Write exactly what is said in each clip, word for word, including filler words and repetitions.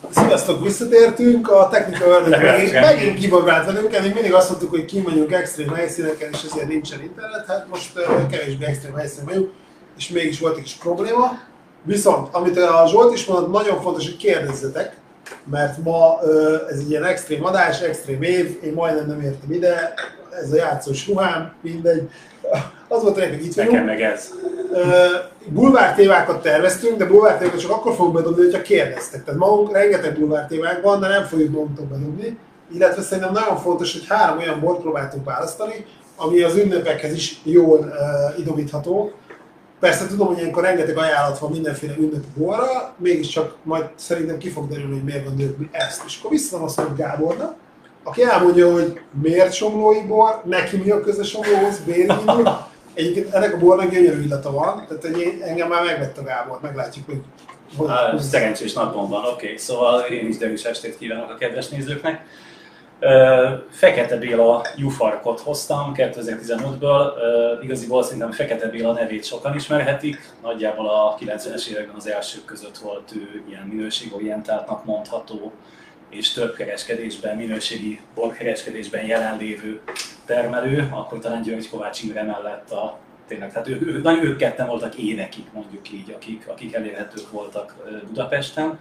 Sziasztok, visszatértünk, a technika ördög megint kibabrált velünk, eddig mindig azt mondtuk, hogy kimegyünk extrém helyszíneken, és ezért nincsen internet, hát most uh, kevésbé extrém helyszínen vagyunk, és mégis volt egy kis probléma. Viszont, amit a Zsolt is mondott, nagyon fontos, hogy kérdezzetek, mert ma uh, ez egy ilyen extrém adás, extrém év, én majdnem nem értem ide, ez a játszós ruhám, mindegy. Az volt hogy itt vagyunk. Nekem meg ez. Bulvár témákat terveztünk, de bulvár témákat csak akkor fogunk bedobni, hogyha kérdeztek. Tehát magunk rengeteg bulvár témák van, de nem fogjuk magunktól bedobni. Illetve szerintem nagyon fontos, hogy három olyan bort próbáltunk választani, ami az ünnepekhez is jól uh, idomítható. Persze tudom, hogy ilyenkor rengeteg ajánlat van mindenféle ünnepi borra, mégiscsak majd szerintem ki fog derülni, hogy miért gondoljuk mi ezt. És akkor visszanom azt mondjuk Gábornak, aki elmondja, hogy miért somlói bor, neki mi a köze somlóhoz, béri indul. Egyébként ennek a bornak gyönyörű illata van, tehát hogy engem már megvett a Gábor, meglátjuk, hogy... hogy szerencsés napon van, oké. Okay. Szóval én is derűs estét kívánok a kedves nézőknek. Fekete Béla jufarkot hoztam kétezer-tizenötből. Igaziból szerintem Fekete Béla nevét sokan ismerhetik. Nagyjából a kilencvenes években az elsők között volt ő ilyen minőségorientáltnak mondható, és több kereskedésben, minőségi borkereskedésben jelenlévő termelő, akkor talán György Kovács Imre mellett a tényleg, tehát ők, ők, ők ketten voltak énekik, mondjuk így, akik, akik elérhetők voltak Budapesten.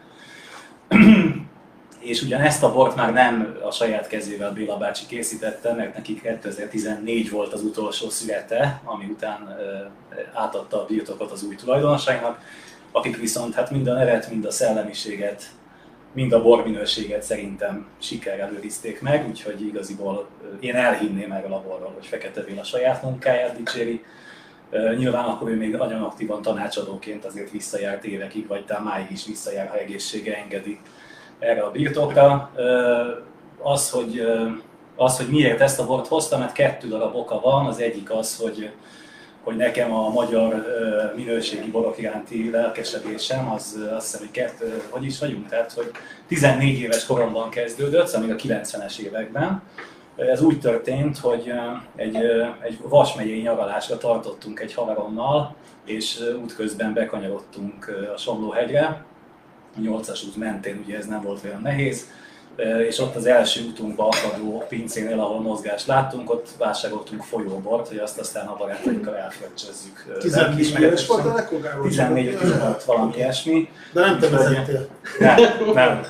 És ugyan ezt a bort már nem a saját kezével Béla bácsi készítette, mert nekik kétezer-tizennégy volt az utolsó születe, ami után átadta a birtokot az új tulajdonosainak, akik viszont hát mind a nevet, mind a szellemiséget, mind a borminőséget szerintem sikerrel őrizték meg, úgyhogy igaziból én elhinném erről a borról, hogy Fekete Béla saját munkáját dicséri. Nyilván akkor ő még nagyon aktívan tanácsadóként azért visszajárt évekig, vagy talán máig is visszajár, ha egészsége engedi erre a birtokra. Az, hogy, az, hogy miért ezt a bort hoztam, mert kettő darab oka van. Az egyik az, hogy hogy nekem a magyar minőségi borok iránti lelkesedésem, az azt hiszem, hogy kettő, hogy is vagyunk, tehát hogy tizennégy éves koromban kezdődött, szóval még a kilencvenes években. Ez úgy történt, hogy egy, egy Vas megyei nyaralásra tartottunk egy haverommal, és útközben bekanyarodtunk a Somlóhegyre, a nyolcas út mentén, ugye ez nem volt olyan nehéz, és ott az első utunkba akadó pincénél, ahol mozgást láttunk, ott vásároltunk folyóbort, hogy azt aztán a barátainkkal elfröccsözzük. tizennégy éves volt a nekor? tizennégy tizenöt valami ilyesmi. De nem te vezettél? Nem, nem.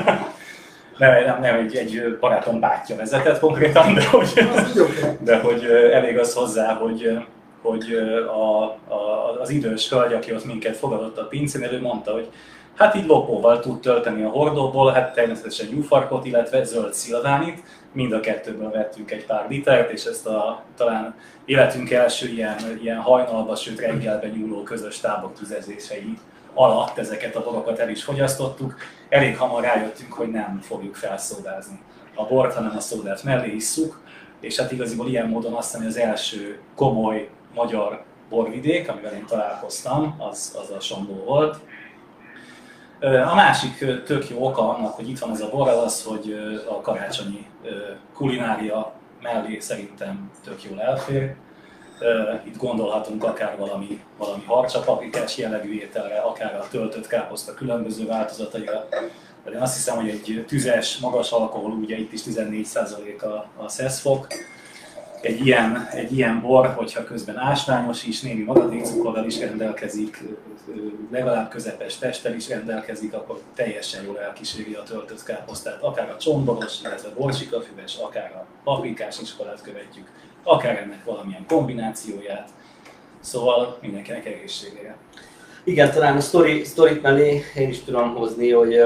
Nem, nem, nem egy, egy barátom bátyja vezetett konkrétan, de hogy, de hogy elég az hozzá, hogy, hogy a, a, az idős hölgy, aki ott minket fogadott a pincénél, ő mondta, hogy hát így lopóval tud tölteni a hordóból, hát természetesen jufarkot, illetve zöld szilvánit. Mind a kettőből vettünk egy pár litert, és ezt a talán életünk első ilyen, ilyen hajnalba, sőt reggelben nyúló közös tábor tüzezései alatt ezeket a borokat el is fogyasztottuk. Elég hamar rájöttünk, hogy nem fogjuk felszódázni a bort, hanem a szódát mellé isszuk, és hát igaziból ilyen módon azt hiszem, hogy az első komoly magyar borvidék, amivel én találkoztam, az, az a Somló volt. A másik tök jó oka annak, hogy itt van ez a bor, az, hogy a karácsonyi kulinária mellé szerintem tök jól elfér. Itt gondolhatunk akár valami, valami harcsapaprikás jellegű ételre, akár a töltött káposzta különböző változataira. De én azt hiszem, hogy egy tüzes, magas alkohol, ugye itt is tizennégy százalék a, a szeszfok. Egy ilyen, egy ilyen bor, hogyha közben ásványos is, némi maradékcukorral is rendelkezik, legalább közepes testtel is rendelkezik, akkor teljesen jól elkíséri a töltött káposztát, akár a csomboros, illetve borsikafüves, akár a paprikás iskolát követjük, akár ennek valamilyen kombinációját. Szóval mindenkinek egészségére. Igen, talán a sztori, sztorit mellé én is tudom hozni, hogy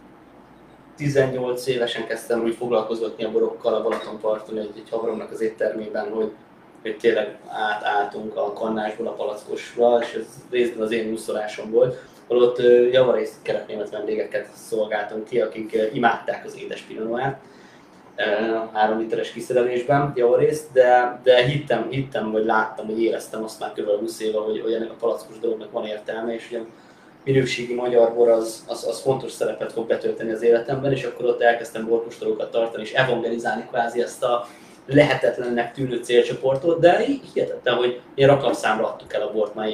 tizennyolc évesen kezdtem úgy foglalkozgatni a borokkal a Balatonparton egy, egy haveromnak az éttermében, hogy, hogy tényleg átálltunk a kannásból a palackosra, és ez részben az én úszolásom volt. Holott javarészt kelet-német vendégeket szolgáltunk ki, akik imádták az édes pinot három literes kiszerelésben javarészt, de, de hittem, hittem, vagy láttam, hogy éreztem azt már kb. húsz éve, hogy, hogy ennek a palackos dolognak van értelme, és ugye minőségi magyar bor az, az, az fontos szerepet fog betölteni az életemben, és akkor ott elkezdtem borkóstolókat tartani, és evangelizálni kvázi ezt a lehetetlennek tűnő célcsoportot, de így hihetettem, hogy én raklamszámra adtuk el a bort már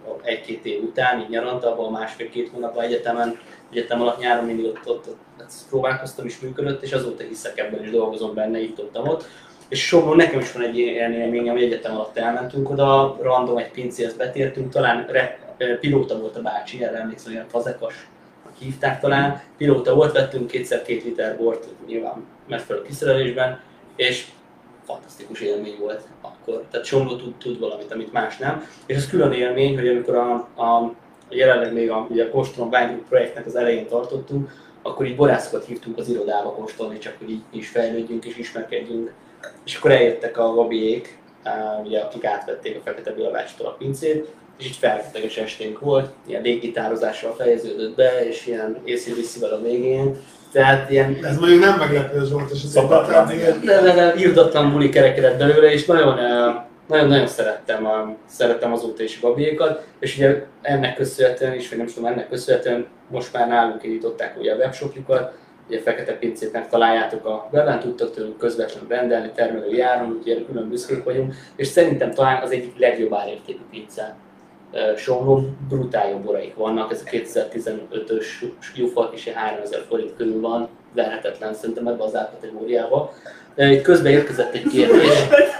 egy-két év után, így nyaranta, abban másfél-két hónapban egyetemen, egyetem alatt nyáron mindig ott, ott, ott próbálkoztam is, működött, és azóta hiszek ebben, és dolgozom benne, itt ott, ott. És Somlón nekem is van egy ilyen élményem, hogy egyetem alatt elmentünk oda, random egy pincéhez betértünk, talán re, pilóta volt a bácsi, erre emlékszem, ilyen fazekas hívták talán, pilóta volt, vettünk kétszer két liter bort, nyilván megfelelő kiszerelésben, és fantasztikus élmény volt akkor. Tehát Somló tud, tud valamit, amit más nem. És ez külön élmény, hogy amikor a, a jelenleg még a, ugye a Kóstolom Wine Group projektnek az elején tartottunk, akkor így borászokat hívtunk az irodába kóstolni, csak hogy így is fejlődjünk és ismerkedjünk. És akkor eljöttek a Gabiék, ugye, akik átvették a Fekete Béla bácsitól a pincét, és így feltéteges esténk volt, ilyen léggitározással fejeződött be, és ilyen észre-visszivel a végén. Tehát ilyen... Ez mondjuk nem meglepő Zsolt, és ez egy de, de, de írdatlan buli kerekedett belőle, és nagyon-nagyon szerettem, szerettem azóta is a Gabiékat, és ugye ennek köszönhetően is, vagy nem tudom, ennek köszönhetően most már nálunk indították ugye a webshopjukat, ugye a Fekete Pincét megtaláljátok a webben, tudtak tőlük közvetlenül rendelni, termelői áron, ugye külön büszkék vagyunk, és szerintem talán az egyik legjobb árértékű pince. Somlón brutál jó boraik vannak, ez a kétezer-tizenötös Jufak is háromezer forint körül van, verhetetlen szerintem ebbe az árkategóriába. Itt közben érkezett egy kérdés.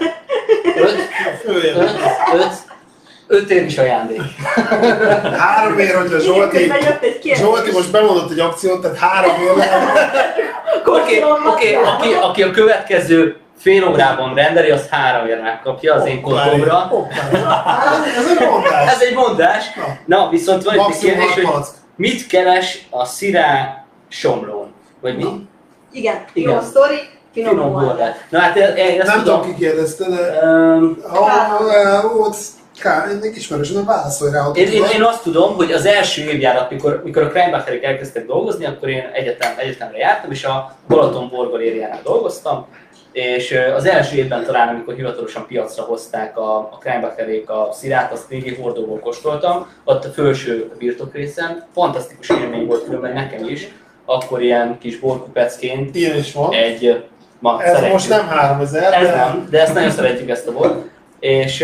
öt ér is ajándék. Három ér, hogyha Zsolti, Zsolti most bemondott egy akciót, tehát három ér. Oké, oké, aki, aki a következő fél órában rendeli, az három ér megkapja az én kontomra. Ez egy mondás. Ez egy mondás. Na, viszont van egy kérdés, hogy mit keres a Szirá Somlón? Vagy mi? Igen, igen. Jó sztori, finom, finom volt. Na hát én ezt nem tudom, ki kérdezte, de... Um, ha, Kár, én még ismerősöm, válaszolj rá. Én, én, én azt tudom, hogy az első évjárat, mikor, mikor a Kreinbacherék elkezdtek dolgozni, akkor én egyetem, egyetemre jártam, és a Balaton-Borgal érjánál dolgoztam, és az első évben talán, amikor hivatalosan piacra hozták a, a Kreinbacherék a szirát, azt régi hordóból kóstoltam, ott a felső birtokrészen. Fantasztikus élmény volt különben nekem is, akkor ilyen kis borkupecként. Ilyen is van. Egy, ma, ez szeretjük. Most nem háromezer. Ez de... nem, de ezt nagyon szeretjük, ezt a bort. És,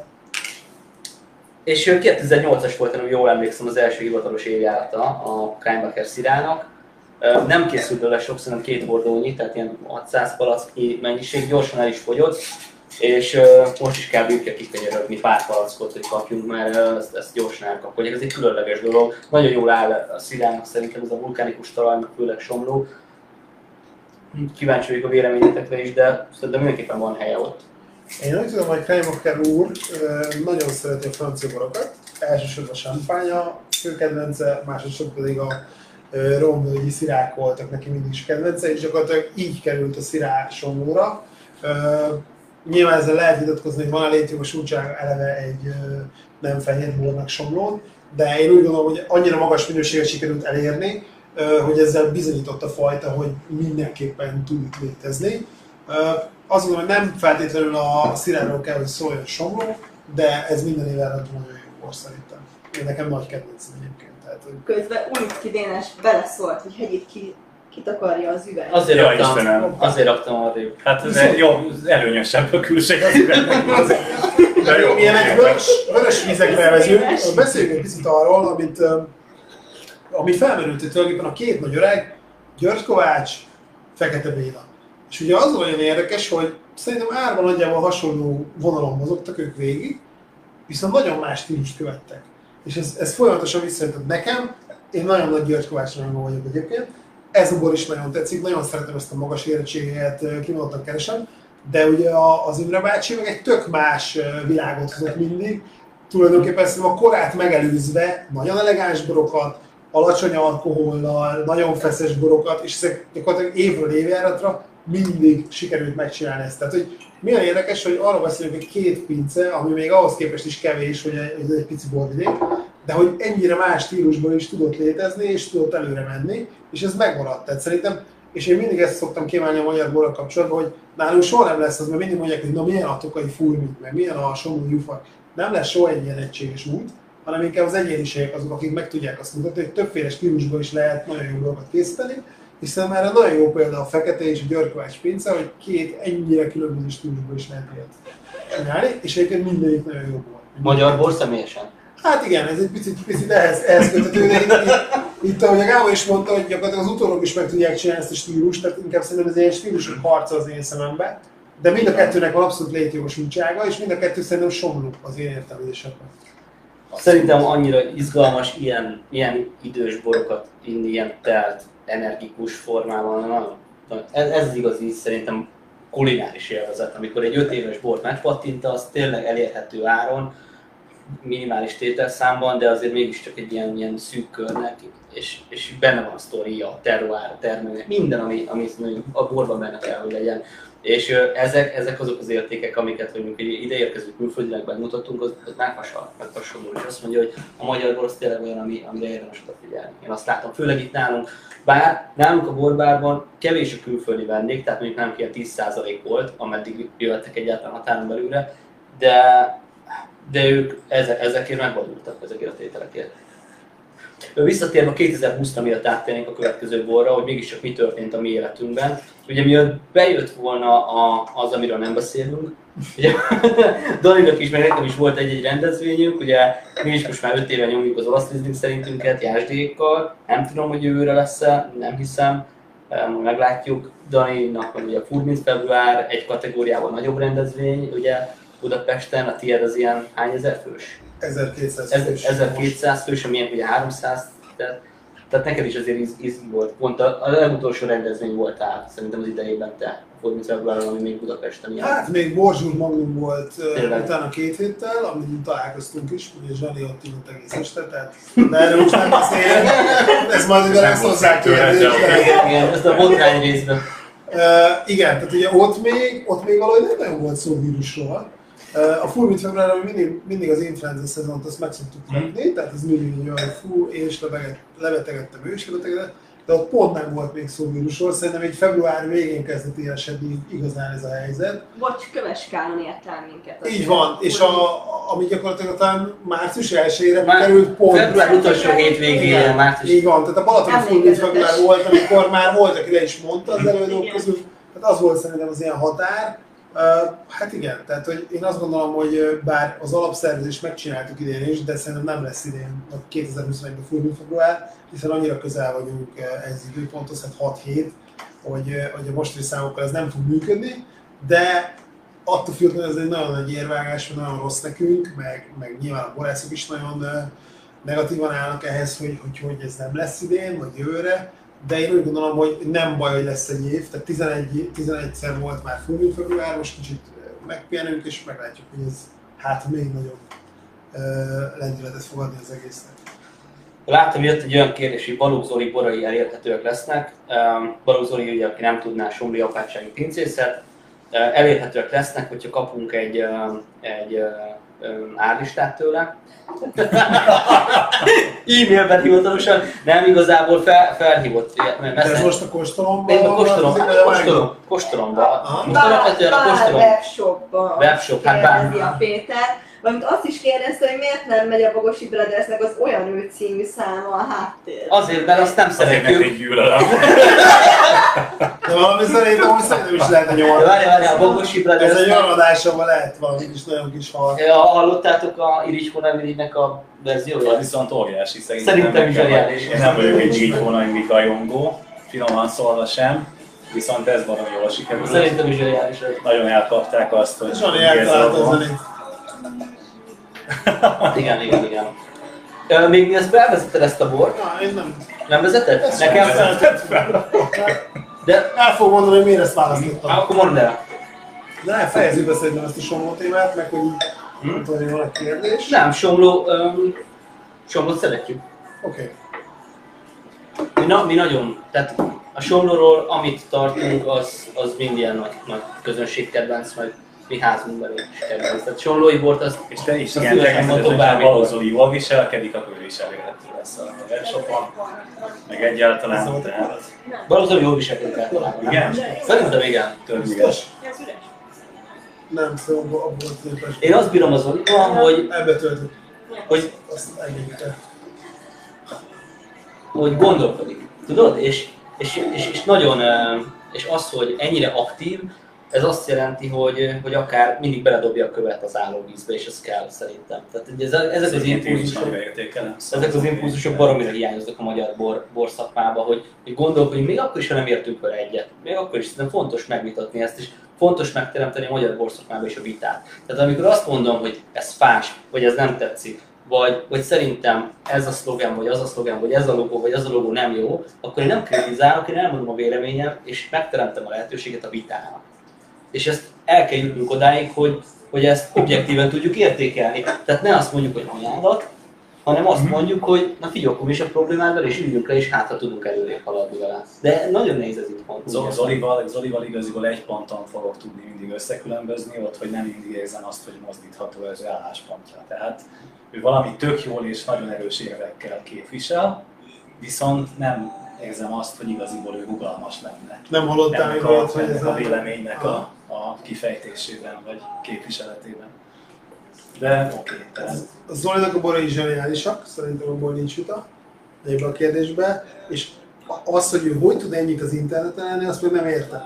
és kétezer-nyolcas volt, ha jól emlékszem, az első hivatalos évjárata a Kreinbacher szirának. Nem készült belőle sok, szerintem két hordónyi, tehát ilyen hatszáz palacki mennyiség, gyorsan el is fogyott, és most is kell bűkje kikönyörögni pár palackot, hogy kapjunk, mert ezt, ezt gyorsan elkapkodják. Ez egy különleges dolog. Nagyon jól áll a szirának szerintem ez a vulkánikus talaj, főleg Somló. Kíváncsi vagyok a véleményetekre is, de szerintem mindenképpen van helye ott. Én úgy tudom, hogy Kreinbacher úr nagyon szereti a francia borokat, elsősorban a champagne fő kedvence, másodszorban pedig a romvölgyi szirák voltak neki mindig is kedvence, és gyakorlatilag így került a szirá Somlóra. Nyilván ezzel lehet vitatkozni, hogy van-e létjogosultság eleve egy nem fehér bornak Somlón, de én úgy gondolom, hogy annyira magas minőséget sikerült elérni, hogy ezzel bizonyított a fajta, hogy mindenképpen tud itt létezni. Azt gondolom, hogy nem feltétlenül a sziráról kell, hogy szóljon Somló, de ez minden évvel nagyon jó bor szerintem. Én nekem nagy kedvencem egyébként. Tehát, közben Ulicki Dénes beleszólt, hogy hegyét ki, kitakarja az üveg. Azért ja, raktam, azért raktam arrébb. Hát ez jó, előnyösebb a külség az üvegnek. De jó. Milyen egy vörös, vörös vizekre vezünk. Beszéljünk egy picit arról, amit, ami felmerült itt tulajdonképpen a két nagy öreg, György Kovács, Fekete Béla. És ugye az olyan érdekes, hogy szerintem árban nagyjából hasonló vonalon mozogtak ők végig, viszont nagyon más stílust követtek. És ez, ez folyamatosan visszajutott nekem, én nagyon nagy György Kovács rajongó vagyok egyébként. Ez a bor is nagyon tetszik, nagyon szeretem ezt a magas érettséget, kimondottan keresem, de ugye az Imre bácsi meg egy tök más világot hozott mindig. Tulajdonképpen szerintem a korát megelőzve nagyon elegáns borokat, alacsony alkohollal, nagyon feszes borokat, és ezek gyakorlatilag évről évjáratra mindig sikerült megcsinálni ezt. Tehát, hogy milyen érdekes, hogy arra beszélünk, hogy két pince, ami még ahhoz képest is kevés, hogy egy, egy pici borvidék, de hogy ennyire más stílusban is tudott létezni, és tudott előre menni, és ez megmaradt. Tehát szerintem, és én mindig ezt szoktam kiemelni a magyar borral kapcsolatban, hogy nálunk soha nem lesz az, mert mindig mondják, hogy na milyen a tokai furmit, meg milyen a Somló Jufak. Nem lesz soha egy ilyen egységes út, hanem inkább az egyéniségek azok, akik meg tudják azt mutatni, hogy többféle stílusban is lehet nagyon jó dolgokat készíteni, hiszen erre nagyon jó példa a Fekete és a György Kovács pince, hogy két ennyire különböző stílusban is lehet ilyet csinálni, és egyébként mindegyik nagyon jó volt. Magyar bor személyesen? Hát igen, ez egy picit, picit ehhez, ehhez köthető, de itt, itt, itt, ahogy a Gábor is mondta, hogy gyakorlatilag az utólag is meg tudják csinálni ezt a stílust, tehát inkább szerintem ez egy stílusok harca az én szememben, de mind a kettőnek van abszolút létjogosultsága, és mind a kettő szerintem somló az én értelmezésemben. Szerintem annyira izgalmas ilyen, ilyen idős borokat inni, ilyen telt, energikus formában. Ez, ez igazi szerintem kulináris élvezet, amikor egy öt éves bort megpattintasz, tényleg elérhető áron, minimális tételszámban, de azért mégiscsak egy ilyen, ilyen szűk körnek, és, és benne van a sztoria, a terroár, a termelő, minden, ami, ami a borban benne kell, hogy legyen. És ezek, ezek azok az értékek, amiket hogy ide érkező külföldileg bemutattunk, az, az meghasadó, és azt mondja, hogy a magyar bor az tényleg olyan, ami, amire érdemes odafigyelni. Én azt látom, főleg itt nálunk, bár nálunk a borbárban kevés a külföldi vendég, tehát mondjuk nálunk ilyen tíz százalék volt, ameddig jöttek egyáltalán határon belülre, de, de ők ezek, ezekért megvadultak, ezekért a tételekért. Visszatérve kétezer-húszra miatt áttérnénk a következő borra, hogy mégiscsak mi történt a mi életünkben. Ugye mielőtt bejött volna a, az, amiről nem beszélünk, ugye Daninak is, meg nekem is volt egy-egy rendezvényünk, ugye mi is most már öt éve nyomjuk az olasz Riesling szerintünket Jászsdékkal, nem tudom, hogy jövőre lesz-e, nem hiszem, majd meglátjuk. Daninak van ugye a Furmint február, egy kategóriában nagyobb rendezvény, ugye Budapesten, a tiéd az ilyen hány ezer fős? ezerkétszáz fős. ezerkétszáz fős, amilyen ugye háromszáz, tehát, tehát neked is azért iz, iz volt. Pont a, a legutolsó rendezvény volt át, szerintem az idejében te, Furmint februáron, ami még Budapesten ilyen. Hát még Borzsúr Magnum volt Tényleg. utána két héttel, amin találkoztunk is, ugye Zsani ott ült egész este, tehát de erről most nem beszéljünk, ez majd ugye lesz hozzá kérdés. Igen, ezt a botrány részben. Uh, igen, tehát ugye ott még, ott még valahogy nem nagyon volt szó vírusról. Uh, a Furmint februárban mindig, mindig az influenza szezont azt meg szoktuk tudni, tehát ez mindig olyan, hogy fú, én is lebetegedtem, ő is lebetegedett, de ott pont nem volt még szó vírusról, szerintem egy február végén kezdett élesedni igazán ez a helyzet. Bocs, Köves Kálon ért el minket. Így van, és a, ami gyakorlatilag talán március elsejére Már került pont. Február utolsó hétvégén, március. Így van, tehát a Balatoni Furmint február volt, amikor már volt, aki le is mondta az előadók Igen. közül, tehát az volt szerintem az ilyen határ. Uh, hát igen, tehát hogy én azt gondolom, hogy bár az alapszervezést megcsináltuk idén is, de szerintem nem lesz idén a kétezer-huszonegyben Furmint február, hiszen annyira közel vagyunk ez időponthoz, hát hat hét, hogy, hogy a mostani számokkal ez nem fog működni, de attól függetlenül ez egy nagyon nagy érvágás, nagyon rossz nekünk, meg, meg nyilván a borászok is nagyon negatívan állnak ehhez, hogy, hogy, hogy ez nem lesz idén, vagy jövőre, de én úgy gondolom, hogy nem baj, hogy lesz egy év, tehát tizenegy, tizenegyszer volt már Furmint február, most kicsit megpihenünk, és meglátjuk, hogy ez hát még nagyobb uh, lendületet fogadni az egésznek. Láttam, jött egy olyan kérdés, hogy Balogh Zoli borai elérhetőek lesznek. Um, Balogh Zoli, ugye, aki nem tudná, somlói apátsági pincészet, uh, elérhetőek lesznek, hogyha kapunk egy, uh, egy uh, um, árlistát tőle. E-mailben hivatalosan, nem igazából fel, felhívott. De ez most a kóstolomban? Én a kóstolom, hát kóstolom, kóstolomban. Most alapvetően a kóstolom. Webshopban Webshop, hát bár. kérdezi a Péter. Valamint azt is kérdezte, hogy miért nem megy a Bogosi Brothersnek az Olyan ő című száma a háttér. Azért, mert azt nem Azért szeretjük. nekik gyűlölöm. De valami szerintem, hogy szerintem is lehetne nyolc. Várjál, várjál, a Bogosi Brothers. Ez egy olyan adásomban lehet valami kis nagyon kis hal. Ja, hallottátok a Irigy Honavirigynek a verzióját? Viszont óriási szerintem. Szerintem is nekem. óriási. Én nem vagyok egy Irigy Honaviri rajongó, finoman szólva sem, viszont ez valami jól sikerült. Szerintem is óriási. Nagyon elkapták azt, hogy Zsani eltalálta a zenét. Igen, igen, igen. Ö, Még mi ezt felvezeted ezt a bort? Na, én nem. Nem vezeted? Ezt Nekem sem vezetett fel. De El fogom mondani, hogy miért ezt választottam. akkor mondd el. De nem fejezzük be szerintem ezt a somló témát, meg hogy így nem tudom, hogy van egy kérdés. Nem, Somló, um, Somlót szeretjük. Oké. Mi, na, mi nagyon, tehát a Somlóról, amit tartunk, az, az mind ilyen nagy, nagy közönségkedvenc, meg mi házunkban is kedvenc. Tehát Somlói bort azt, És te is azt igen, szívesen mondom természetesen bármikor. Balogh Zoli jól viselkedik, akkor ő is elérhető lesz a webshopon, meg egyáltalán. Tehát, Balogh jól viselkedik általában. igen? Szerintem igen. Törvényes. Nem, szóval abból a képes. Én azt bírom az Zolival, hogy, Ebbe töltött. hogy, Azt engedjük. hogy gondolkodik. Tudod? És, és, és, és nagyon, eh, és az, hogy ennyire aktív, ez azt jelenti, hogy, hogy akár mindig beledobja a követ az állóvízbe, és ez kell szerintem. Tehát ez, ezek az impulzusok, ezek az impulzusok baromira hiányoznak a magyar bor, borszakmába, hogy, hogy gondolkodjunk, még akkor is, ha nem értünk vele egyet, még akkor is szerintem fontos megvitatni ezt, és fontos megteremteni a magyar borszakmába is a vitát. Tehát amikor azt mondom, hogy ez fás, vagy ez nem tetszik, vagy, vagy szerintem ez a szlogán, vagy az a szlogán, vagy ez a logó, vagy az a logó nem jó, akkor én nem kritizálok, én elmondom a véleményem, és megteremtem a lehetőséget a vitának. És ezt el kell jutnunk odáig, hogy, hogy ezt objektíven tudjuk értékelni. Tehát ne azt mondjuk, hogy ajánlat, hanem azt mondjuk, hogy na figyelj, akkor mi is a problémáddal, és üljünk le, és hát ha tudunk előrébb haladni vele. De nagyon nehéz ez itt pont. Zolival, Zolival igaziból egy ponton fogok tudni mindig összekülönbözni, ott, hogy nem mindig érzem azt, hogy mozdítható ez álláspontja. Tehát ő valami tök jól és nagyon erős érvekkel képvisel, viszont nem érzem azt, hogy igaziból ő rugalmas lenne. Nem hallottál még olyat, hogy ez a véleménynek a, a kifejtésében vagy képviseletében. De oké. Okay, a Zolinak a borai zseniálisak, szerintem abból nincs vita ebben a kérdésben, és az, hogy ő hogy tud ennyit az interneten lenni, azt még nem értem.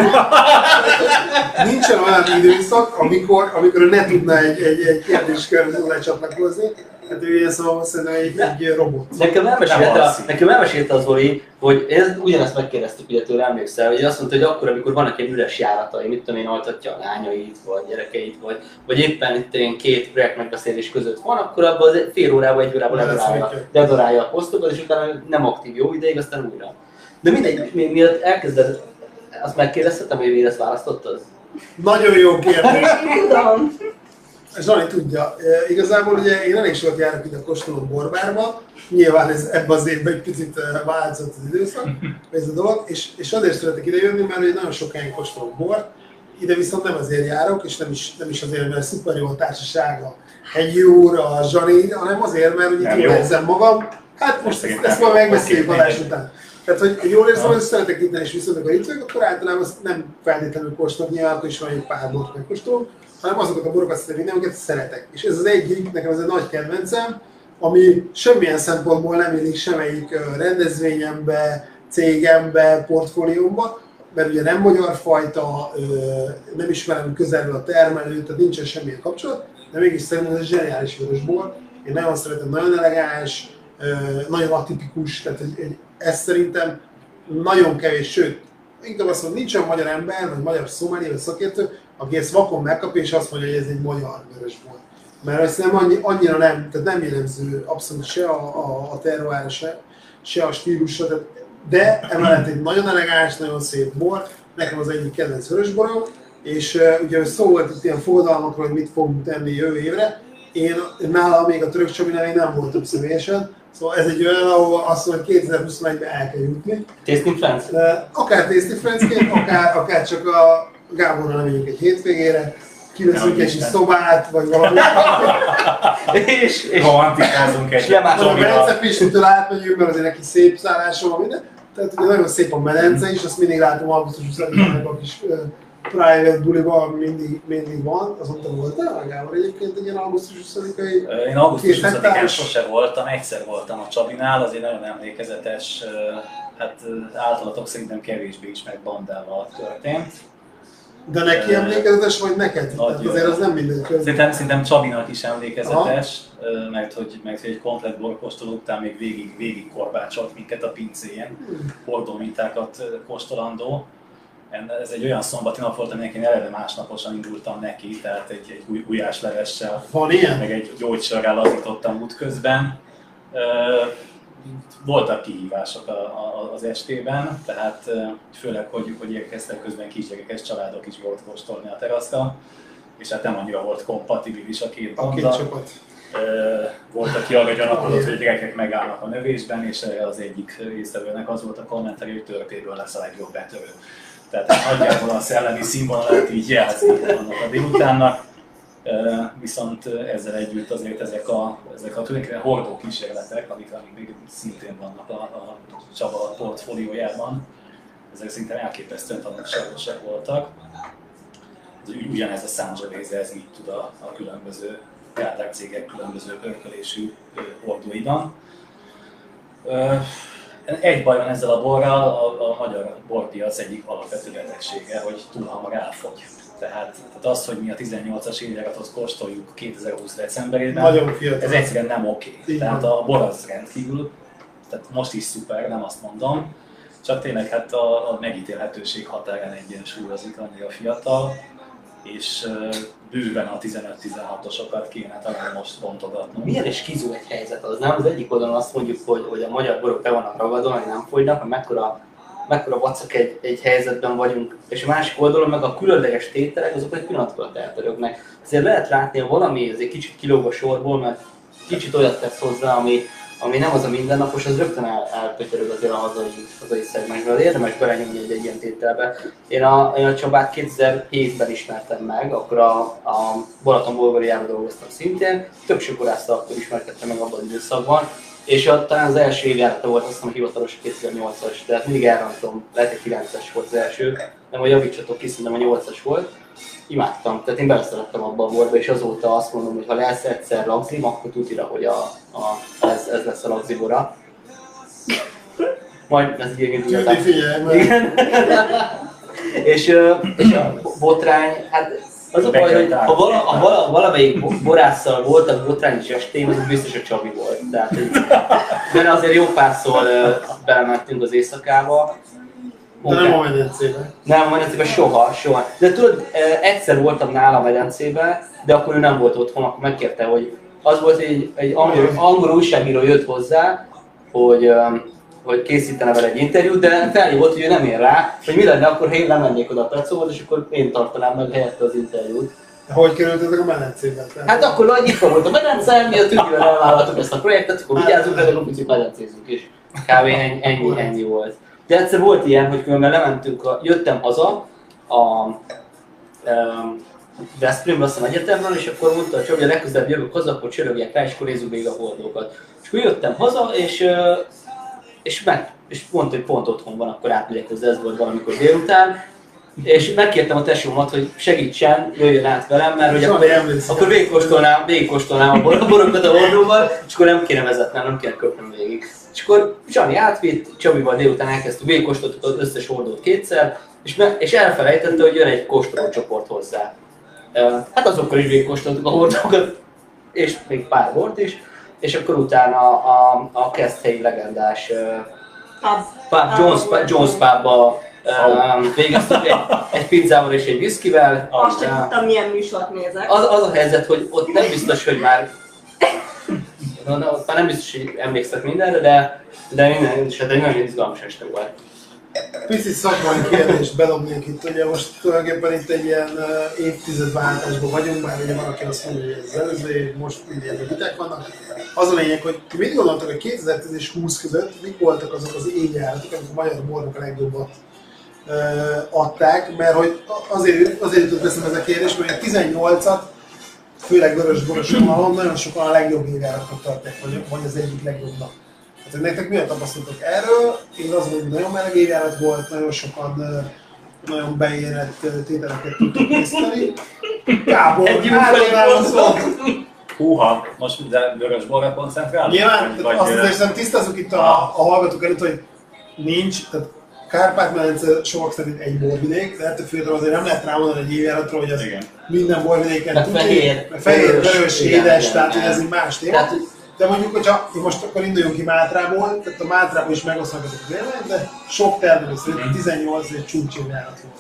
Nincsen olyan időszak, amikor, amikor ne tudna egy, egy, egy kérdéskörhöz lecsatlakozni. Hát ő ilyen szóval szerintem egy, egy robot. Nekem elmesélte, nekem elmesélte az Zoli, hogy ez, ugyanezt megkérdeztük, ugye tőle emlékszel, hogy azt mondta, hogy akkor, amikor vannak ilyen üres járatai, mit tudom én, altatja a lányait, vagy gyerekeit, vagy, vagy éppen itt ilyen két projekt megbeszélés között van, akkor abban az fél órában, egy órában ledorálja, ledorálja a posztokat, és utána nem aktív jó ideig, aztán újra. De mindegy, még miatt elkezded, azt megkérdezhetem, hogy miért ezt választottad? Nagyon jó kérdés. Tudom. Zsani tudja. E, igazából ugye én elég sokat járok ide a kóstoló borbárba, nyilván ez ebben az évben egy picit változott az időszak, ez a dolog, és, és azért szeretek ide jönni, mert ugye nagyon sok helyen kóstolok bort, ide viszont nem azért járok, és nem is, nem is azért, mert szuper jó a társaság, a Hegyi úr, a Zsani, hanem azért, mert ugye jól érzem magam. Hát most ezt, ezt majd megbeszéljük adás után. Tehát, hogy jól érzem, hogy szeretek innen és viszont, amikor itt vagyok, akkor általában azt nem feltétlenül kóstolok, nyilván akkor is van egy pár bort megkóstolok, hanem azokat a borokat szeretem, amiket szeretek. És ez az egyik, nekem ez egy nagy kedvencem, ami semmilyen szempontból nem illik semmelyik rendezvényembe, cégembe, portfóliómba, mert ugye nem magyar fajta, nem ismerem közelről a termelőt, tehát nincsen semmilyen kapcsolat, de mégis szerintem ez egy zseniális vörösbor. Én nagyon szeretem, nagyon elegáns, nagyon atipikus, tehát egy, egy, ez szerintem nagyon kevés, sőt, inkább azt mondom, nincsen magyar ember, vagy magyar szómeli, vagy szakértő, aki ezt vakon megkapja, és azt mondja, hogy ez egy magyar vörösbor. Mert ez nem annyi, annyira nem, tehát nem jellemző abszolút se a, a, a terroára, se, se a stílusra, tehát, de emellett egy nagyon elegáns, nagyon szép bor, nekem az egyik kedvenc vörösborom, és uh, ugye szó volt itt ilyen fogadalmakról, hogy mit fogunk tenni jövő évre. Én nálam még a Török Csabinál még nem voltam személyesen, szóval ez egy olyan, ahol azt mondom, hogy kétezer-huszonegyben el kell jutni. Tasting Friends? Uh, akár Tasting Friendsként, akár, akár csak a Gáborral lemegyünk egy hétvégére, kiveszünk egy szobát, vagy valami. és, és romantikázunk egy a Medence Pistitől átmegyünk, mert azért neki szép szállása van minden. Tehát ugye nagyon szép a medence is, azt mindig látom augusztus huszonegyedikének a kis uh, private buliban mindig, mindig van. Azon te voltál, Gábor, egyébként egy ilyen augusztus huszadikai? Én augusztus huszadikán sose voltam, egyszer voltam a Csabinál, az egy nagyon emlékezetes, hát általatok szerintem kevésbé is meg bandával történt. De neki emlékezetes, vagy neked? Tehát azért az nem minden közben. Szerintem, szerintem Csabinak is emlékezetes, mert hogy, mert hogy egy komplett borkóstoló után még végig, végig korbácsolt minket a pincéjén, hordómintákat kóstolandó. Ez egy olyan szombati nap volt, aminek én eleve másnaposan indultam neki, tehát egy, egy gulyáslevessel, meg egy gyógysörrel lazítottam útközben. Voltak kihívások a, a, az estében, tehát főleg, hogy, hogy érkeztek közben kisgyerekes családok is volt kóstolni a teraszra, és hát nem annyira volt kompatibilis a két banda. A két csapat. Volt, aki arra gyanakodott, hogy gyerekek megállnak a növésben, és erre az egyik résztvevőnek az volt a kommentárja, hogy törpéből lesz a legjobb betörő. Tehát nagyjából a szellemi színvonalat így jelzi annak a délutánnak. Viszont ezzel együtt azért ezek a, ezek a tulajdonképpen hordó kísérletek, amik, amik még szintén vannak a, a Csaba portfóliójában, ezek szinte elképesztően tanulságosak voltak. Ugyanez a Sangiovese, ez mit tud a, a különböző gátárcégek különböző pörkölésű hordóiban. Egy baj van ezzel a borral, a, a magyar borpiac egyik alapvető betegsége, hogy túl hamar elfogy. Tehát, tehát az, hogy mi a tizennyolcas évjáratot kóstoljuk kétezer-húsz decemberében, Nagyon fiatal. ez egyszerűen nem oké. Így Tehát van. a bor az rendkívül, tehát most is szuper, nem azt mondom, csak tényleg hát a, a megítélhetőség határán egyensúlyozik, annyira fiatal, és uh, bőven a tizenöt-tizenhatosokat kéne talán most bontogatnunk. Milyen is kizú egy helyzet az, nem? Az egyik oldalon azt mondjuk, hogy, hogy a magyar borok be vannak ragadva, hogy nem fogynak, hogy mekkora, mekkora vacak egy, egy helyzetben vagyunk, és a másik oldalon meg a különleges tételek, azok egy pillanat alatt eltörögnek. Azért lehet látni, hogy valami az egy kicsit kilóg a sorból, mert kicsit olyat tesz hozzá, ami, ami nem az a mindennapos, az rögtön el, elpötyörög azért a hazai, hazai szegmensben. Érdemes belenyomni egy, egy ilyen tételbe. Én a, én a Csabát kétezer-hétben ismertem meg, akkor a, a Balaton-Bolgariában dolgoztam szintén, több sokorásszal akkor ismerkedtem meg abban az időszakban, és a, talán az első évjárata volt, azt hiszem a hivatalos kétezer-nyolcas, de mindig elrontom, lehet egy kilences volt az első, nem hogy javítsatok ki, szerintem a nyolcas volt. Imádtam, tehát én beleszerettem abba a borba, és azóta azt mondom, hogy ha lesz egyszer lagzim, akkor tutira, hogy a, a, ez, ez lesz a lagzibora. Majd ez így Tűnni, figyelj, mert igen. és, ö, és a botrány, hát az a baj, hogy ha, vala, ha vala, valamelyik borásszal voltak botrányos estén, az biztos a Csabi volt. Tehát, hogy, mert azért jó párszor ö, belementünk az éjszakába. de nem a medencében. Nem, a medencében soha, soha. De tudod, egyszer voltam nála a medencében, de akkor ő nem volt otthon, akkor megkérte, hogy az volt, egy, egy angol, angol újságíró jött hozzá, hogy, hogy készítene vele egy interjút, de felhívott, hogy ő nem ér rá, hogy mi lenne akkor, ha én lemennék oda a Pecóhoz, és akkor én tartanám meg helyette az interjút. Hogy kerültetek a medencében? Hát akkor nagy nyitva volt a medence, mi a tűnővel elvállaltuk ezt a projektet, akkor vigyázzunk, de akkor picit medencézzünk is. Kb. ennyi, ennyi, ennyi volt. De egyszer volt ilyen, hogy különben lementünk, a, jöttem haza a um, Veszprémbe, azt hiszem egyetemről, és akkor mondta a Csabi, hogy legközelebb jövök haza, akkor csörögjek rá, és akkor nézzük még a hordokat. És akkor jöttem haza, és, és, meg, és mondta, hogy pont otthon van, akkor átmegyek hozzá, ez volt valamikor délután. És megkértem a tesómat, hogy segítsen, jöjjön át velem, mert hogy akkor, akkor végigkóstolnám, végigkóstolnám a borokat a hordóval, és akkor nem kéne vezetnem, nem kéne köpnöm végig. És akkor Zsani átvitt, Csabival délután elkezdtük, végigkóstoltuk az összes hordót kétszer, és, me, és elfelejtette, hogy jön egy kóstolócsoport hozzá. Hát azokkal is végigkóstoltuk a hordókat, és még pár bort is, és akkor utána a, a, a Keszthelyi legendás uh, pub, Jones, Jones pubba uh, végeztük egy, egy pizzával és egy viszkivel. Azt sem tudtam, milyen műsort nézek. Az, az a helyzet, hogy ott nem biztos, hogy már Na, na, már nem biztos, hogy emlékszek mindenre, de, de minden is egy nagyon izgalmas este volt. Picit szakmai kérdést bedobnék itt, ugye most tulajdonképpen itt egy ilyen uh, évtizedváltásban vagyunk, bár ugye van, aki azt mondja, hogy ez az előző év, most ilyen viták vannak. Az a lényeg, hogy ti mit gondoltok, hogy kétezer-tíz és húsz között mik voltak azok az évjáratok, amik a magyar bornak a legjobbat uh, adták, mert hogy azért, azért jutott eszembe ez a kérdés, mert a tizennyolcat, főleg vörösboroson, ahol nagyon sokan a legjobb évjáratot tartják, vagy, vagy az egyik legjobbnak. Hát, hogy nektek milyen tapasztalatok erről? Én azt mondom, hogy nagyon meleg évjárat volt, nagyon sokan nagyon beérett tételeket tudtuk készíteni. Gábor, Gábor szó! Húha, most de vörösborra koncentrálunk? Nyilván, Vagy, azt vagy, hiszem tisztázzuk itt a, a hallgatók előtt, hogy nincs, tehát Kárpát-medence sokak szerint egy borvidék, de ettől függetlenül azért nem lehet rámondani egy évjáratra, hogy az igen. minden borvidéken tudni. Fehér, fehér, vörös, édes, igen, tehát igen. ez egy más téma. Tehát, de mondjuk, hogyha most akkor induljunk ki Mátrából, tehát a Mátrában is megosztanak ezek az élményt, de sok termelő szerint tizennyolc egy csúcsévjárat volt.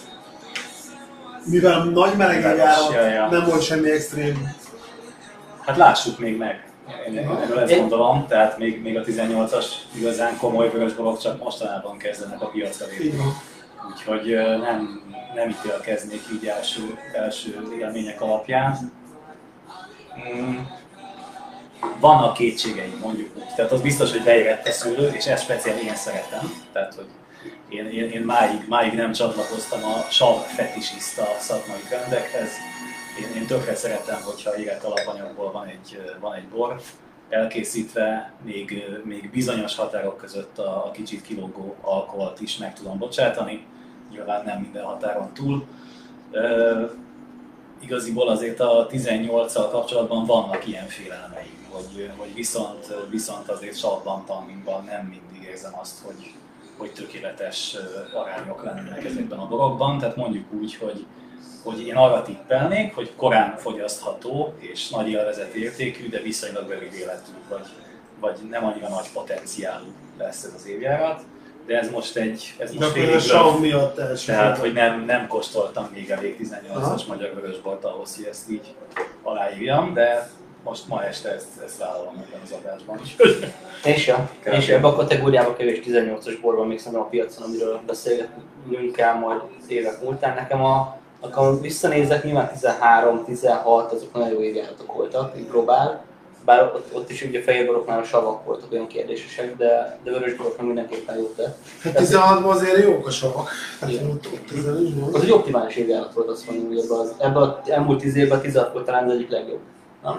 Mivel a nagy meleg évjárat ja, ja. nem volt semmi extrém. Hát lássuk még meg. Én erről ezt gondolom, tehát még, még a tizennyolcas igazán komoly vörösborok csak mostanában kezdenek a piacra lépni. Úgyhogy nem, nem ítélkeznék így első, első élmények alapján. Hmm. Vannak kétségeim, mondjuk úgy. Tehát az biztos, hogy beérett a szőlő, és ezt speciál én szeretem. Tehát, hogy én, én, én máig, máig nem csatlakoztam a sav fetisista szakmai trendekhez. Én, én tökre szeretem, hogyha érett alapanyagból van egy, van egy bor elkészítve, még, még bizonyos határok között a, a kicsit kilógó alkoholt is meg tudom bocsátani. Nyilván nem minden határon túl. igaziból azért a tizennyolccal kapcsolatban vannak ilyen félelmeim, hogy, hogy viszont, viszont azért Salban Tanninban nem mindig érzem azt, hogy, hogy tökéletes arányok lennének ezekben a borokban, tehát mondjuk úgy, hogy, hogy én arra tippelnék, hogy korán fogyasztható és nagy élvezet értékű, de viszonylag rövid életű, vagy, vagy nem annyira nagy potenciálú lesz ez az évjárat. De ez most egy... Ez most de a Saum miatt első. Tehát, hogy nem, nem kóstoltam még elég tizennyolcas magyar vörösbort ahhoz, hogy ezt így aláírjam, de most ma este ezt, ezt vállalom ebben az adásban. Én sem. Én sem. Ebben a kategóriában kevés tizennyolcas bor van még szerintem a piacon, amiről beszélgetünk kell majd az évek múltán. Nekem a, akkor visszanézek, nyilván tizenhárom tizenhat, azok nagyon jó évjáratok voltak, így globál. Bár ott, ott is ugye fehérboroknál a savak voltak olyan kérdésesek, de, de vörösboroknál mindenképpen jók tett. Hát tizenhatban azért jók a savak. Ott, ott az egy optimális évjárat volt, azt mondom, hogy ebben az, ebben az elmúlt tíz évben tizenhat volt talán az egyik legjobb. Na?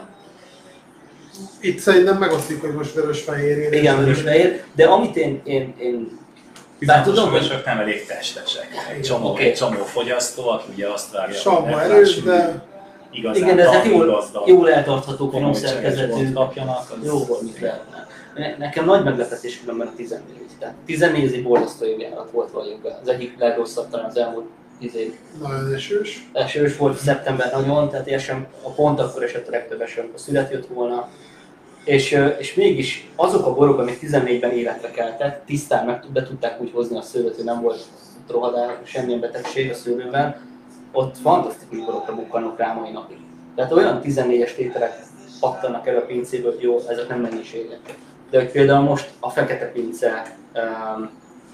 Itt szerintem megosztjuk, hogy most vörös-fehér. Igen, vörös-fehér, de amit én, én, én bár tudom, hogy csak nem elég testesek. Egy csomó, okay. egy csomó fogyasztó, aki ugye azt várja, Savban erős, de... igazán igen, de ezek jól, gazdag, jól eltartható finomszerkezetű, kapjanak. jó volt, mit lehetne. Nekem nagy meglepetés különben a tizennégy. Tehát tizennégy egy borzasztó évjárat volt vagyunk. Az egyik legrosszabb talán az elmúlt tíz év. Nagyon esős. Esős volt szeptember nagyon, tehát ilyen sem, a pont akkor esett a legtöbb eső, amikor szület jött volna. És, és mégis azok a borok, amik tizennégyben életre keltek, tisztán meg be tudták úgy hozni a szőlőt, hogy nem volt rohadál, semmilyen betegség a szőlőben, ott fantasztikus borokra bukkanok rá mai napig. Tehát olyan tizennégyes tételek pattanak el a pincéből, hogy jó, ezek nem mennyiségek. De hogy például most a Fekete Pince um,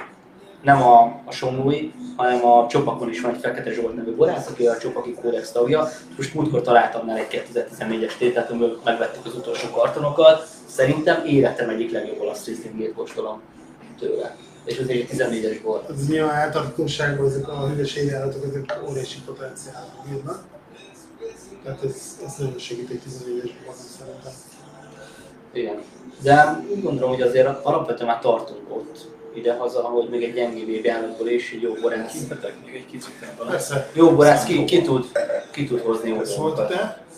nem a, a somlói, hanem a Csopakon is van egy Fekete Zsolt nevű borász, aki a Csopaki Kódex tagja. Most múltkor találtam nála egy kétezer-tizennégyes tételt, amiből megvettük az utolsó kartonokat. Szerintem életem egyik legjobb olasz Rieslingét kóstolom tőle. És az egy tizennégyes volt. Az nyilván eltartóságban ezek a hűvös évjáratok, ezek óriási potenciálnak bírnak. Tehát ez, ez nagyon segít egy tizennégyes borban szerintem. Igen. De úgy gondolom, hogy azért alapvetően már tartunk ott ide-haza, hogy még egy gyengébb évjáratból és egy jó borász. Kintetek még egy kicsit ebben. Persze. Jó borász ki, ki, tud, ki tud hozni jó Ez dolgokat. volt te?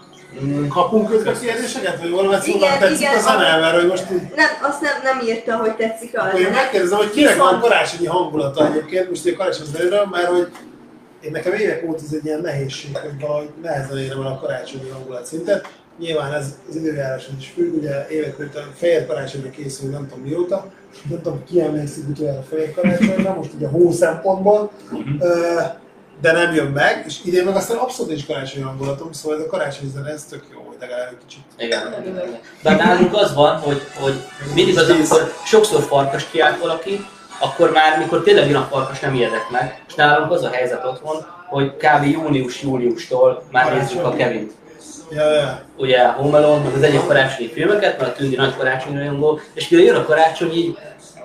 Kapunk közben kérdéseket, vagy valami szóval Igen, tetszik igen, a zene, mert hogy most így... Nem, azt nem, nem írta, hogy tetszik a Akkor én zene. megkérdezem, hogy kinek Viszont- van karácsonyi hangulata egyébként, most egy karácsonyi zenéről, mert hogy én nekem évek óta ez egy ilyen nehézség, hogy valahogy nehezen érem el a karácsonyi hangulat szintet. Nyilván ez az időjáráson is függ, ugye évek óta fehér karácsonyra készül, nem tudom mióta, nem tudom ki emlékszik utoljára a fehér karácsonyra, most ugye hó szempontból, Ö, de nem jön meg, és idén meg aztán abszolút nincs karácsonyi hangulatom, szóval ez a karácsonyi zene, ez tök jó, hogy legalább egy kicsit. Igen. De nálunk az van, hogy, hogy mindig az, amikor sokszor farkast kiált valaki, akkor már, mikor tényleg jön a farkas, nem ijedek meg. És nálunk az a helyzet otthon, hogy kb. június-júliustól már nézzük a Kevint. Ja, ja. Ugye a Home Alone, meg az egyéb karácsonyi filmeket, mert a Tündi nagy karácsonyi rajongó, és mire jön a karácsony, így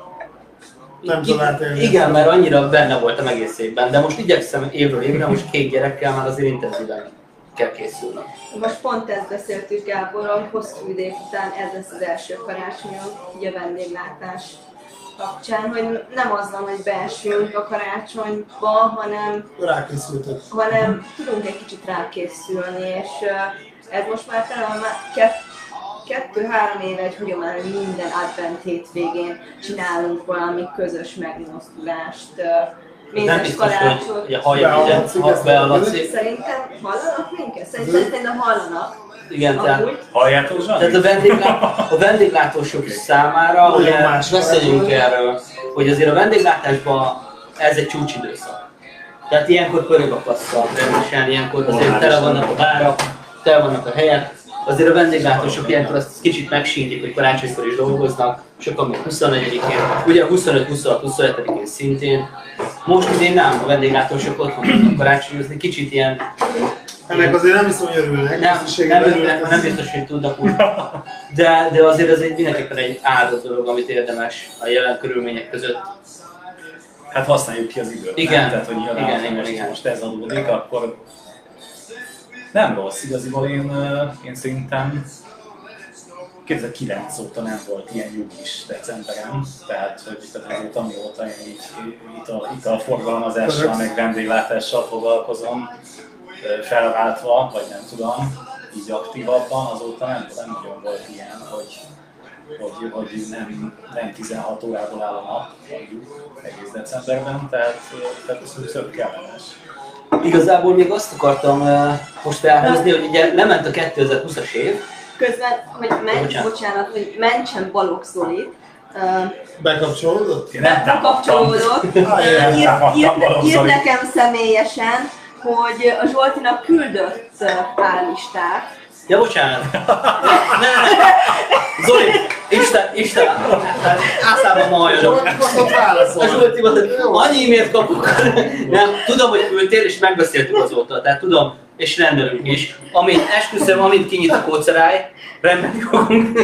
Nem tudom átélni. igen, mert annyira benne voltam egész évben, de most igyekszem évről évre, most két gyerekkel már azért intenzíven kell készülnöm. Most pont ezt beszéltük Gáborral, hogy hosszú idő után ez lesz az első karácsonyunk, így a vendéglátás kapcsán, hogy nem az van, hogy beesünk a karácsonyba, hanem, Rákészültök. hanem tudunk egy kicsit rákészülni, és uh, ez most már talán már kett, kettő-három éve egy hagyomány, hogy minden advent hétvégén csinálunk valami közös megmozdulást. Uh, Nem mézes biztos, hogy karácsony. ugye hallja mindent, ha bealatszik. Szerintem hallanak minket? Szerintem, szerintem hallanak. Igen, tehát, Amúgy. Halljátok, Zsani? tehát a, vendéglá, a vendéglátósok számára, Nagyon ugye más beszéljünk van. erről, hogy azért a vendéglátásban ez egy csúcsidőszak. Tehát ilyenkor pörög a kassa, rendesen, ilyenkor azért tele vannak a bárak, tele vannak a helyek. Azért a vendéglátósok ilyenkor azt kicsit megsínlik, hogy karácsonykor is dolgoznak, sokan még huszonegyedikén, ugye huszonöt huszonhat huszonhetedikén szintén. Most idén nem, a vendéglátósok otthon tudnak karácsonyozni, kicsit ilyen... Ennek azért nem hiszem, hogy örülnek. Nem, Összességében nem, örülnek, nem, az- nem biztos, hogy tudnak úgy. De, de azért ez egy mindenképpen egy áldott dolog, amit érdemes a jelen körülmények között. Hát használjuk ki az időt. Igen. Nem? Tehát, hogy nyilván, Igen, ha igen, most, igen. most ez adódik, akkor nem rossz. Igaziból én, ö, én szerintem kétezer-kilenc óta nem volt ilyen július decemberem, tehát hogy tehát azóta mióta én így ital, italforgalmazással, meg vendéglátással foglalkozom, felváltva, vagy nem tudom, így aktívabban, azóta nem, nem nagyon volt ilyen, hogy, hogy, hogy nem, nem tizenhat órából áll a nap, mondjuk egész decemberben, tehát, tehát ez több kellemes. Igazából még azt akartam uh, most felhozni, hogy ugye lement a kétezer-húszas év. Közben, hogy menj, Bocsánat. bocsánat, hogy mentsen Balogh Zolit. Uh, Bekapcsolódott? Én nem támadtam. Bekapcsolódott. Ah, én Írt támadtam ír, Balogh ír Zolit. nekem személyesen, hogy a Zsoltinak küldött állistát. Ja, bocsánat. Ne, ne, ne. Zoli, Isten, Isten, ászában ma hajadok. Zsolt válaszol. A Zsoltiban annyi e-mailt kapok. Nem, tudom, hogy ültél és megbeszéltük azóta, tehát tudom, és rendelünk is. Amint esküszöm, amint kinyit a kóceráj, rendelni fogunk.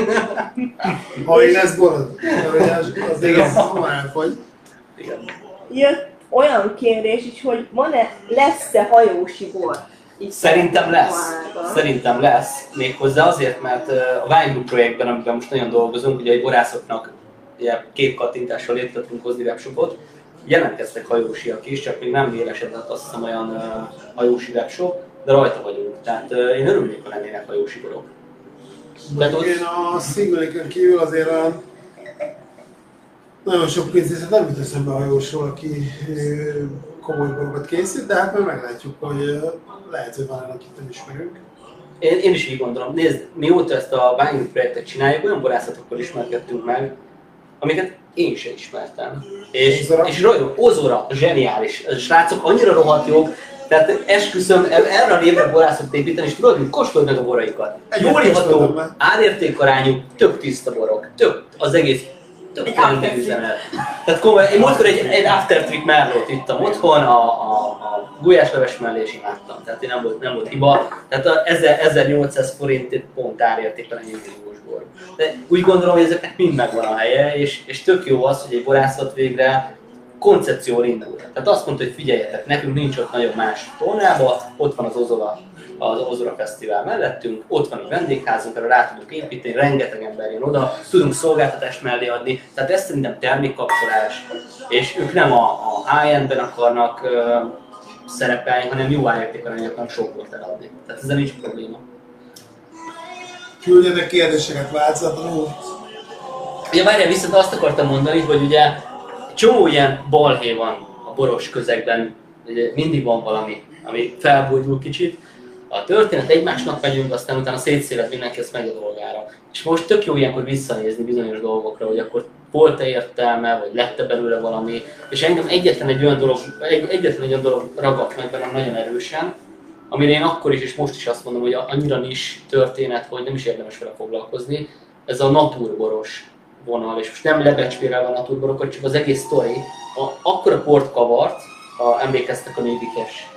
Ha én lesz borod, az igen, már elfogy. Igen. Jött olyan kérdés is, hogy van-e, lesz-e hajósi bor? Itt Szerintem lesz. Mohában. Szerintem lesz. Méghozzá azért, mert a Wine Group projektben, amiben most nagyon dolgozunk, ugye egy borászoknak ugye, két kattintással létretettünk hozni webshopot, jelentkeztek hajósiak is, csak még nem élesedett azt hiszem olyan uh, hajósi webshop, de rajta vagyunk. Tehát uh, én örülnék, ha lennének hajósi borok. Meg én a Single-ön kívül azért a nagyon sok pénzt nem jut eszembe a hajósról, aki ö, komoly borokat készít, de hát majd meglátjuk, hogy ö, lehet, hogy van, akit nem ismerünk. Én, én is így gondolom. Nézd, mióta ezt a Wine Group projektet csináljuk, olyan borászatokkal ismerkedtünk meg, amiket én sem ismertem. És, Ozora? és rajta, Ozora, zseniális. A srácok annyira rohadt jók, tehát esküszöm, erre a névre borászokat építeni, és tudod, hogy kóstold meg a boraikat. Egyet Jól kóstoltam iható, már. árértékarányú, tök tiszta borok, tök az egész, tök Egy rendben aftertrip. üzemel. Tehát komolyan, én múltkor egy, egy aftertrip merlót ittam otthon, a, a, a gulyásleves mellé is imádtam, tehát nem volt, nem volt hiba. Tehát a ezernyolcszáz forint pont árértékben egy milliós bor. De úgy gondolom, hogy ezeknek mind megvan a helye, és, és tök jó az, hogy egy borászat végre koncepcióval indul. Tehát azt mondta, hogy figyeljetek, nekünk nincs ott nagyon más tornában, ott van az Ozora, az Ozora Fesztivál mellettünk, ott van egy vendégházunk, erre rá tudunk építeni, rengeteg ember jön oda, tudunk szolgáltatást mellé adni, tehát ez szerintem termékkapcsolás, és ők nem a, a high-endben akarnak ö, szerepelni, hanem jó árértékarányoknak sok volt eladni. Tehát ezzel nincs probléma. Küldjenek kérdéseket változatlanul. Ugye várjál, viszont azt akartam mondani, hogy ugye csomó ilyen balhé van a boros közegben, ugye mindig van valami, ami felbújdul kicsit. A történet egymásnak megyünk, aztán utána szétszéled mindenki, ezt megy a dolgára. És most tök jó ilyenkor visszanézni bizonyos dolgokra, hogy akkor volt-e értelme, vagy lett-e belőle valami. És engem egyetlen egy olyan dolog, egy, egyetlen egy olyan dolog ragadt meg bennem nagyon erősen, amire én akkor is és most is azt mondom, hogy annyira nis történet, hogy nem is érdemes vele foglalkozni. Ez a naturboros vonal, és most nem lebecspérelve a naturborokat, csak az egész sztori. A, akkor a port kavart, a, emlékeztek a négykes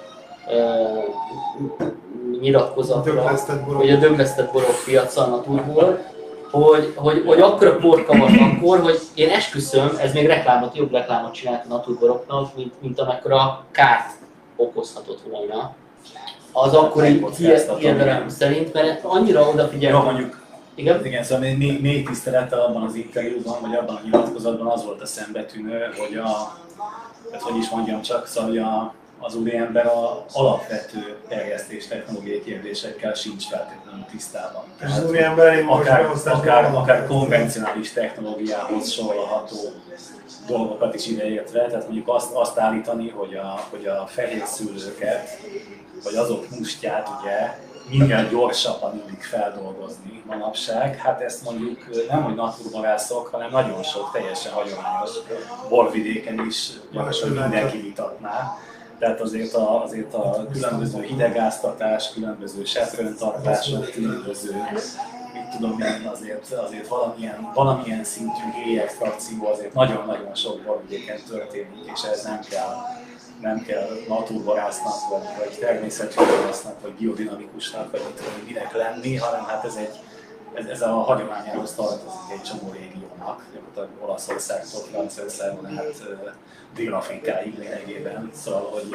uh, nyilatkozatra, Döglesztett borok. hogy a döglesztett borok piaca a naturból, hogy, hogy, hogy akkor a port kavart akkor, hogy én esküszöm, ez még reklámot, jobb reklámot csinált a naturboroknak, mint, mint amekkora kárt okozhatott volna. Az akkori hiedelem szerint, mert annyira odafigyel. Jó, mondjuk, Igen? igen, szóval még, még tisztelettel abban az interjúban, vagy abban a nyilatkozatban az volt a szembetűnő, hogy a, hát hogy is mondjam csak, szóval hogy a, az úriember a alapvető terjesztés technológiai kérdésekkel sincs feltétlenül tisztában. És az úriember elég magas akár, beosztásban akár, van. akár konvencionális technológiához sorolható dolgokat is ideértve, tehát mondjuk azt, azt állítani, hogy a, hogy a fehér szőlőket, vagy azok mustját ugye minél gyorsabban illik feldolgozni manapság, hát ezt mondjuk nem hogy naturborászok, hanem nagyon sok teljesen hagyományos borvidéken is gyakorlatilag mindenki vitatná. Tehát azért a, azért a különböző hidegáztatás, különböző seprőntartások, különböző, mit tudom én, azért, azért valamilyen, valamilyen szintű héjextrakció azért nagyon-nagyon sok borvidéken történik, és ez nem kell, nem kell naturborásznak, vagy, vagy természetjogásznak, vagy biodinamikusnak, vagy mit tudom, minek lenni, hanem hát ez egy Ez, ez a hagyományához tartozik egy csomó régiónak, gyakorlatilag Olaszországtól Franciaországon át Dél-Afrikáig lényegében, szóval hogy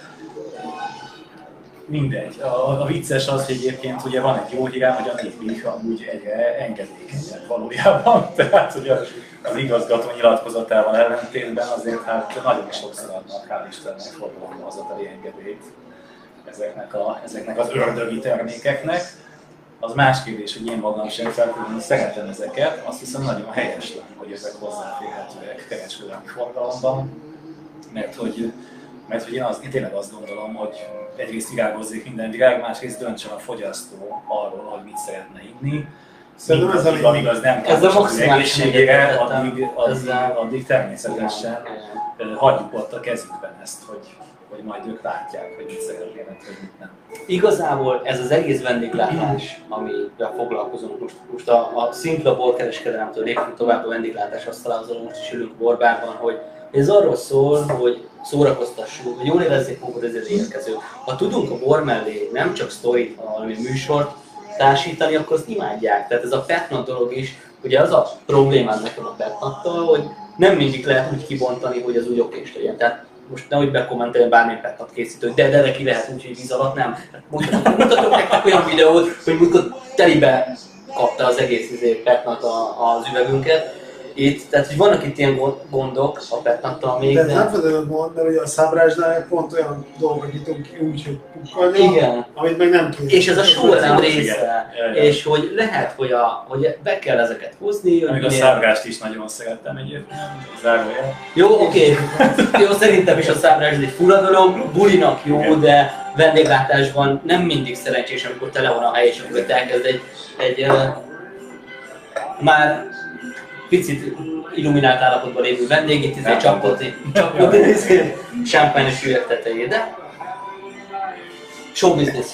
mindegy. A, a vicces az, hogy egyébként ugye van egy jó hírem, hogy a népbík amúgy egyre engedékenyebb valójában, tehát hogy az igazgató nyilatkozatával ellentétben azért hát nagyon sokszor adnak, hál' Istennek, forgalomhozatali engedélyt. ezeknek, a, ezeknek az ördögi termékeknek. Az más kérdés, hogy én magam sem feltétlenül szeretem ezeket, azt hiszem nagyon helyes lenne, hogy ezek hozzáférhetőek kereskedelmi forgalomban, mert hogy, mert hogy én, az, én tényleg azt gondolom, hogy egyrészt virágozzék minden virág, másrészt döntsön a fogyasztó arról, hogy mit szeretne inni. Szerintem ez a Míg amíg az nem ez a káros az egészségére, addig, addig, ezzel... addig természetesen hagyjuk ott a kezükben ezt, hogy, hogy majd ők látják, hogy mit szeretnének, hogy mit nem. Igazából ez az egész vendéglátás, amivel foglalkozunk most, most a, a szimpla borkereskedelemtől lépünk tovább a vendéglátás asztalához, most is ülünk borbárban, hogy ez arról szól, hogy szórakoztassuk, hogy jól érezzék magukat ezért érkező. Ha tudunk a bor mellé nem csak sztorit, valami műsort társítani, akkor azt imádják. Tehát ez a petnat dolog is, ugye az a problémám nekem a petnattal, hogy nem mindig lehet úgy kibontani, hogy az úgy okés legyen. Tehát most nehogy bekommenteljen bármilyen petnat készítő, de, de, de ki lehet úgy, hogy víz alatt nem. Mutatok, mutatok nektek olyan videót, hogy múltkor telibe kapta az egész izé petnat az üvegünket. Itt, tehát hogy vannak itt ilyen gondok a petnattal még. De ez nem feltétlenül mond, mert ugye a szabrásnál pont olyan dolgokat nyitunk ki úgy, hogy pukkadjon, amit meg nem kész. És ez a sóelem része. És hogy lehet, hogy, a, hogy be kell ezeket hozni. Még a szábrást is nagyon szerettem egyébként, zárójel. Jó, oké. Okay. Jó, szerintem is a szábrás egy fura dolog, bulinak jó, igen. De vendéglátásban nem mindig szerencsés, amikor tele van a hely, és amikor elkezd egy, egy uh, már picit illuminált állapotban lévő vendég, itt izé csapkodni, csapkodni izé champagne-os üveg tetejére. Show business.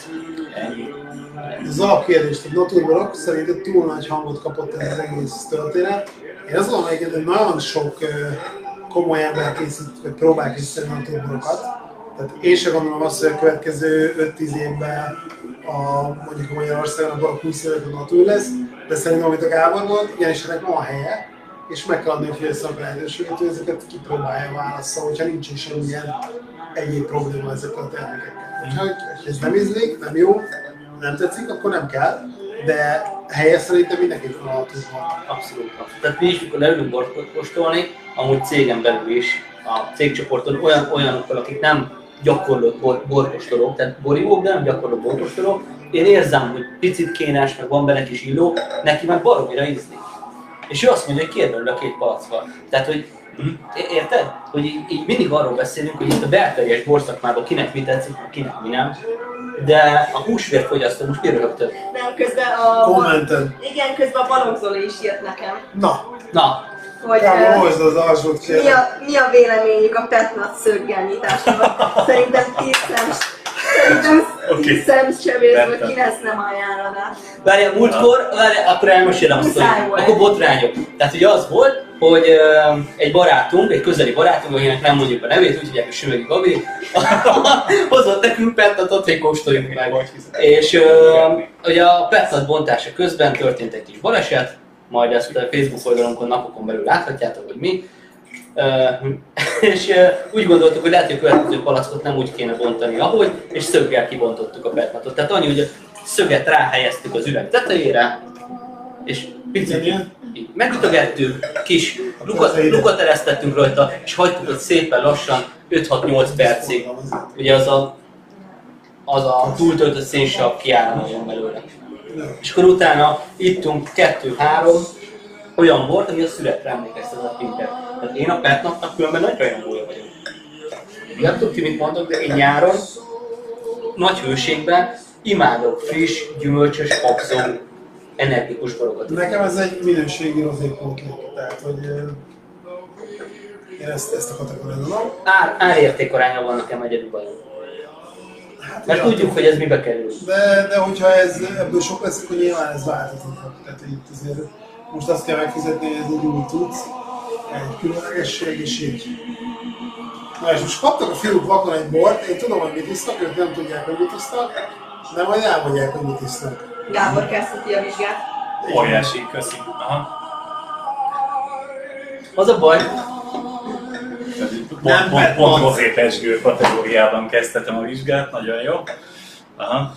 Az alapkérdés, hogy Naturborok szerinted túl nagy hangot kapott ez az egész történet. Én azt gondolom, hogy nagyon sok komoly ember készít, vagy próbál készíteni Naturborokat. Tehát én sem gondolom azt, hogy a következő öt-tíz évben a, mondjuk a Magyarországon a borok húsz évek a Natur lesz, de szerintem, amit a Gábor volt, igenis ennek van helye, és meg kell adni a fogyasztónak lehetőséget, hogy ezeket kipróbálja, válassza, hogyha nincs is semmilyen egyéb probléma ezekkel a termékekkel. Ha ez nem ízlik, nem jó, nem tetszik, akkor nem kell, de helye szerintem mindenképpen a Naturban. Abszolút. Tehát mi is, mikor leülünk bort kóstolni, amúgy cégen belül is, a cégcsoporton olyan, olyanokkal, akik nem gyakorlott bor, borkóstolók, tehát borívók, de nem gyakorlott borkóstolók, én érzem, hogy picit kénes, meg van benne kis illó, neki meg baromira ízlik. És ő azt mondja, hogy kér belőle a két palackkal. Tehát, hogy érted? Hogy így, így mindig arról beszélünk, hogy itt a belterjes borszakmában kinek mi tetszik, kinek mi nem. De a húsvérfogyasztó most miről rögtön? Nem, közben a... Kommented. Igen, közben a Balogh Zoli is írt nekem. Na. Na. Hogy uh, hozd az alsót, mi, a, mi a véleményük a petnat szöggel nyitásról? Szerintem tíz szem, szerintem tíz szemcsebész, vagy kilenc nem ajánlaná. Várjál, múltkor, várjál, akkor elmesélem azt, hogy akkor botrányok. Tehát ugye az volt, hogy uh, egy barátunk, egy közeli barátunk, akinek nem mondjuk a nevét, úgy hívják, hogy Sümegi Gabi, hozott nekünk petnatot, hogy kóstoljunk meg. És uh, ugye a petnat bontása közben történt egy kis baleset, majd ezt a Facebook oldalunkon napokon belül láthatjátok, hogy mi. Uh, és uh, úgy gondoltuk, hogy lehet, hogy a következő palackot nem úgy kéne bontani, ahogy, és szöggel kibontottuk a petnatot. Tehát annyi, hogy a szöget ráhelyeztük az üveg tetejére, és picit megütögettük, kis lukat, lukat eresztettünk rajta, és hagytuk ott szépen lassan öt-hat-nyolc percig. Ugye az a, az a túltöltött szénsav kiáramoljon belőle. És akkor utána ittunk kettő-három olyan bort, ami a születre emlékeztetett minket. Tehát én a petnatnak különben nagy rajongója vagyok. Nem tudom ki, mit mondok, de én nyáron, nagy hőségben imádok friss, gyümölcsös, habzó, energikus borokat. Nekem ez egy minőségi rozépótlék, tehát hogy én ezt, ezt a kategóriát adom. Ár, árértékaránya van nekem egyedül bajom. Hát, mert tudjuk, hogy ez mibe kerül. De, de hogyha ez, ebből sok lesz, akkor nyilván ez változni fog. Tehát itt azért most azt kell megfizetni, hogy ez egy új tudsz, egy különlegesség, és így. Na és most kaptak a fiúk vakon egy bort, én tudom, hogy mit isznak, ők nem tudják, hogy mit isznak, de majd elmondják, hogy mit isznak. Gábor kezdheti a vizsgát. Óriási, köszi. Aha. Az a baj, Pont, pont, pont rozépesgő kategóriában kezdtem a vizsgát, nagyon jó. Aha.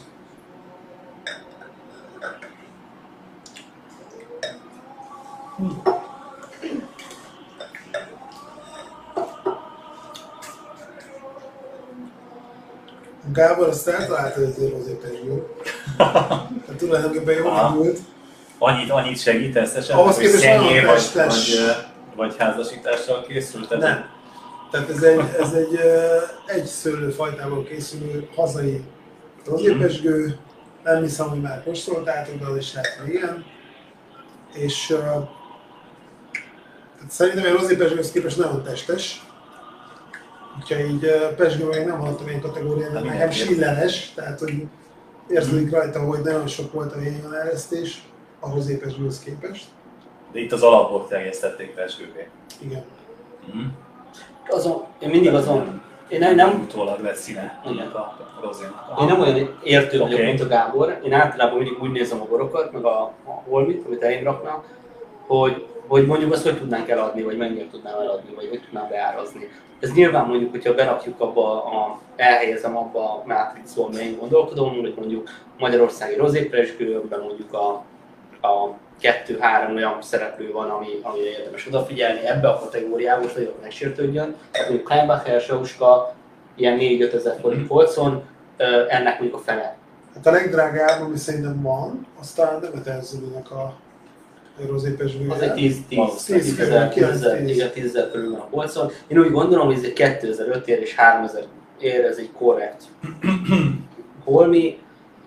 Gábor azt eltalálta, hogy azért rozé pezsgő. Tehát tulajdonképpen jól indult. Annyit, annyit segítesz esetleg, Ahhoz hogy képest szennyé nagyon vagy, testes. vagy, vagy házasítással készült? Tehát Nem. Tehát ez egy, ez egy ö, egy szőlőfajtából készülő hazai rozépezsgő. Nem hiszem, hogy már kóstoltátok, de az is lehet, hogy igen. És uh, szerintem egy rozépezsgőhöz képest nagyon testes. Úgyhogy így uh, pezsgő még nem hallottam ilyen kategóriát, de nekem silleres, tehát hogy érződik rajta, hogy nagyon sok volt a végén eresztés a rozépezsgőhöz képest. De itt az alapból terjesztették pezsgővé. Igen. Mm. Azon, én mindig azon, én nem, nem, utólag lett színe ennek a rozénak. én nem olyan értő vagyok, Okay. mint a Gábor. Én általában mindig úgy nézem a borokat, meg a, a holmit, amit elém raknak, hogy, hogy mondjuk azt hogy tudnánk eladni, vagy mennyire tudnám eladni, vagy hogy tudnám beárazni. Ez nyilván mondjuk, hogyha berakjuk abba, a, elhelyezem abba a mátrixba, amiben én gondolkodom, hogy mondjuk magyarországi rozépezsgőben mondjuk a, a kettő-három olyan szereplő van, ami, amire érdemes odafigyelni ebbe a kategóriába, hogy nagyon megsértődjön. Tehát mondjuk Kleinbacher, Sauska, ilyen négy-öt ezer forint polcon, ennek mondjuk a fele. Hát a legdrágább, ami szerintem van, az talán Demeter-Zolinak a rozépezsgője. Az egy tíz ezer körül van a polcon. Én úgy gondolom, hogy ez egy kétezer-öt ér és háromezer ér, ez egy korrekt holmi.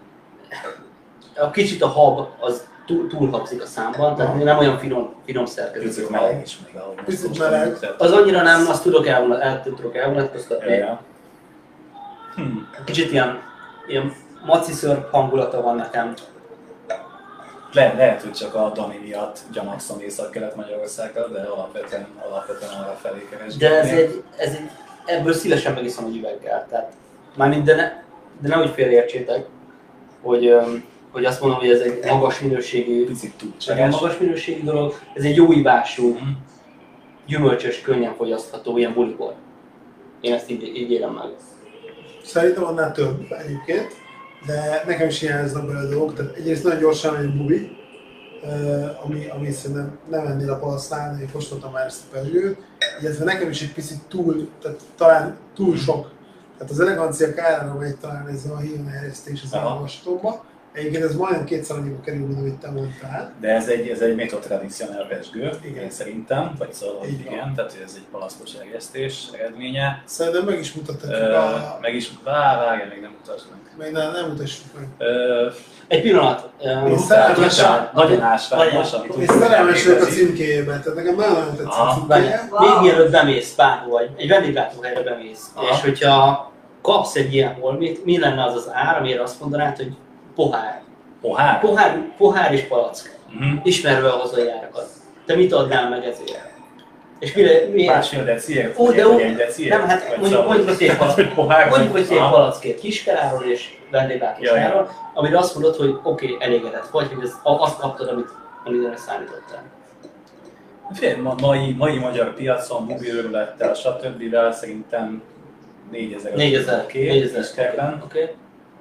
A kicsit a hab az túl, túlhabzik a számban, tehát nem olyan finom, finom szerkezetű. Picit meleg is még, ahogy Picit meleg. Az annyira nem, azt tudok elvonat, el tudok elvonatkoztatni. Ja. Hmm. Kicsit ilyen, ilyen maciszörp hangulata van nekem. Le, lehet, hogy csak a Dani miatt gyanakszom Észak-Kelet-Magyarországra, de alapvetően, alapvetően arra felé keresgélni. De ez egy, ez egy, ebből szívesen megiszom egy üveggel. Tehát, mármint, de, ne, de nehogy félreértsétek, hogy, hogy azt mondom, hogy ez egy magas minőségű, picit túl egy magas minőségű dolog, ez egy jó ívású, gyümölcsös, könnyen fogyasztható ilyen bulibor. Én ezt így, így élem meg. Szerintem annál több egyébként, de nekem is hiányoznak belőle dolgok. Tehát egyrészt nagyon gyorsan egy bubi, ami, ami szerintem nem ennél a palasztán, én kóstoltam már ezt a pezsgőt, illetve nekem is egy picit túl, tehát talán túl sok. Tehát az elegancia kárára megy talán ez a híjon erjesztés az elolvasatomba. Egyébként ez majdnem kétszer annyiba kerül, mint amit te mondtál. De ez egy, ez egy méthod tradicionál pezsgő, Igen. én szerintem, vagy szóval Így igen, van. tehát ez egy palasztos erjesztés eredménye. Szerintem meg is mutathatjuk Ö, a... meg is, vár, várj, még nem mutasd meg. Még nem, nem mutassuk meg. Ö, Egy pillanat. Én szerelmes, nagyon, nagyon ásványos, amit én úgy szerelmes vagyok a igazi. címkéjében, tehát nekem nagyon tetszik a Aha. címkéje. Wow. Még mielőtt bemész bárhol, vagy egy vendéglátóhelyre bemész, Aha. és hogyha kapsz egy ilyen holmit, mi lenne az az ár, amire azt mondanád, hogy pohár. Pohár? Pohár, pohár és palack. Uh-huh. Ismerve a hazai árakat. Te mit adnál meg ezért? És mire, miért? Másfél deciért? Ó, de Vagy ó, egy deciért? nem, hát Vagy mondjuk, szóval- mondjuk, hogy szép palack. Hogy pohár? Mondjuk, hogy szép Aha. palackért kiskeráról és vendéglátós Ja, ja. áron, amire azt mondod, hogy oké, okay, elégedett vagy, hogy ez, azt kaptad, amit, amire számítottál. Fél, ma, mai, mai magyar piacon, mobilőrülettel, stb. Szerintem négyezer négyezer két Istenben. Oké.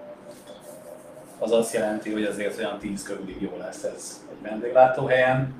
Az azt jelenti, hogy azért olyan tíz körülig jó lesz ez egy vendéglátóhelyen.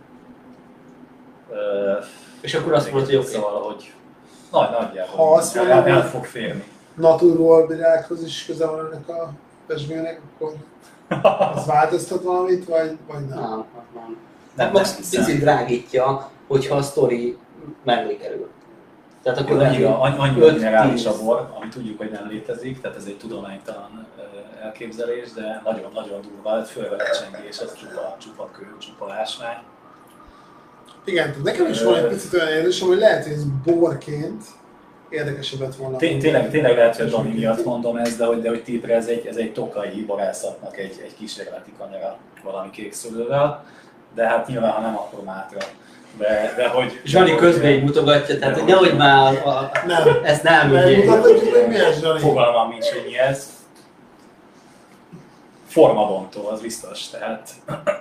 Ö, És akkor azt mondod, hogy oké. Szóval, hogy nagy, nagyjából Ha azt el, mondom, el, el hogy- fog férni. Naturról virághoz is köze van ennek a pezsgőnek, akkor az változtat valamit, vagy, vagy nem? Nem, nem, nem. Nem, Nem, nem max hiszem. picit drágítja, hogyha a sztori mellé kerül. Tehát akkor Akkor annyira, lehet, hogy annyira öt, minerális a tíz. bor, ami tudjuk, hogy nem létezik, tehát ez egy tudománytalan ö, elképzelés, de nagyon-nagyon durva, hát főleg a lecsengés, ez csupa, csupa kő, csupa ásvány. Igen, tehát nekem is van egy picit olyan érzésem, hogy lehet, hogy ez borként érdekesebb lett volna. Té- Tényleg, tényleg lehet, hogy a Dani miatt mondom ezt, de hogy, de hogy tipre ez egy, ez egy tokai borászatnak egy, egy kísérleti kanyara valami kékszülővel, de hát nyilván, ha nem, akkor mátra. De, de hogy... Zsani de, közben így hogy- mutogatja, tehát de hogy hogy- nehogy már a, a, Nem. ezt nem ügyél. Megmutathatjuk, hogy mi ez, Zsani? Fogalmam nincs, hogy mi ez. Formabontó, az biztos, tehát...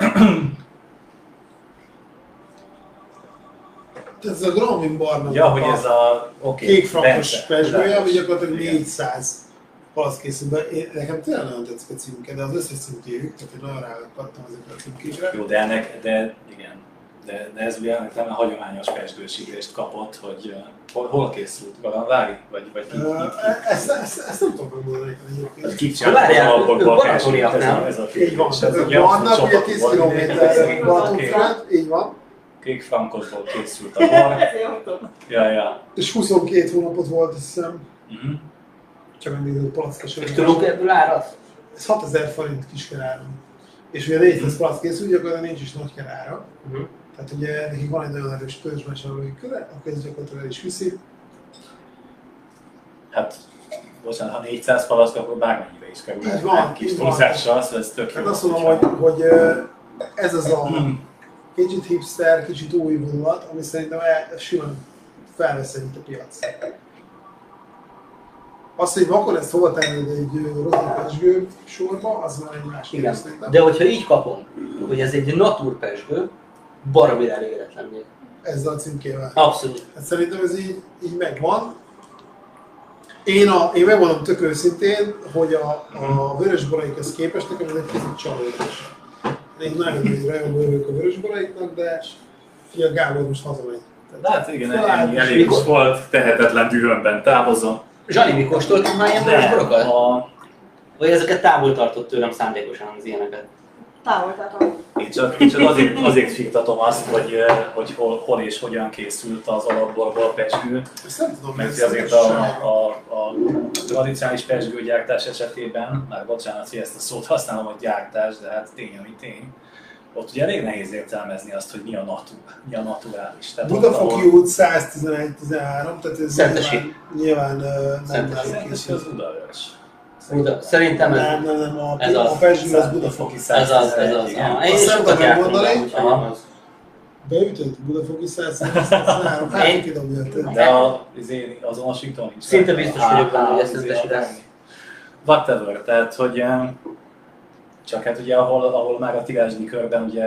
Ez a Gramin barna. Ja, hogy ez a... Okay, kék frankos pezsgője, ami gyakorlatilag négyszáz palack készül be. Én- Nekem tényleg nagyon tetszik a címke, de az összes címkéjük, tehát én nagyon ráakadtam ezekre a címkékre. Jó, de ennek, de igen. De, de ez ugye nem a hagyományos pezsgősítést kapott, hogy uh, hol, hol készült? Galamvári? Vagy, vagy ki, ki, ki? Ezt, ezt, ezt nem tudom megmondani egyébként. Kik csináltak az alapokból pezsgőt? Ez a Így van, kérdés. tehát Ez ők ugye vannak, abszolút ugye tíz csapat volt. kilométerre Balatonföld, így van. Kék frankosból készült a bor. Ezért nem tudom. Ja, ja. És huszonkét hónapot volt, azt hiszem, Uh-huh. csak említett palackos. És tudunk ebből árat? Ez hatezer forint kiskeráron. És ugye négyszáz palack készül, gyakorlatilag nincs is nagy kerára. Uh-huh. Tehát ugye nekik van egy nagyon erős törzsvásárlói köre, akkor ez gyakorlatilag el is viszi. Hát, bocsánat, ha négyszáz palack, akkor bármennyire is kerül. Így van, Kis így van. túlzással, az ez tök jó. Hát azt mondom, hogy, hogy ez az a kicsit hipster, kicsit új vonulat, ami szerintem el, simán felvesz itt a piac. Az, hogy vakon ezt hova tennéd egy rozépesgő sorba, az már egy más Igen. szerintem. De hogyha így kapom, hogy ez egy naturpezsgő, baromira elégedett lennék. Ezzel a címkével. Abszolút. Hát szerintem ez így, így megvan. Én, a, én megmondom tök őszintén, hogy a, a vörösboraikhez képest nekem ez egy kicsit csalódás. Én nagyon nagy rajongó vagyok a vörösboraiknak, de ugye a Gábor most hazamegy. De hát igen, Talán ennyi elég is volt, tehetetlen dühömben távozom. Zsani, mi kóstoltunk már ilyen De vörösborokat? a, Vagy ezeket távol tartott tőlem szándékosan az ilyeneket? Távoltatom. én csak, én csak azért, azért firtatom azt, hogy, eh, hogy hol, hol és hogyan készült az alapborból a pezsgő. Ezt nem tudom, Mert ez azért ez a, sem. a, a tradicionális pezsgőgyártás esetében, már bocsánat, hogy ezt a szót használom, hogy gyártás, de hát tény, ami tény. Ott ugye elég nehéz értelmezni azt, hogy mi a, natu, mi a naturális. Tehát Budafoki ott, út száz tizenegy tizenhárom, tehát ez Szentesi. nyilván, nyilván ö, nem Szentesi. nálunk az készült. Budavörs. Buda. Szerintem ez, Nem, nem, nem, a, ez a az. Pezsgő az Budafoki. ez az, ez az. Igen. Ah, én Azt is nem sokat tudom jártam megmondani. rá, úgyhogy nem az. Beütött Budafoki száz tizenhárom, hát Én- kidobja. De a, izé, az Washington nincs. Szinte biztos vagyok benne, hogy ez Á, szentesi izé, lesz. Whatever, tehát hogy em, csak hát ugye ahol, ahol már a tirázsdi körben ugye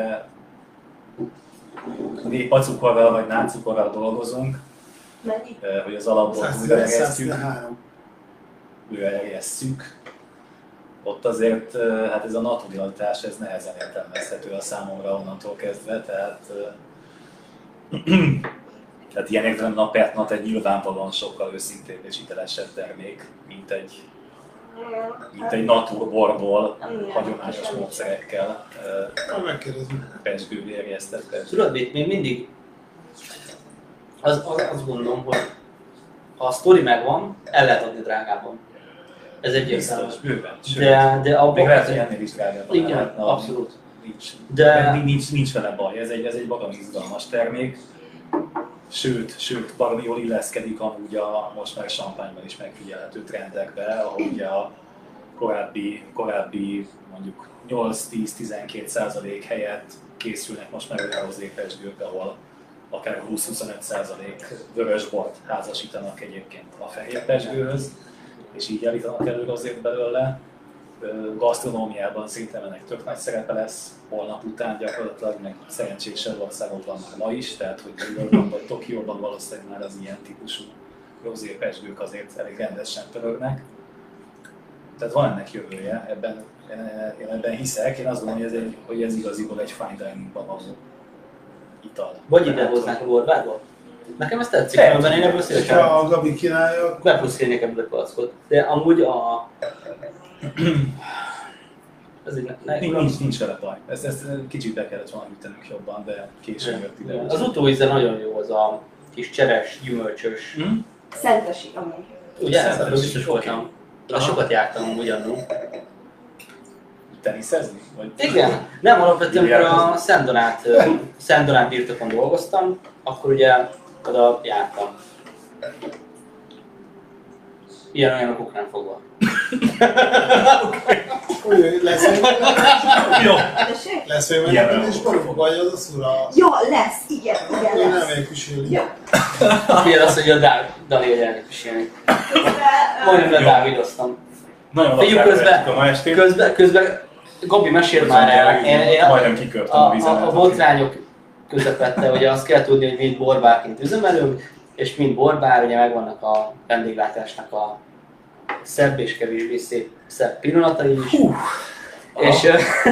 népacukorral vagy nácukorral dolgozunk, Mennyi? eh, hogy az alapból száz újra erjesztjük, tizenhárom. újra erjesszük. Ott azért eh, hát ez a naturalitás, ez nehezen értelmezhető a számomra onnantól kezdve, tehát eh, tehát ilyen értelemben a Petnat egy nyilvánvalóan sokkal őszintébb és hitelesebb termék, mint egy, mint egy naturborból hagyományos módszerekkel eh, Akkor megkérdezünk. pezsgővé erjesztett pezsgő. Tudod mit, még mindig az, az, azt gondolom, hogy ha a sztori megvan, el lehet adni drágában. Ez egyértelmű. Biztos, bőven. Sőt, De, de abban még lehet, hogy ennél is drágább. igen, lehetne, abszolút. Nincs, De- de nincs, nincs vele baj, ez egy, ez egy baromi izgalmas termék. Sőt, sőt, baromi jól illeszkedik amúgy a most már champagne-ban is megfigyelhető trendekbe, ahol ugye a korábbi, korábbi mondjuk nyolc-tíz-tizenkét százalék helyett készülnek most már olyan rozépezsgők, ahol akár húsz-huszonöt százalék vörösbort házasítanak egyébként a fehér pezsgőhöz, és így állítanak elő rozét belőle. Ö, Gasztronómiában szerintem ennek tök nagy szerepe lesz, holnap után gyakorlatilag, meg szerencsésebb országokban már ma is, tehát hogy New Yorkban vagy Tokióban valószínűleg már az ilyen típusú rozépezsgők azért elég rendesen pörögnek. Tehát van ennek jövője, ebben, én ebben hiszek, én azt gondolom, hogy ez, egy, hogy ez igaziból egy fine dining-ban való ital. Vagy ide hoznánk a borbádba? Nekem ez tetszik, Persze. mert én ebből Ha szívesen a Gabi kínálja, bepuszkélnék ebből a palackot. De amúgy a... Ez egy ne, Nincs, ne, nincs, nincs vele baj. Ezt, ezt kicsit be kellett volna ütenünk jobban, de később jött ide. Az utóíze nagyon jó, az a kis cseres, gyümölcsös. Hm? Szentesi, amúgy. Ugye? Szentesi, Ebből biztos oké. voltam. De sokat jártam amúgy annó. Teniszezni? Vagy... Igen. Nem, alapvetően amikor a Jártam. Szent Donát, ö, Szent Donát birtokon dolgoztam, akkor ugye oda jártam. Ilyen olyan okoknál fogva. úgy lesz még Jó. Tessék? lesz még Ilyen meg, olyan és baromba vagy az a szura. Ja, lesz, igen, igen, Én nem lesz. megyek küsülni. Ja. Ilyen az, hogy a Dá- Dani, hogy elkísérni. Közben, Majdnem Jó. ledávidoztam. Nagyon Figyelj, lassá közben- vettük a ma estét. Közben, közben Gabi mesél már el. Én, én, Majdnem kikörtem a, a a, vizemet. a botrányok közepette, ugye azt kell tudni, hogy mind borbárként üzemelünk, és mind borbár, ugye megvannak a vendéglátásnak a szebb és kevésbé szép, szebb pillanatai is. És,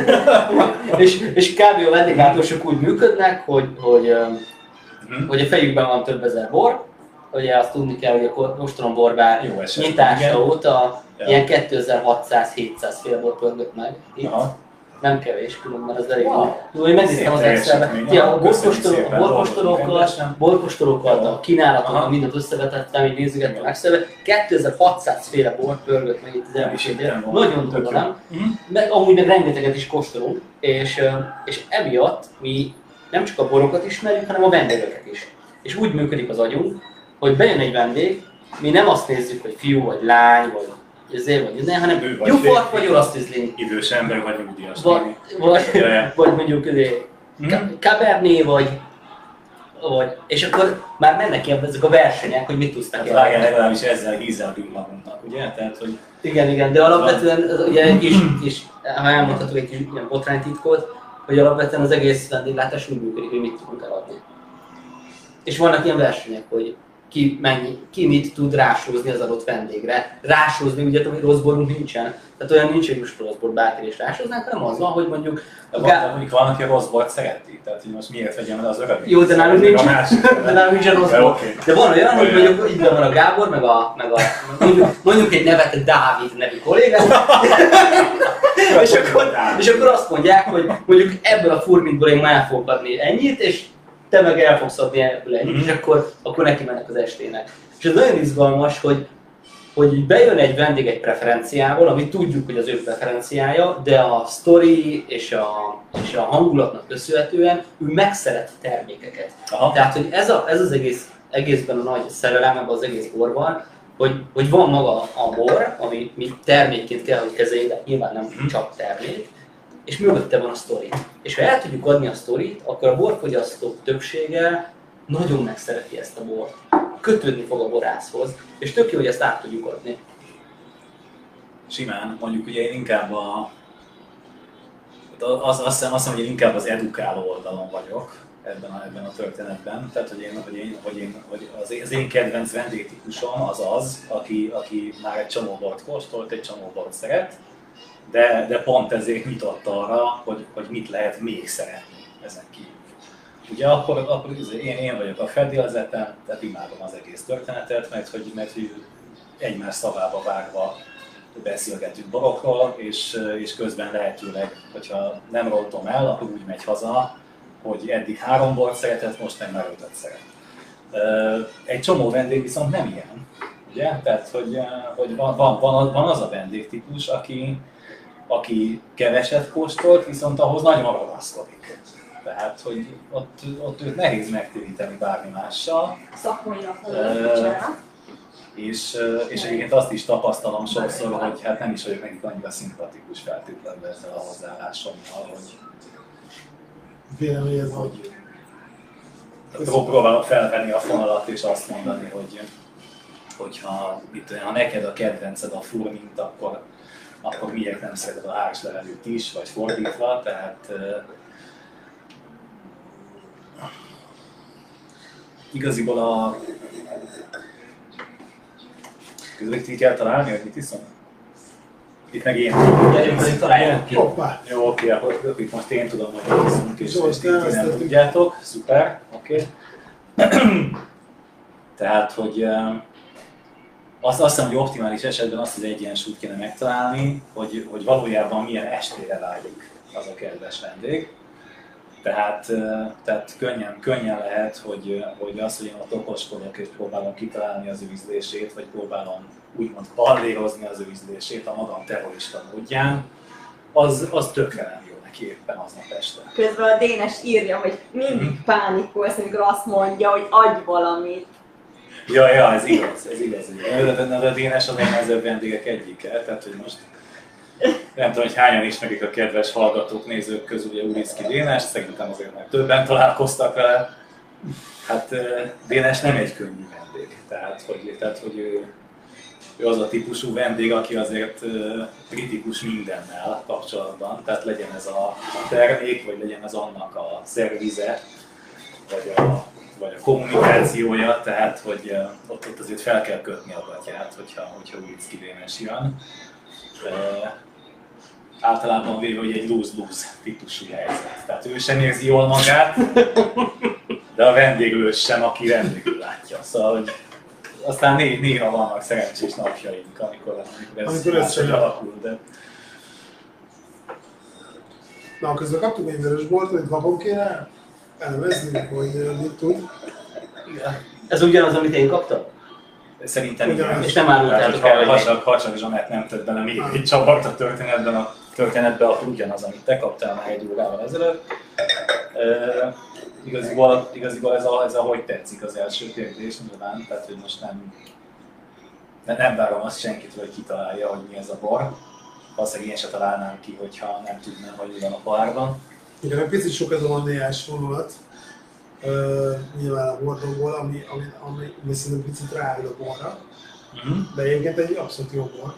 és, és kb. A vendéglátósok úgy működnek, hogy, hogy, Mhm. hogy a fejükben van több ezer bor. Ugye azt tudni kell, hogy a Ostrom borbár Jó eset. nyitása Igen. óta Ja. ilyen kétezer-hatszáz-hétszáz fél bor pörgött meg itt. Aha. Nem kevés, különben az elég Wow. jó. Jó, én megnéztem az Szép Excelbe. teljesítmény. Ja, a Köszönjük borkóstoló- szépen, a borkóstolókkal, dolgoztunk borkóstolókkal, a kínálatot, Aha. mindent összevetettem, így nézőgettem Excelbe. kétezer-hatszáz féle bor pörgött meg itt az Nem is hittem elmúlt volna. Nagyon Tök durva, jó. nem? Mhm. Meg, amúgy meg rengeteget is kóstolunk, és, ö, és emiatt mi nem csak a borokat ismerjük, hanem a vendégeket is. És úgy működik az agyunk, hogy bejön egy vendég, mi nem azt nézzük, hogy fiú vagy lány, vagy ezért vagy innen, hanem Ő vagy jófart férfi. vagy olasz tüzlény. Idős ember vagy nyugdíjas. Vagy, néni. vagy, Ja, ja. vagy mondjuk azért Mhm. Cabernet vagy, vagy, és akkor már mennek ilyen ezek a versenyek, hogy mit tudsz Hát neki. vágjál, legalábbis ezzel hízelgünk magunknak, ugye? Tehát, hogy Igen, igen, de alapvetően az, ugye egy kis, kis, ha elmondhatok egy kis ilyen botránytitkot, hogy alapvetően az egész vendéglátás úgy működik, hogy mit tudunk eladni. És vannak ilyen versenyek, hogy ki, mennyi, ki mit tud rásózni az adott vendégre. Rásózni, ugye hogy rossz borunk nincsen. Tehát olyan nincs, hogy most rossz bort bárki is rásóznánk, hanem az van, hogy mondjuk de a van, gá- de mondjuk van, aki a rossz bort szereti, tehát hogy most miért vegyem el az öreg. Jó, de nálunk nincs, A másik. de nálunk nincsen rossz De bor. oké. De van olyan, hogy Olyan. mondjuk itt van a Gábor, meg a, meg a mondjuk, mondjuk egy nevet, a Dávid nevű kollégám, és, akkor, és akkor azt mondják, hogy mondjuk ebből a furmintból én már el fogok adni ennyit, és te meg el fogsz adni ebből ennyit, Mhm. és akkor, akkor neki mennek az estének. És ez nagyon izgalmas, hogy hogy így bejön egy vendég egy preferenciával, ami tudjuk, hogy az ő preferenciája, de a sztori és a, és a hangulatnak köszönhetően ő megszeret termékeket. Aha. Tehát, hogy ez, a, ez az egész, egészben a nagy szerelem ebben az egész borban, hogy, hogy van maga a bor, ami mi termékként kell, hogy kezeljük, de nyilván nem Mhm. csak termék, és mögötte van a sztori. És ha el tudjuk adni a sztorit, akkor a borfogyasztók többsége nagyon megszereti ezt a bort. Kötődni fog a borászhoz, és tök jó, hogy ezt át tudjuk adni. Simán, mondjuk ugye én inkább a... Az, azt hiszem, azt hiszem, hogy én inkább az edukáló oldalon vagyok ebben a, ebben a történetben. Tehát, hogy, én, hogy, én, hogy, én, hogy az, én, az én kedvenc vendégtípusom az az, aki, aki már egy csomó bort kóstolt, egy csomó bort szeret, de, de pont ezért nyitott arra, hogy, hogy mit lehet még szeretni ezen kívül. Ugye akkor, akkor én, én vagyok a fedélzeten, tehát imádom az egész történetet, mert hogy, mert hogy egymás szavába vágva beszélgetünk borokról, és, és közben lehetőleg, hogyha nem rontom el, akkor úgy megy haza, hogy eddig három bort szeretett, most meg már ötöt szeret. Egy csomó vendég viszont nem ilyen, ugye? Tehát, hogy, hogy van, van, van, van az a vendégtípus, aki, aki keveset kóstolt, viszont ahhoz nagyon ragaszkodik. Tehát, hogy ott, ott őt nehéz megtéríteni bármi mással. Szakmailag Ö, és, és egyébként azt is tapasztalom sokszor, hogy hát nem is vagyok nekik annyira szimpatikus feltétlenül ezzel a hozzáállásommal, hogy, Véleményed van. hogy próbálok felvenni a fonalat és azt mondani, hogy hogyha itt, ha neked a kedvenced a furmint, akkor, akkor miért nem szereted a hárslevelűt is, vagy fordítva, tehát igaziból a... Közben ki kell találni, hogy mit iszom? Itt meg én. Gyerünk, hogy találjuk ki. Hoppá! Jó, oké, akkor itt most én tudom, hogy mit iszunk, és, Zsolt, és ti ti nem elvesztettük. tudjátok. Szuper, oké. Tehát, hogy uh, azt, azt hiszem, hogy optimális esetben azt az egyensúlyt kéne megtalálni, hogy, hogy valójában milyen estére vágyik az a kedves vendég. Tehát, uh, tehát könnyen, könnyen lehet, hogy, hogy az, hogy én ott okoskodok és próbálom kitalálni az ő ízlését, vagy próbálom úgymond pallérozni az ő ízlését a magam terrorista módján, az, az tökre nem jó neki éppen aznap este. Közben a Dénes írja, hogy mindig pánikolsz, amikor azt mondja, hogy adj valamit. Ja, ja, ez igaz, ez igaz. De a Dénes az legnehezebb vendégek egyike, tehát hogy most nem tudom, hogy hányan ismerik a kedves hallgatók, nézők közül ugye Ulicki Dénest, szerintem azért meg többen találkoztak vele. Hát Dénes nem egy könnyű vendég, tehát hogy, tehát, hogy ő, ő az a típusú vendég, aki azért kritikus mindennel kapcsolatban, tehát legyen ez a termék, vagy legyen ez annak a szervize, vagy a, vagy a kommunikációja, tehát hogy ott, ott azért fel kell kötni a gatyát, hogyha, hogyha Ulicki Dénes jön. általában véve, hogy egy lose-lose típusú helyzet. Tehát ő sem érzi jól magát, de a vendéglő sem, aki vendéglő látja. Szóval, hogy aztán né- néha vannak szerencsés napjaink, amikor, amikor ez máshogy alakul, de... Na, közben kaptuk egy vörösbort, amit magam kéne elemezni, hogy mit tud. Ez ugyanaz, amit én kaptam? Szerintem Ugyanaz. igen. És nem árultátok el, Ha hogy csak, ha csak Zsanett nem tett bele még egy csavart a történetben, a történetben, akkor ugyanaz, amit te kaptál már egy órával ezelőtt. Uh, igaziból, igaziból ez, a, ez a hogy tetszik az első kérdés, nyilván, tehát hogy most nem, nem várom azt senkit, hogy kitalálja, hogy mi ez a bor. Valószínűleg én se találnám ki, hogyha nem tudnám, hogy mi van a pohárban. Igen, egy picit sok ez a vannélyás vonulat. Uh, nyilván a bordóból, ami, ami, ami, ami szerintem picit rááll a borra. Uh-huh. De egyébként egy abszolút jó bor.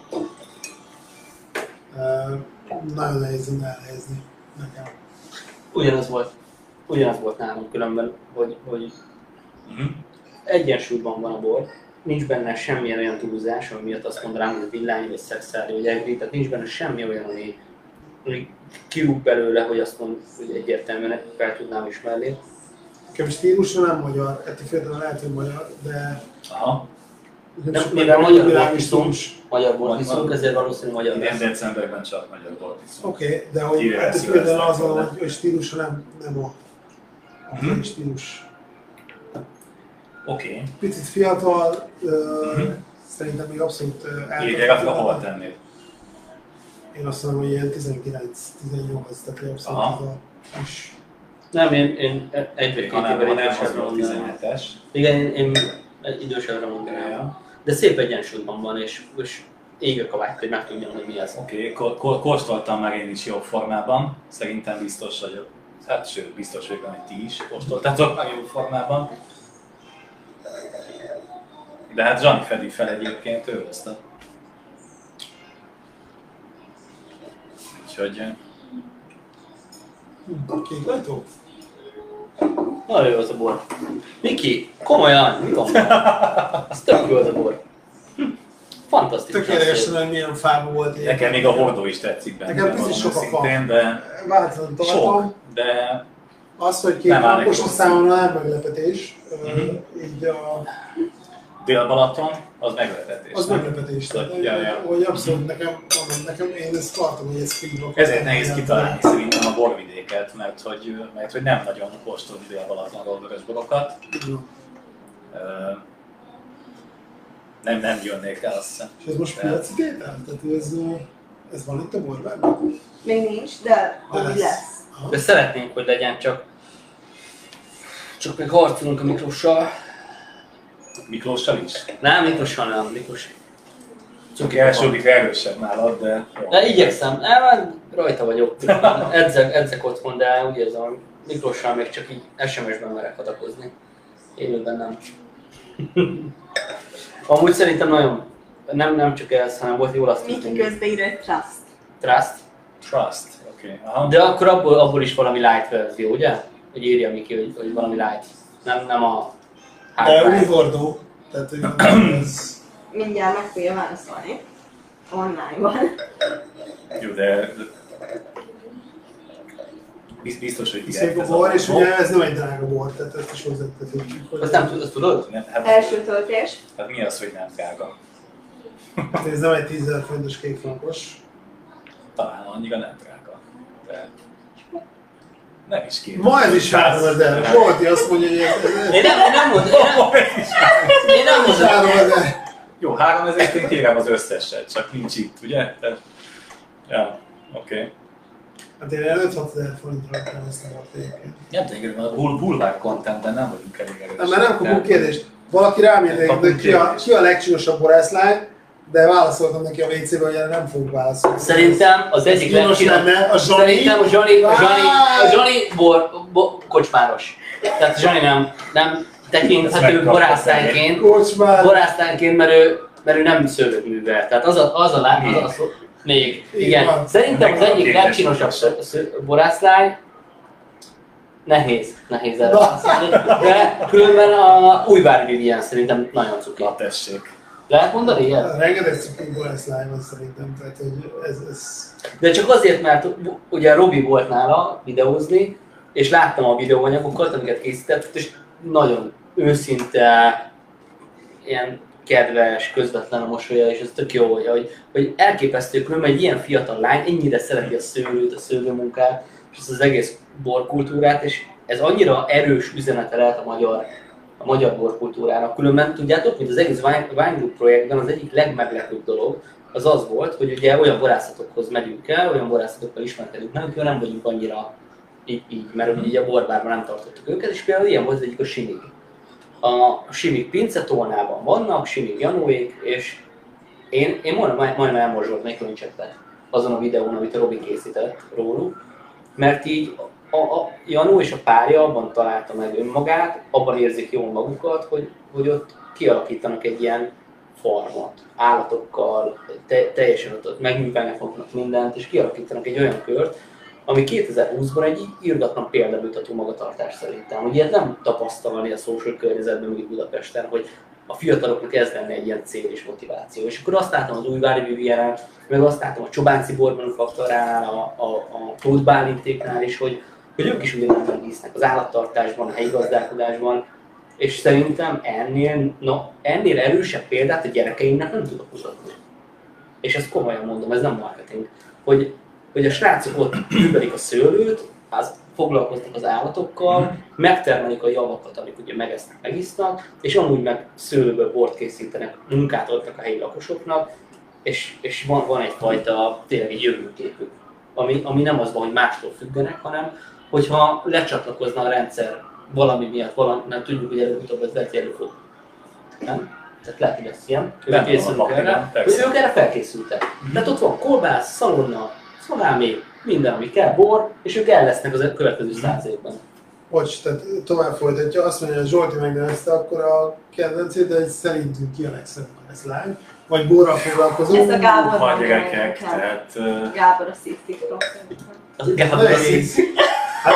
Uh, nagyon nehéz innen elhelyezni nekem. ugyanaz volt, ugyanaz volt nálunk különben, hogy, hogy Uh-huh. egyensúlyban van a bor, nincs benne semmilyen olyan túlzás, ami miatt azt mondanám, hogy villány, vagy szexári, vagy egri, tehát nincs benne semmi olyan, ami, ami kirúg belőle, hogy azt mondom, hogy egyértelműen fel tudnám ismerni. Nekem stílusra nem magyar, ettől féltelen lehet, hogy magyar, de... Aha. Nem, mivel magyar bort iszunk, magyar bort Magyar- iszunk, ezért valószínűleg magyar Idén lesz. decemberben csak magyar bort iszunk. Oké, okay, de hogy Kivéve ettől szilveszter féltelen az van, van. hogy- hogy stílusra nem, nem a, a Mhm. stílus. Oké. Okay. Picit fiatal, uh, Mhm. szerintem még abszolút uh, Jégyeget hol tennéd? Én azt mondom, hogy ilyen tizenkilenc tizennyolc, tehát egy abszolút Aha. az a kis... Nem, én, én egy vagy két Hanem, évvel hanem az idősebbre volt mondanám. tizenhetes. Igen, én, én egy idősebbre mondanám. Ja. De szép egyensúlyban van, és, és égök a vágy, hogy megtudjam, hogy mi ez. Oké, okay. ko- ko- kóstoltam már én is jobb formában. Szerintem biztos vagyok. Hát sőt, biztos vagyok, hogy ti is kóstoltátok már jobb formában. De hát Zsani fedi fel egyébként, ő hozta. Úgyhogy... eh, Kék lejtó? Nagyon jó az a bor. Miki, komolyan, mi van? Ez tök jó az a bor. Fantasztikus. Tökéletesen, hogy milyen fába volt ilyen. Nekem még a hordó is tetszik benne. Nekem picit sok a fa. szintén, de Változatlan sok, tartom. de Az, hogy két Nem áll napos a neki számomra nem meglepetés. Ö, Mhm. Így a... Dél-Balaton, az meglepetés. Az nem? meglepetés. Tehát, Ja, ja. hogy abszolút nekem, mondom, nekem én ezt tartom, hogy ez speedrock. Ezért nehéz kitalálni szerintem a borvidéket, mert hogy, mert hogy nem nagyon kóstolni Dél-Balatonról vörös borokat. Ö, Nem, nem jönnék el, azt hiszem. És ez most De- piaci tétel? Tehát ez, ö, ez van itt a borban? Még nincs, de De amúgy lesz. Aha. De szeretnénk, hogy legyen, csak csak még harcolunk a Miklossal. Miklóssal is? Nem, Miklossal nem, Miklós. Csak elsődik erősebb nálad, de jó. De igyekszem, nem, rajta vagyok. Edzek, edzek otthon, de úgy érzem, hogy Miklossal még csak így es em es-ben merek hadakozni. Élőben nem. Amúgy szerintem nagyon, nem, nem csak ez, hanem volt jól azt Miki mondani. közben ír egy trust. Trust. Trust, oké. Okay. De akkor abból, abból is valami light verzió, ugye? Hogy írja Miki, hogy, hogy valami light. Nem, nem a hard De új light. hordó. Tehát hogy ez... Mindjárt meg fogja válaszolni. Online-ban. Jó, de... Biz- Biztos, hogy Szép a ez bor, a- és ugye ez nem egy drága bor, tehát ezt is hozzátettük. Azt nem tudod, azt tudod? Nem, hát, Első töltés. hát mi az, hogy nem drága? Ez nem egy tízezer forintos kékfrankos. Talán annyira nem drága. De... Nem is kéne. Ma ez is háromezer. Zsolti azt mondja, hogy ez... Én nem, én nem mondom, én nem, én nem mondom. háromezer. Jó, háromezer én kérem az összeset, csak nincs itt, ugye? De... Ja, oké. Okay. Hát én öt-hat ezer forintra adtam ezt a bort egyébként. Nem tudom, a bul- bulvár contentben nem vagyunk elég erősek. Nem, mert nem kapunk kérdést. Valaki rám írt, hogy ki a, ki a legcsinosabb borászlány, de válaszoltam neki a vé cébe, hogy erre nem fogok válaszolni. Szerintem az egyik Kínos legkínos- lenne a Zsani. Szerintem a Zsani, a Zsani, a Zsani bor, bo, kocsmáros. Tehát Zsani nem, nem tekinthető borászlányként, Kocsmár. borászlányként, mert ő, mert ő nem szőlőművel. Tehát az a, az a, lá- az a szó, még, Így igen. van. Szerintem az Meg a egyik kérdés legcsinosabb fontosabb. sző- sző- borászlány, nehéz, nehéz elválasztani, de különben a Újvári Vivien szerintem nagyon cuki. Na tessék. Lehet mondani ilyet? Rengeteg cikkinkból lesz live szerintem, tehát hogy ez, ez... De csak azért, mert ugye Robi volt nála videózni, és láttam a videóanyagokat, amiket készített, és nagyon őszinte, ilyen kedves, közvetlen a mosolya, és ez tök jó, hogy, hogy elképesztő, különben egy ilyen fiatal lány ennyire szereti a szőlőt, a szőlőmunkát, és ezt az egész borkultúrát, és ez annyira erős üzenete lehet a magyar, a magyar borkultúrának. Különben tudjátok, mint az egész Wine Group projektben az egyik legmeglepőbb dolog, az az volt, hogy ugye olyan borászatokhoz megyünk el, olyan borászatokkal ismerkedünk, nem, nem vagyunk annyira így, így mert ugye a borbárban nem tartottuk őket, és például ilyen volt az egyik a Simig. A Simig Pincetolnában vannak, Simig Janóék, és én, én majdnem, majdnem elmorzsoltam könycseppet azon a videón, amit a Robi készített róluk, mert így a, a Janó és a párja abban találta meg önmagát, abban érzik jól magukat, hogy, hogy ott kialakítanak egy ilyen farmot, állatokkal, te, teljesen ott megművelnek maguknak mindent, és kialakítanak egy olyan kört, ami kétezer-húszban egy irdatlan példamutató magatartás szerintem. Hogy ilyet nem tapasztalni a social környezetben, mint Budapesten, hogy a fiataloknak ez lenne egy ilyen cél és motiváció. És akkor azt láttam az Újvári Vivienen, meg azt láttam a Csobánci Bormanufaktoránál, a, a, a Tóth Bálintéknál is, hogy, hogy ők is ugyanúgy hisznek az állattartásban, a helyi gazdálkodásban, és szerintem ennél, no, ennél erősebb példát a gyerekeimnek nem tudok mutatni. És ezt komolyan mondom, ez nem marketing. Hogy, hogy a srácok ott művelik a szőlőt, az foglalkoznak az állatokkal, megtermelik a javakat, amik ugye megesznek, megisznak, és amúgy meg szőlőből bort készítenek, munkát adnak a helyi lakosoknak, és, és van, van egyfajta tényleg egy jövőképük, ami, ami nem az van, hogy mástól függenek, hanem hogyha lecsatlakozna a rendszer valami miatt, valami, nem tudjuk, hogy előbb-utóbb ez lehet jelő fog. Nem? Tehát lehet, hogy lesz ilyen, ők készülnek erre, hogy ők erre felkészültek. Tehát ott van kolbász, szalonna, szalámi, minden, ami kell, bor, és ők el lesznek az következő száz évben. Bocs, tehát tovább folytatja, azt mondja, hogy Zsolti megnevezte akkor a kedvencét, de szerintünk ki a legszebb ez lány, vagy borral foglalkozó. Ez a Gábor Vagy gyerekek, tehát... Uh... Gábor a szívtikról. Az Gábor a szívtik. Hát,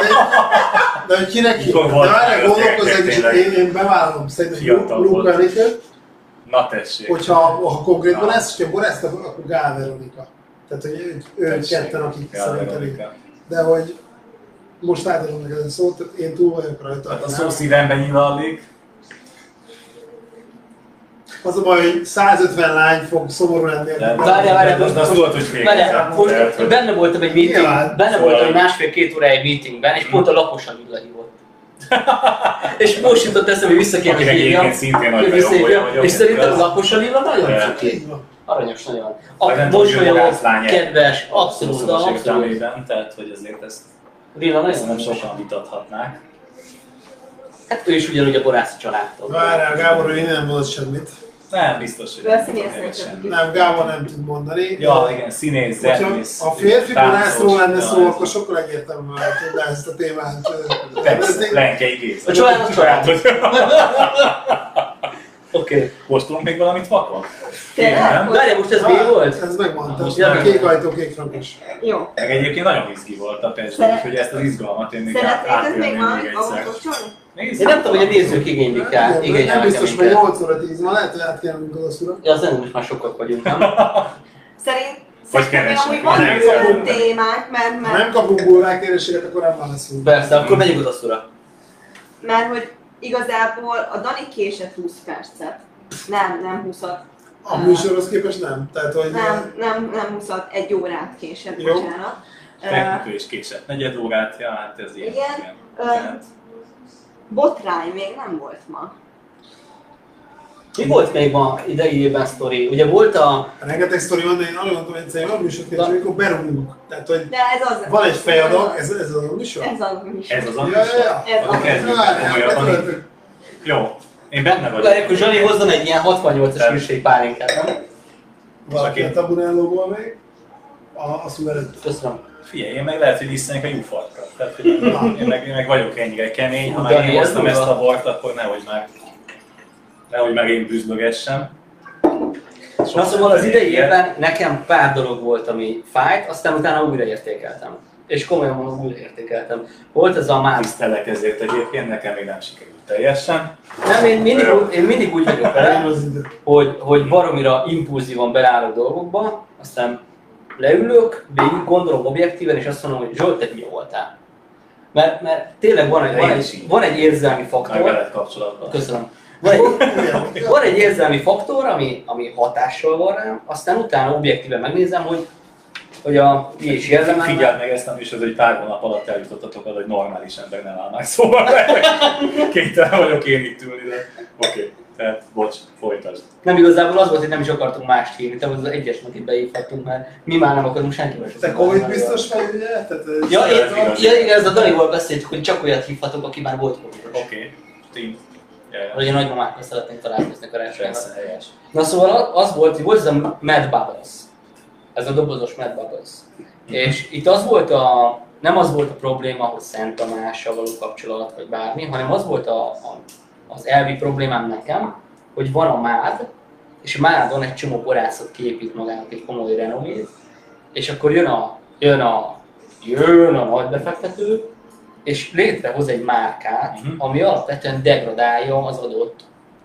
de hogy kinek ki? De várjál, gondolkozzak, és én, én bevállalom szerintem Luke Veronika. Na tessék. Hogyha ha konkrétban lesz, hogyha borász, akkor Gál Veronika. Tehát, hogy ő ketten, akik szerintem. De hogy most átadom neked a szót, én túl vagyok rajta. Hát a szó szívemben nyilallik. Az a baj, hogy százötven lány fog szomorú lenni. Várjál, várjál, most, azt tudod, hogy várjál, most benne voltam egy meeting, benne voltam egy másfél-két óráig meetingben, és pont a lapos Anilla hívott. És most jutott eszembe, hogy vissza kéne hívjam. És szerintem a lapos Anilla nagyon cuki. Aranyos nagyon. A mosolyó, kedves, abszolút, abszolút. Tehát, hogy azért ezt Lilla nagyon nem sokan vitathatnák. Hát ő is ugyanúgy a borászi családtól. Várjál, Gábor, hogy én nem mondott semmit. Nem, biztos, hogy nem. Nem, Gábor nem tud mondani. Ja, igen, színész, zenész. Ha a férfi borászról lenne szó, akkor sokkal egyértelműen tudná ezt a témát rendezni. Lenkei kész. A család a család. Oké. Kóstolunk még valamit vakon? Várjál, most ez mi volt? Ez megmondtam. Kék ajtó, kék frankos. Jó. Meg egyébként nagyon izgi volt a persze, úgyhogy ezt az izgalmat én még átélném még egyszer. Én nem tudom, hogy a nézők igénylik el. Nem biztos, hogy nyolc óra tíz van, lehet, hogy át kell mennünk az asszura. Ja, az nem, most már sokkal vagyunk, nem? Szerint Vagy keresek. amúgy van olyan témák, mert... Ha nem kapunk bulvárkéréseket, akkor nem válaszolunk. Persze, akkor megyünk az asszura. Mert hogy igazából a Dani késett húsz percet. Nem, nem húszat. A műsorhoz képest nem. Tehát, hogy nem, nem, nem húszat, egy órát késett, jó. Bocsánat. Technikő is késett. Negyed órát, ja, hát ez ilyen. Igen. ilyen. Botrány még nem volt ma. Mi volt még ma idei évben sztori? Ugye volt a... Rengeteg sztori van, de én arra mondtam egyszer, hogy van műsorkérdés, amikor berúgunk. Tehát, hogy de ez az, van egy fejadag, ez, ez az a műsor? Ez az műsor. Ez az a Ja, ja, ja. Ez az. Kezdjük. Jó. Én benne vagyok. Várj, akkor Zsani hozzon egy ilyen hatvannyolcas hűség pálinkát, nem? Valaki a Taburellóból még? A, a szó előtt. Köszönöm. Figyelj, én meg lehet, hogy isznek a lyufartra. Tehát, hogy én, meg, én meg vagyok ennyire kemény, ha már én hoztam ezt a bort, akkor nehogy már, nehogy már én bűzlögessem. Na szóval az idei évben nekem pár dolog volt, ami fájt, aztán utána újra értékeltem. és komolyan mondom, újra értékeltem. Volt ez a már... Tisztelek ezért egyébként, nekem még nem sikerült teljesen. Nem, én mindig, én mindig úgy vagyok vele, hogy, hogy baromira impulzívan belállok dolgokba, aztán leülök, végig gondolom objektíven, és azt mondom, hogy Zsolt, te hülye voltál. Mert, mert tényleg van egy, van egy, van egy érzelmi faktor. Meg kapcsolatban. Köszönöm. Van egy, van egy érzelmi faktor, ami, ami hatással van rám, aztán utána objektíven megnézem, hogy, hogy a mi is jellemem. Figyeld meg ezt, nem is, hogy pár hónap alatt eljutottatok el, hogy normális ember nem áll már szóval. Kénytelen vagyok én itt ülni, de oké. Okay. Tehát, bocs, folytasd. Nem igazából az volt, hogy nem is akartunk mást hívni, tehát az egyesnek itt beívhattunk, mert mi már nem akarunk senkivel sem. Te Covid biztos vagy, ugye? Tehát, ja, én, ja, igen, ez a Danival beszéltük, hogy csak olyat hívhatok, aki már volt Covidos. Oké, okay. Tény. Vagy a nagymamákkal szeretnénk találkozni a Persze, helyes. Na szóval az volt, hogy volt ez a Mad Bubbles. Ez a dobozos Mad Bubbles. Mm-hmm. És itt az volt a, nem az volt a probléma, hogy Szent Tamással való kapcsolat, vagy bármi, hanem az volt a, a, az elvi problémám nekem, hogy van a mád, és a mádon egy csomó borászat kiépít magának egy komoly renomét, és akkor jön a, jön a, jön a nagy befektető, és létrehoz egy márkát, uh-huh. ami alapvetően degradálja az adott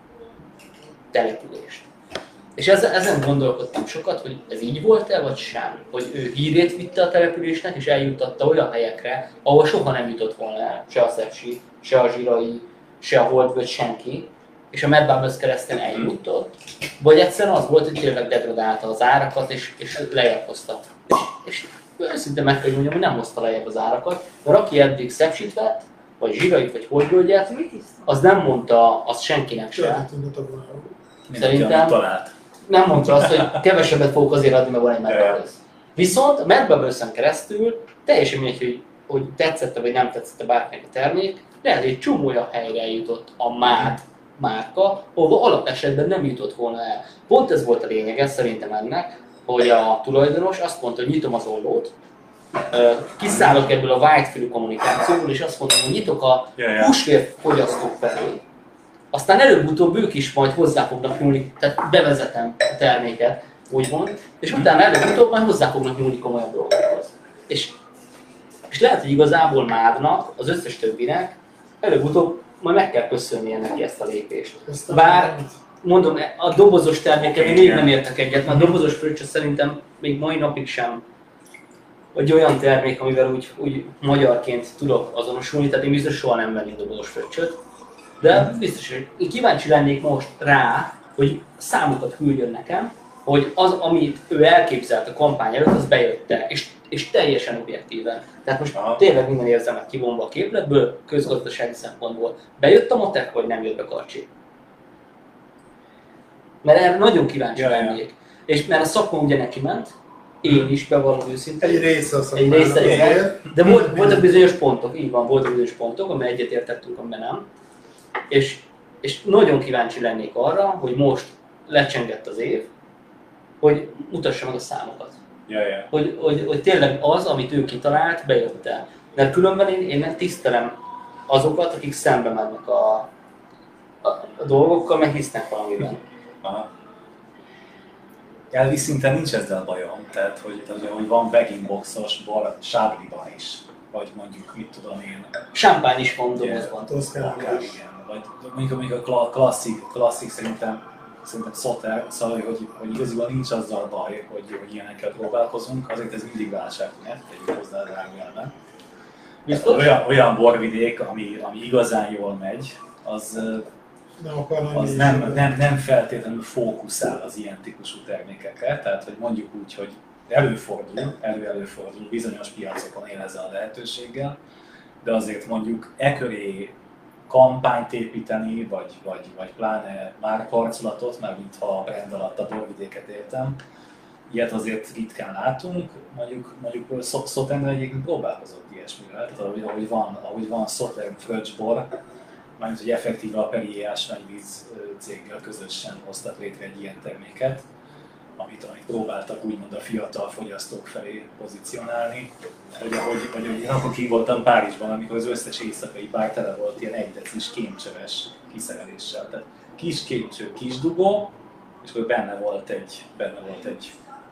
települést. És ezen, ezen gondolkodtam sokat, hogy ez így volt-e, vagy sem. Hogy ő hírét vitte a településnek, és eljuttatta olyan helyekre, ahol soha nem jutott volna el, se a Szepsi, se a Zsirai, se a Holdvölgy, senki. És a Mad Bubbles keresztül eljutott, vagy egyszerűen az volt, hogy tényleg degradálta az árakat, és, és lejjebb hozta. És őszintén meg kell mondjam, hogy nem hozta lejjebb az árakat, mert aki eddig Szepsit vett, vagy Zsirait, vagy Holdvölgyet, az nem mondta azt senkinek sem. Szerintem nem mondta azt, hogy kevesebbet fogok azért adni, mert van egy Mad Bubbles. Viszont a Mad Bubbles-en keresztül teljesen mindegy, hogy, hogy tetszette vagy nem tetszette bárkinek a termék, lehet, hogy egy csomó olyan helyre eljutott a mád márka, ahova alapesetben nem jutott volna el. Pont ez volt a lényege szerintem ennek, hogy a tulajdonos azt mondta, hogy nyitom az ollót, kiszállok ebből a whitefield kommunikációból, és azt mondom, hogy nyitok a húsvér fogyasztók felé. Aztán előbb-utóbb ők is majd hozzá fognak nyúlni, tehát bevezetem a terméket, úgymond, és utána előbb-utóbb majd hozzá fognak nyúlni komolyabb dolgokhoz. És, és lehet, hogy igazából mádnak, az összes többinek előbb-utóbb majd meg kell köszönnie neki ezt a lépést. Bár, mondom, a dobozos termékkel én még nem értek egyet, mert a dobozos fröccsöt szerintem még mai napig sem egy olyan termék, amivel úgy, úgy magyarként tudok azonosulni, tehát én biztos soha nem vennék dobozos fröccsöt. De biztos, hogy én kíváncsi lennék most rá, hogy számokat küldjön nekem, hogy az, amit ő elképzelt a kampány előtt, az bejött-e, és, és teljesen objektíven. Tehát most Aha. tényleg minden érzelmet kivonva a képletből, közgazdasági szempontból. Bejött a matek, vagy nem jött be Karcsi? Mert erre nagyon kíváncsi lennék. És mert a szakma ugye neki ment, én is bevallom őszintén. Egy része a Egy része, igen. De volt, voltak bizonyos pontok, így van, voltak bizonyos pontok, amiben egyetértettünk, amiben nem. És, és nagyon kíváncsi lennék arra, hogy most lecsengett az év, hogy mutassa meg a számokat. Ja, ja. Hogy, hogy, hogy tényleg az, amit ő kitalált, bejött el. Mert különben én, én tisztelem azokat, akik szembe mennek a, a, a dolgokkal, meg hisznek valamiben. Aha. Elvi szinten nincs ezzel bajom, tehát hogy, hogy van bagging boxos bor sábliban is, vagy mondjuk, mit tudom én. Champagne is van dobozban. Akár igen, vagy mondjuk, mondjuk a klasszik, klasszik szerintem, szerintem Soter, szóval, hogy, hogy igaziból nincs azzal baj, hogy, hogy ilyenekkel próbálkozunk, azért ez mindig válságtünet, tegyük hozzá zárójelben. Olyan, olyan borvidék, ami, ami igazán jól megy, az nem, az nem, nem, nem feltétlenül fókuszál az ilyen típusú termékekre, tehát hogy mondjuk úgy, hogy előfordul, elő-előfordul, bizonyos piacokon él ezzel a lehetőséggel, de azért mondjuk e köré kampányt építeni, vagy, vagy, vagy pláne márkaarculatot, mert mintha a brand alatt a borvidéket értem, ilyet azért ritkán látunk, mondjuk, mondjuk Sauternes egyébként próbálkozott ilyesmivel, tehát ahogy, ahogy van, ahogy van Sauternes fröccsbor, mármint hogy effektíve a Perrier ásványvíz céggel közösen hoztak létre egy ilyen terméket, amit, amit próbáltak úgymond a fiatal fogyasztók felé pozícionálni. Hogy ahogy, vagy, hogy én akkor ki voltam Párizsban, amikor az összes éjszakai bár tele volt ilyen egydecis kémcsöves kiszereléssel. Tehát kis kémcső, kis dugó, és akkor benne volt egy, benne volt egy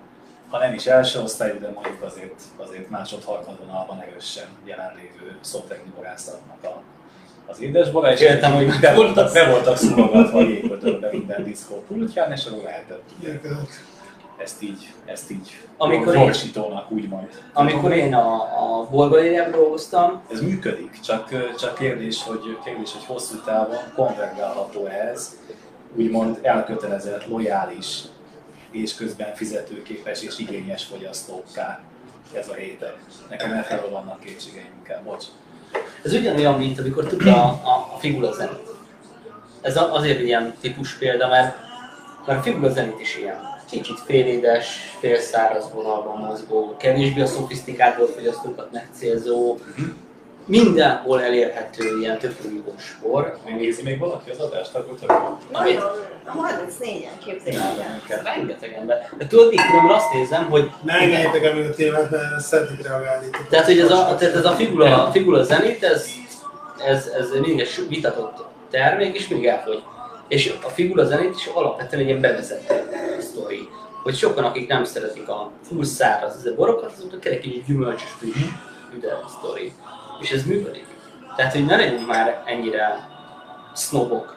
ha nem is első osztályú, de mondjuk azért, azért másod-harmadvonalban erősen jelenlévő szoptekni borászatnak a, az édesbora, és értem, hogy be voltak, be voltak szurogatva a jégödörbe minden diszkó pultján, és akkor lehetett ezt így, ezt így amikor gyorsítónak úgymond. Amikor én a, a Bolgalériában dolgoztam, ez működik, csak, csak kérdés, hogy, kérdés, hogy hosszú távon konvergálható ez, úgymond elkötelezett, lojális és közben fizetőképes és igényes fogyasztókká ez a réteg. Nekem elfelől vannak kétségeim inkább, bocs. Ez ugyanolyan, mint amikor tud a, a, a figura zenét. Ez azért ilyen típus példa, mert, mert a figura zenét is ilyen. Kicsit félédes, félszáraz vonalban mozgó, kevésbé a szofisztikált fogyasztókat megcélzó, uh-huh. mindenhol elérhető ilyen többfőjúgó spor. Nézi még valaki az adást, akkor tök Nagyon, harmincnégyen képzeljük el. Rengeteg ember. De tudod, így különben azt nézem, hogy... Ne engedjétek el még a témát, mert szeretnék reagálni. Tehát, hogy ez a, tehát ez a figura, a figura zenét, ez, ez, ez mindig egy vitatott termék, és mindig elfogy. És a figura zenét is alapvetően egy ilyen bevezető sztori. Hogy sokan, akik nem szeretik a full száraz borokat, azoknak kell egy kicsit gyümölcsös, friss, üde sztori. És ez működik. Tehát, hogy ne legyünk már ennyire sznobok.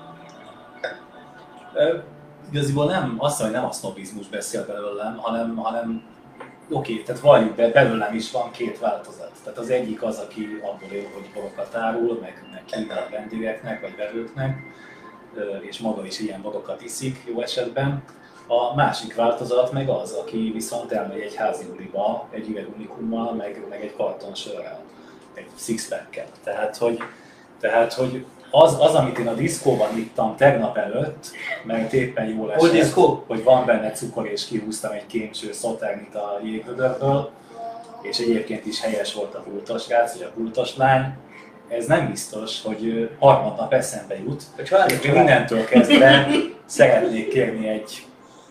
E, igaziból nem, azt mondom, hogy nem a sznobizmus beszél belőlem, hanem, hanem oké, okay, tehát valljuk be, belőlem is van két változat. Tehát az egyik az, aki abból él, hogy borokat árul, meg, meg kínál vendégeknek, vagy vevőknek, és maga is ilyen borokat iszik jó esetben. A másik változat meg az, aki viszont elmegy egy házi buliba, egy üveg unikummal, meg, meg egy kartonsörrel, egy six-packkel. Tehát, hogy, tehát, hogy az, az, amit én a diszkóban ittam tegnap előtt, mert éppen jól esett, hogy van benne cukor, és kihúztam egy kémcső szoternit a jégvödörből, és egyébként is helyes volt a bultos rác, vagy a bultos lány, ez nem biztos, hogy harmadnap eszembe jut, hogy mindentől kezdve szeretnék kérni egy,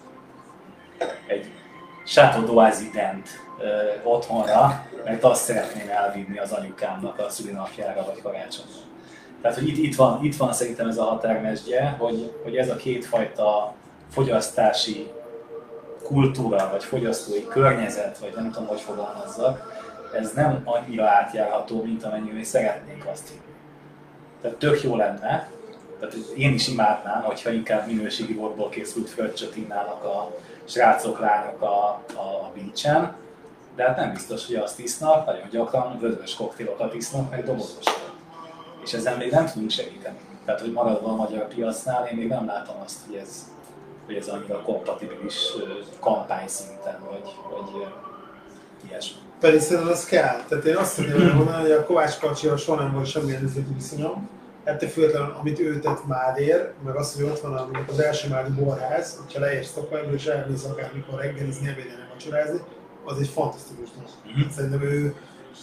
egy Chateau d'Oisy-dent otthonra, mert azt szeretném elvinni az anyukámnak a szülinapjára vagy karácsonyra. Tehát, hogy itt, itt, van, itt van szerintem ez a határmesdje, hogy, hogy ez a kétfajta fogyasztási kultúra, vagy fogyasztói környezet, vagy nem tudom, hogy fogalmazzak, ez nem annyira átjárható, mint amennyire szeretnénk azt hinni. Tehát tök jó lenne, tehát én is imádnám, hogyha inkább minőségi borból készült fröccsöt innának a srácok, lányok a, a beachen, de hát nem biztos, hogy azt isznak, nagyon gyakran vörös koktélokat isznak, meg dobozosat. És ezzel még nem tudunk segíteni. Tehát, hogy maradva a magyar piacnál, én még nem látom azt, hogy ez, hogy ez annyira kompatibilis kampány szinten, vagy, vagy ilyesmi. Pedig szerintem az kell. Tehát én azt szeretném mondani, hogy a Kovács Kacsival soha nem volt semmilyen üzleti viszonyom. Ettől függetlenül, amit ő tett Mádér, meg azt, hogy ott van az első Mádi borház, hogyha leérsz Stockholmból és elmész akármikor reggelizni, ebédelni, vacsorázni, az egy fantasztikus dolog. Mm-hmm. Szerintem ő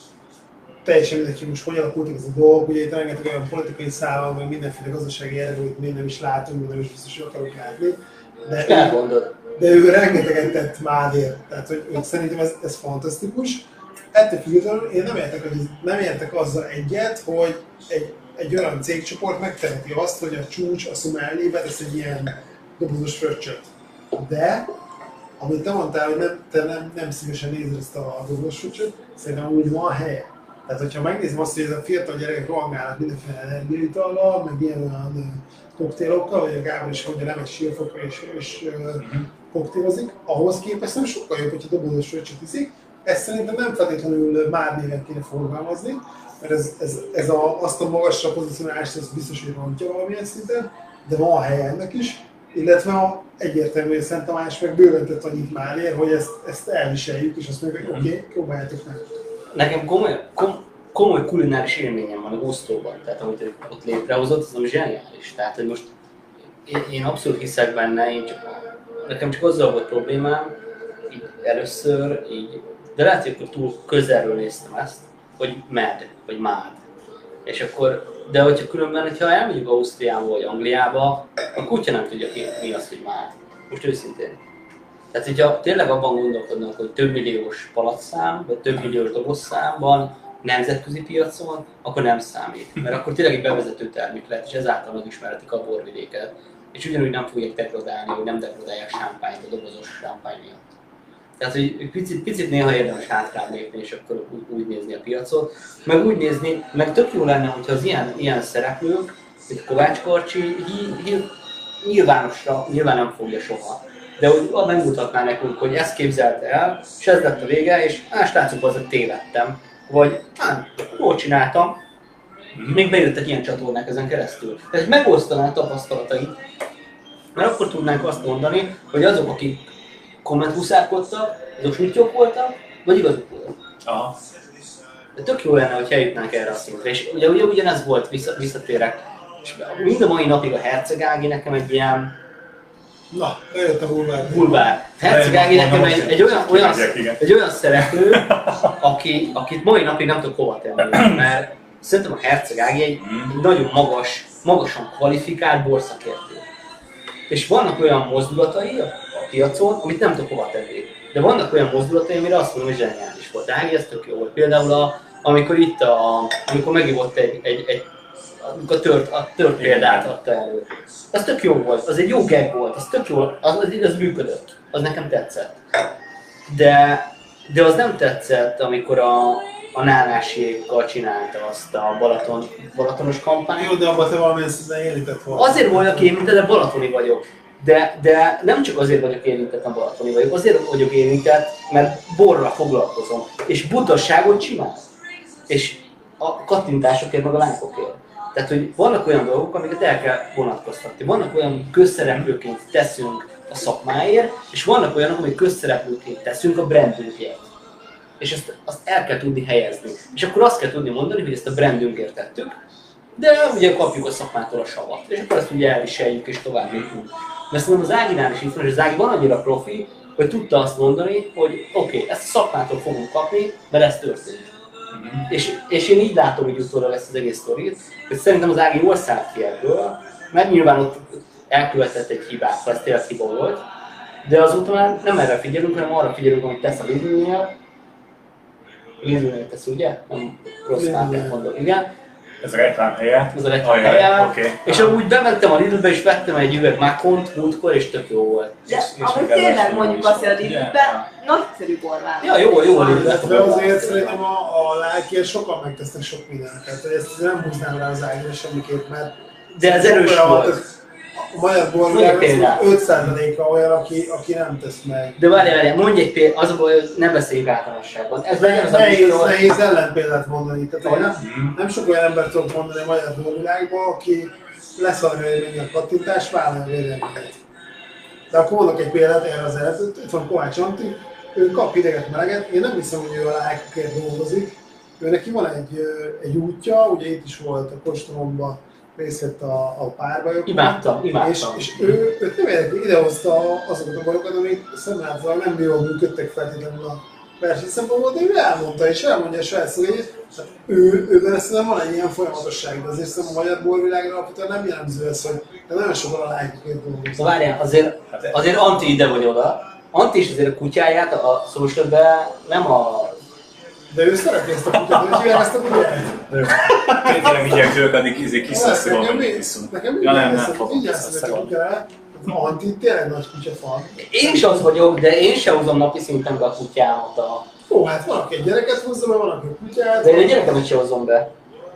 teljesen mindegy, hogy most hogy alakultak ez a dolgok, ugye itt rengeteg olyan politikai szállal, meg mindenféle gazdasági erőt még nem is látunk, még nem is biztos, hogy akarok látni. De ő, de ő rengeteget tett Mádér, tehát hogy, hogy szerintem ez, ez fantasztikus. Ettől függetlenül én nem értek, hogy nem értek azzal egyet, hogy egy, egy olyan cégcsoport megteheti azt, hogy a csúcs a mellé betesz egy ilyen dobozos fröccsöt. De, amit te mondtál, hogy nem, te nem, nem szívesen nézed ezt a dobozos fröccsöt, szerintem úgy van helye. Tehát, hogyha megnézem azt, hogy ez a fiatal gyerekek rohangálnak mindenféle energiaitallal, meg ilyen olyan koktélokkal, vagy a Gábor is mondja, nem egy sírfokra és, és uh, koktélozik, ahhoz képest nem sokkal jobb, hogyha dobozos fröccsöt iszik. Ezt szerintem nem feltétlenül már néven kéne forgalmazni, mert ez, ez, ez a, azt a magasra pozícionálást az biztos, hogy rontja valamilyen szinten, de van helye ennek is, illetve a egyértelmű, hogy a Szent Tamás meg bőventett annyit már ér, hogy ezt, ezt elviseljük, és azt mondjuk, hogy oké, okay, próbáljátok meg. Nekem komoly, kom, komoly kulináris élményem van a Gusztóban, tehát amit ott létrehozott, az nem zseniális. Tehát, hogy most én, én abszolút hiszek benne, én csak, nekem csak azzal volt problémám, így először, így, de lehet, hogy akkor túl közelről néztem ezt, hogy med, vagy mád. És akkor, de hogyha különben, ha elmegyünk Ausztriába vagy Angliába, a kutya nem tudja ki, mi az, hogy mád. Most őszintén. Tehát, hogyha tényleg abban gondolkodnak, hogy több milliós palacszám, vagy több milliós dobozszám van nemzetközi piacon, akkor nem számít. Mert akkor tényleg egy bevezető termék lehet, és ezáltal megismerhetik a borvidéket. És ugyanúgy nem fogják degradálni, hogy nem degradálják sámpányt, a dobozos sámpány miatt. Tehát, hogy picit, picit néha érdemes hátrább lépni, és akkor úgy, úgy nézni a piacot. Meg úgy nézni, meg tök jó lenne, hogyha az ilyen, ilyen szereplők, mint Kovács Karcsi, hí, hí, nyilvánosra, nyilván nem fogja soha. De úgy megmutatná nekünk, hogy ezt képzelte el, és ez lett a vége, és hát srácok, azért tévedtem. Vagy hát, jól csináltam, még bejöttek ilyen csatornák ezen keresztül. Tehát megosztaná a tapasztalatait, mert akkor tudnánk azt mondani, hogy azok, akik kommenthuszárkodtak, azok smittyok voltak, vagy igazuk voltak. Aha. De tök jó lenne, hogy eljutnánk erre a szintre. És ugye, ugye ugyanez volt, vissza, visszatérek. És mind a mai napig a Herceg Ági nekem egy ilyen... Na, eljött a bulvár. Bulvár. Herceg Ági nekem egy, egy, olyan, olyan, egy olyan szereplő, aki, akit mai napig nem tudok hova tenni. Mert szerintem a Herceg Ági egy, egy nagyon magas, magasan kvalifikált borszakértő. És vannak olyan mozdulatai a piacon, amit nem tudok hova tenni. De vannak olyan mozdulatai, amire azt mondom, hogy zseniális volt. Ági, ez tök jó volt. Például a, amikor itt a, amikor megívott egy, egy, egy amikor a tört, a tört példát adta elő. Az tök jó volt, az egy jó gag volt, az tök jó, az, az, az működött, az nekem tetszett. De, de az nem tetszett, amikor a, a Nánásékkal csinálta azt a Balaton, balatonos kampányt. Jó, de abban te valamilyen szinten érintett volna. Azért vagyok érintett, de balatoni vagyok. De, de nem csak azért vagyok érintett, nem balatoni vagyok, azért vagyok érintett, mert borra foglalkozom, és butasságot csinál. És a kattintásokért, meg a lánkokért. Tehát, hogy vannak olyan dolgok, amiket el kell vonatkoztatni. Vannak olyan közszereplőként teszünk a szakmáért, és vannak olyanok, amik közszereplőként teszünk a brandünkért. És ezt, azt el kell tudni helyezni. És akkor azt kell tudni mondani, hogy ezt a brandünkért tettük, de ugye kapjuk a szakmától a savat. És akkor ezt ugye elviseljük és tovább lépünk. Mert szerintem az Áginál is így van, és az Ági van annyira profi, hogy tudta azt mondani, hogy oké, okay, ezt a szakmától fogunk kapni, mert ez történt. Mm-hmm. És, és én így látom, hogy utólag ezt az egész sztorit, hogy szerintem az Ági jól szállt ki ebből, mert nyilván ott elkövetett egy hibát, ha ez tényleg hiba volt, de azóta már nem erre figyelünk, hanem arra figyelünk, amit tesz a Lidl-nél. Lidl-nél tesz, ugye? Nem rossz márkát mondom, igen. Ez a reklám helye. Ez a reklám helye. Okay. És amúgy bementem a Lidlbe és vettem egy üveg Makont múltkor, és tök jó volt. De amúgy tényleg mondjuk azt, hogy a Lidlben nagyszerű borván. Ja, jó, jó a Lidl. De azért szerintem a, a lelkiért sokan megtesznek sok mindent. Tehát ezt nem húznám rá az Ágira semmiképp, mert... De ez erős volt. A magyar borvilágban öt százaléka olyan, aki, aki nem tesz meg. De várjál, várjál, mondj egy példát, az a baj, hogy nem beszéljük általánosságban. Ez legyen az nehéz, a nehéz ellenpéldát mondani. Tehát nem, nem sok olyan embert tudok mondani a magyar borvilágban, aki leszarja a kattintás, vállalja a véleményét. De akkor mondok egy példát erre az előtt, itt van Kovács Antti, ő kap hideget, meleget, én nem hiszem, hogy ő a lájkokért dolgozik. Ő neki van egy, egy útja, ugye itt is volt a Kostromban, részt vett a, a párbajokon. Imádtam, imádtam. És, és ő, őt nem érdekli, idehozta azokat a bajokat, amik szemlátszóan nem jól működtek feltétlenül a versenyszempontból, de ő elmondta és elmondja a saját szövegét. Ő, őben ezt nem van egy ilyen folyamatosság, de azért szerintem a magyar borvilágra alapvetően nem jellemző ez, hogy de nagyon sokan a lájkokért dolgoznak. Várjál, azért, azért Antti ide vagy oda. Antti is azért a kutyáját a Socialben nem a... De ő szereti ezt a kutyát, hogy hívják ezt a kutyát? Kételem mindjárt tőlük, addig izé kiszaszolom, Nekem hogy még kiszunk. nekem Ja nem, így nem fogom eszembe a kutyára. Antti tényleg nagy kutya fan. Én is az vagyok, de én sem hozom napi szinten be a kutyámat a... Ó, hát van, aki egy gyereket hozza be, van, aki a kutyát. De én a gyerekemet sem hozom be.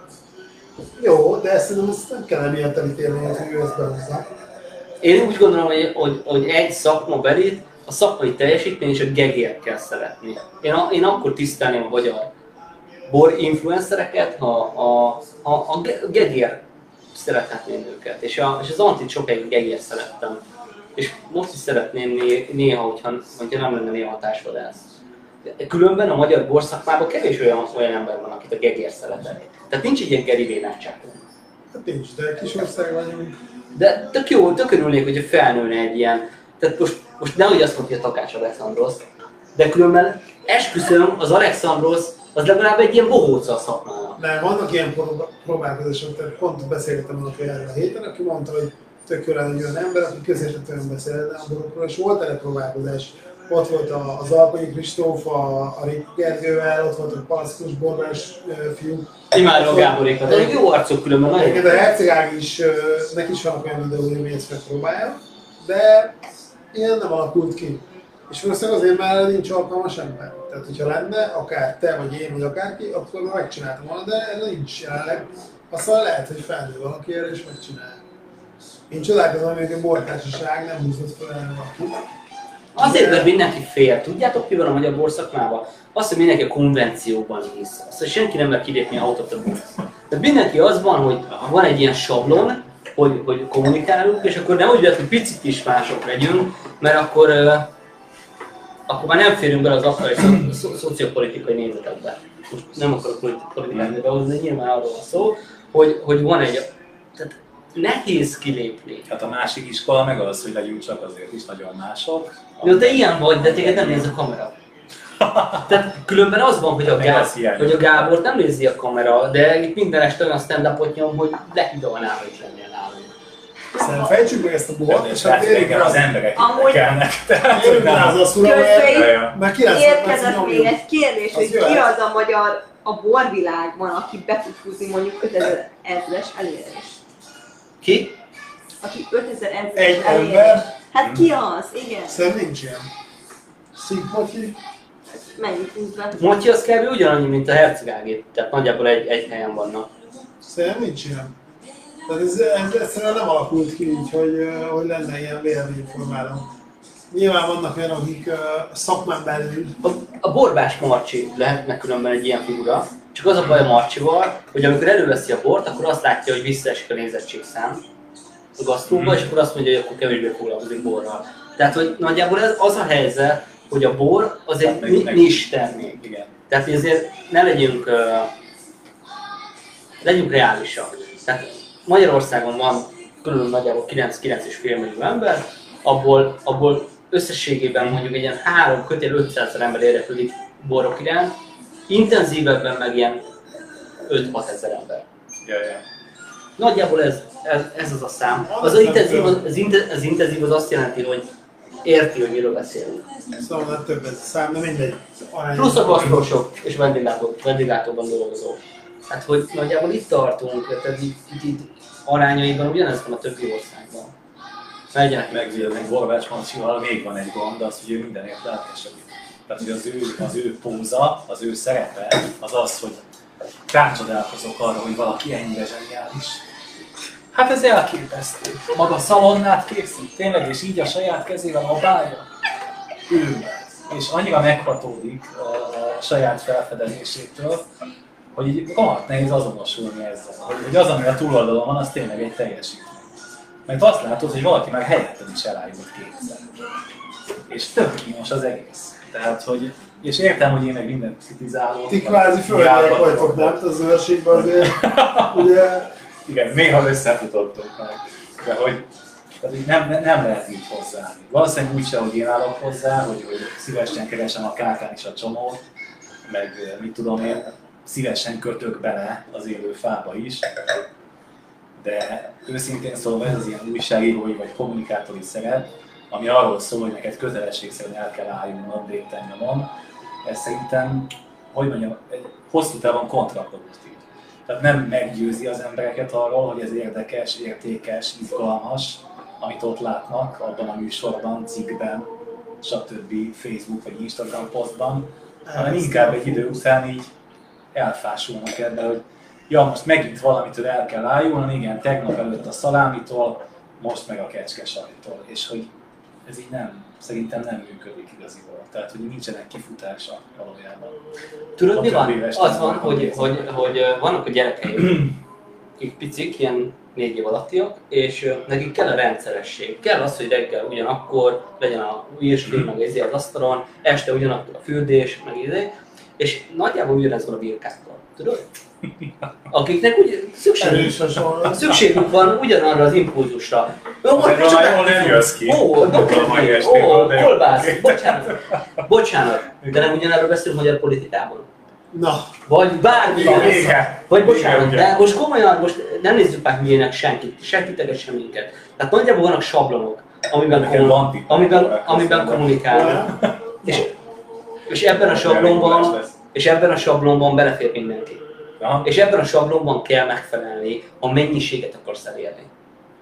Jó, de szerintem ezt nem kell emiatt elítélni, hogy ő ezt behozza. Én úgy gondolom, hogy, hogy, hogy egy szakma belit, a szakmai teljesítmény és a gegért kell szeretni. Én, a, én akkor tisztelném a magyar bor influencereket, ha a, a, a gegért szerethetném őket. És, a, és az Antit sokáig gegért szerettem. És most is szeretném né, néha, hogyha, hogyha nem lenne néha hatásvadász. Különben a magyar borszakmában kevés olyan, olyan ember van, akit a gegért szeretett. Tehát nincs egy ilyen Geri Vaynerchuk. Hát nincs, de kis ország vagyunk. De tök jó, tök örülnék, hogyha felnőne egy ilyen. Tehát most, most nehogy azt mondja, hogy a Takács Alexandrosz, de különben esküszöm, az Alexandrosz az legalább egy ilyen bohóca a szakmának. De vannak ilyen próbálkozások, tehát pont beszélgettem valaki erről a héten, aki mondta, hogy tök jó lenne egy olyan ember, aki közérthetően beszélne a borokról, és volt erre próbálkozás. Ott volt az Alpai Kristóf, a, a Rick Gergővel, ott volt a Palaszkos Borbás fiú. Imádom a Gáborékat, de jó arcok különben nagyon. Egyébként a Herceg Ági is, neki is vannak olyan videói, ami ezt megpróbálja, de ilyen nem alakult ki. És valószínűleg azért már nincs alkalmas ember. Tehát, hogyha lenne, akár te, vagy én, vagy akárki, akkor már megcsináltam volna, de ez nincs jelenleg. Aztán lehet, hogy felnő valaki erre és megcsinálja. Én csodálkozom, hogy a bortársaság nem húzott fel erre valakit. Azért, mert mindenki fél. Tudjátok, mi van a magyar borszakmában? Azt, hogy mindenki a konvencióban hisz. Azt, hogy senki nem mer kilépni out of the box. Tehát mindenki az van, hogy van egy ilyen sablon, hogy, hogy kommunikálunk, és akkor nem úgy lehet, hogy picit is mások legyünk, mert akkor, uh, akkor már nem férünk bele az akkori szo- szo- szociopolitikai nézetekbe. Most nem akarok politikát behozni, nyilván arról van szó, hogy, hogy van egy... Tehát nehéz kilépni. Hát a másik iskola meg az, hogy legyünk csak azért is nagyon mások. Jó, te ilyen vagy, de téged nem néz a kamera. Tehát különben az van, hogy a, Gábor, hogy a Gábor nem nézi a kamera, de itt minden este olyan stand-upot nyom, hogy lehidolnál, hogy lennél nálunk. Szerintem fejtsük meg ezt a bort, és hát igen, érjük az rá emberek Amúgy- érdekelnek. Tehát, érjük hogy rá az nem. asszura, Közben mert kilencven percig érkezett még nyomjuk. egy kérdés, hogy Az ki jöhet. az a magyar a borvilágban, aki be tud húzni mondjuk ötezer-es elérést. Ki? Aki ötezer Egy elérést. ember. Hát ki az? Igen. Szerintem nincs ilyen. Szigmaki. Mennyit húz be? Motyi az kb. Ugyanannyi, mint a Hercegágét, tehát nagyjából egy, egy helyen vannak. Szerintem nincs ilyen. Tehát ez, ez egyszerűen nem alakult ki így, hogy, hogy lenne ilyen véleményformáló. Nyilván vannak olyanok, akik uh, szakmán belül. A, a Borbás Marcsi lehetne különben egy ilyen figura, csak az a baj a Marcsival, hogy amikor előveszi a bort, akkor azt látja, hogy visszaesik a nézettségszám a gasztróba, és akkor azt mondja, hogy akkor kevésbé foglalkozik borral. Tehát, hogy nagyjából ez az a helyzet, hogy a bor az egy Meg- meg- nis termék. Igen. Tehát ezért ne legyünk, uh, legyünk reálisak. Tehát Magyarországon van körülbelül nagyjából kilenc-kilenc és fél millió ember, abból, abból összességében mondjuk egy ilyen három kötél ötszázezer ember érdeklődik borok iránt, intenzívebben meg ilyen öt-hat ezer ember. Ja, ja. Nagyjából ez, ez, ez az a szám. Az, az, intenzív, az, az, inte- az intenzív az azt jelenti, hogy érti, hogy miről beszélünk. Szóval már több ez a szám, de mindegy. Arányos. Plusz a gasztrósok és vendéglátó, vendéglátóban dolgozók. Hát, hogy nagyjából itt tartunk, tehát itt, itt, itt arányaiban ugyanez van a többi országban. Legyenek meg. Meg még Borbács Marcival még van egy gond, az, hogy ő mindenért lelkesedik. Tehát, hogy az ő, az ő póza, az ő szerepe, az az, hogy rácsodálkozok arra, hogy valaki ennyire zseniális. Hát ez elképesztő. Maga szalonnát készít, tényleg, és így a saját kezével abálja. Ő. És annyira meghatódik a, a saját felfedezésétől, hogy így rohadt nehéz azonosulni ezzel. Hogy, hogy az, ami a túloldalon van, az tényleg egy teljesítmény. Mert azt látod, hogy valaki már helyetted is elájult kétszer. És tök kínos az egész. Tehát, hogy... És értem, hogy én meg mindent kritizálok. Ti kvázi földnek vagytok, nem? Az őrségben azért, ugye... Igen, néha összefutottunk meg. De hogy, tehát, hogy nem, nem lehet így hozzáállni. Valószínűleg úgy sem, hogy én állok hozzá, hogy, hogy szívesen keresem a kákán is a csomót, meg mit tudom én, szívesen kötök bele az élő fába is. De őszintén szólva ez az ilyen újságírói vagy kommunikátori szerep, ami arról szól, hogy neked kötelességszerűen el kell állnod lépten nyomon, ez szerintem, hogy mondjam, egy hosszú távon kontraproduktív. Tehát nem meggyőzi az embereket arról, hogy ez érdekes, értékes, izgalmas, amit ott látnak abban a műsorban, cikkben, stb. Facebook vagy Instagram posztban, hanem inkább egy idő után így elfásulnak ebben, hogy ja, most megint valamitől el kell ájulni, igen, tegnap előtt a szalámitól, most meg a kecskesajtól, és hogy ez így nem, szerintem nem működik igaziból. Tehát, hogy nincsenek kifutása valójában. Tudod, mi A van? több éves Az van, tanulókon hogy, nézem. hogy, hogy vannak a gyerekeim, akik picik, ilyen négy év alattiak, és nekik kell a rendszeresség. Kell az, hogy reggel ugyanakkor legyen a virsli, meg izé az asztalon, este ugyanakkor a fürdés, meg izé, és nagyjából ugyanez van a birkákkal. Tudod? Akiknek úgy szükségük, Erős hasonló. szükségük van ugyanarra az impulzusra. Ó, Azért most már jól nem jössz ki. Ó, A mai ó, estéből, de jó. kolbász, bocsánat, bocsánat, de nem ugyanerről beszélünk magyar politikában? Na, Vagy bármi, Igen, igen. vagy bocsánat, Igen, de igen. most komolyan, most nem nézzük meg hülyének senkit, senkiteket, sem minket. Tehát nagyjából vannak sablonok, amiben, Nekem kom- van tippem, amiben, akkor amiben közben. kommunikálnak. És, és ebben a Elég sablonban, más lesz. és ebben a sablonban belefér mindenki. Aha. És ebben a sablonban kell megfelelni, ha mennyiséget akarsz elérni.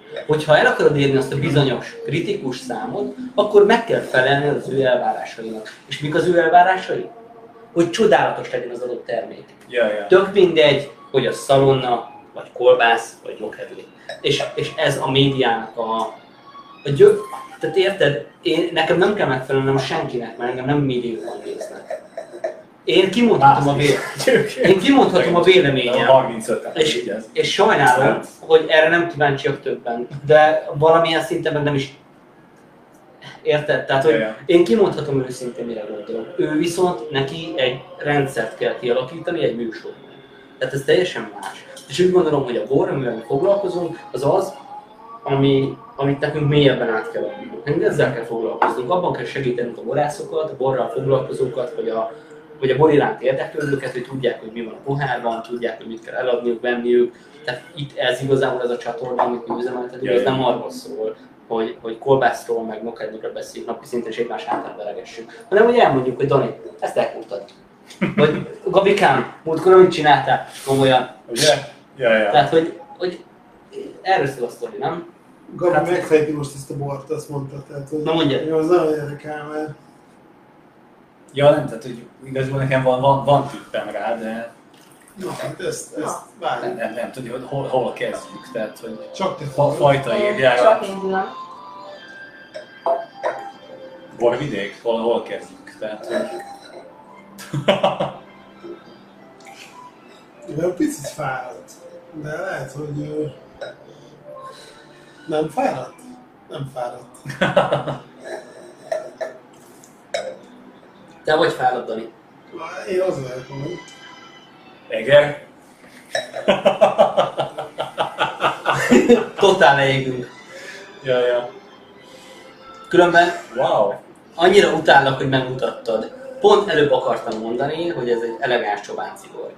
Hogyha el akarod érni azt a bizonyos kritikus számot, akkor meg kell felelni az ő elvárásainak. És mik az ő elvárásai? Hogy csodálatos legyen az adott termék. Ja, ja. Tök mindegy, hogy a szalonna, vagy kolbász, vagy mokhedli. És, és ez a médiának a, a gyök. Tehát érted, én, nekem nem kell megfelelnem senkinek, mert engem nem millióan néznek. Én kimondhatom a, vé... én kimondhatom a véleményem. És, és sajnálom, hogy erre nem kíváncsiak többen, de valamilyen szinten meg nem is. Érted? Tehát, hogy én kimondhatom őszintén, mire gondolom. Ő viszont neki egy rendszert kell kialakítani egy műsorban. Tehát ez teljesen más. És úgy gondolom, hogy a bor, amivel foglalkozunk, az az, ami, amit nekünk mélyebben át kell adnunk. Ezzel kell foglalkoznunk. Abban kell segítenünk a borászokat, a borral foglalkozókat, vagy a, vagy a bor iránt érdeklődőket, hogy tudják, hogy mi van a pohárban, tudják, hogy mit kell eladniuk, venniük. Tehát itt ez igazából ez a csatorna, amit mi üzemeltetünk, ez nem arról szól, hogy, hogy kolbászról, meg mokhedliről beszéljük napi szinten, és egymás hátán veregessük. Hanem hogy elmondjuk, hogy Dani, ezt elkurtad. Vagy Gabikám, múltkor mit csináltál? Komolyan. Ugye? Ja, ja. Tehát, hogy, hogy erről szól a sztori, nem? Gabi Hát- megfejti most ezt a bort, azt mondta. Tehát, hogy Na mondjad. jó, az nagyon érdekel, mert Ja, nem, tehát hogy igazából nekem van, van, van tippem rá, de na, hát ezt, ezt nem, várjuk. nem, nem tudja, hogy hol, hol kezdjük. Tehát, hogy Csak te fa, tudod. fajta Csak írjára, én tudom. borvidék, hol, hol kezdjük. Tehát, hogy... De picit fáradt. De lehet, hogy ö, nem fáradt? Nem fáradt. Te vagy fáradt, Dani. Én az vagyok, hogy Eger? Totál leégünk. Ja, ja. Különben Wow. annyira utállak, hogy megmutattad. Pont előbb akartam mondani, hogy ez egy elegáns csobáncigor.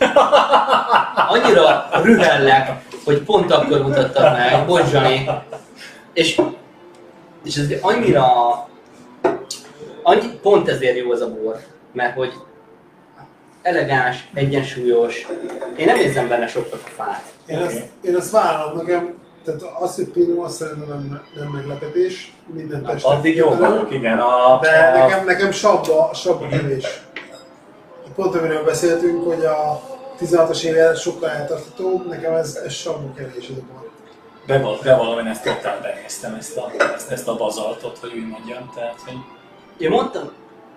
Annyira rühellek, hogy pont akkor mutattad meg, bocs Zsani. És, és ez annyira, annyi, pont ezért jó ez a bor, mert hogy elegáns, egyensúlyos. Én nem érzem benne sokat a fát. én ezt, én ezt várom nekem. Tehát az, hogy Pinot, azt szerintem nem, nem meglepetés. Minden testet. Addig jó vagyok, igen. A, De a, nekem, nekem sabba, sabba kevés. Pont amiről beszéltünk, hogy a tizenhatos éve sokkal eltartató, nekem ez, ez sabba kevés ez a bor. Beval- Bevallom, én ezt totál benéztem, ezt a, ezt, ezt a bazaltot, hogy úgy mondjam. Tehát, hogy... Én mondtam,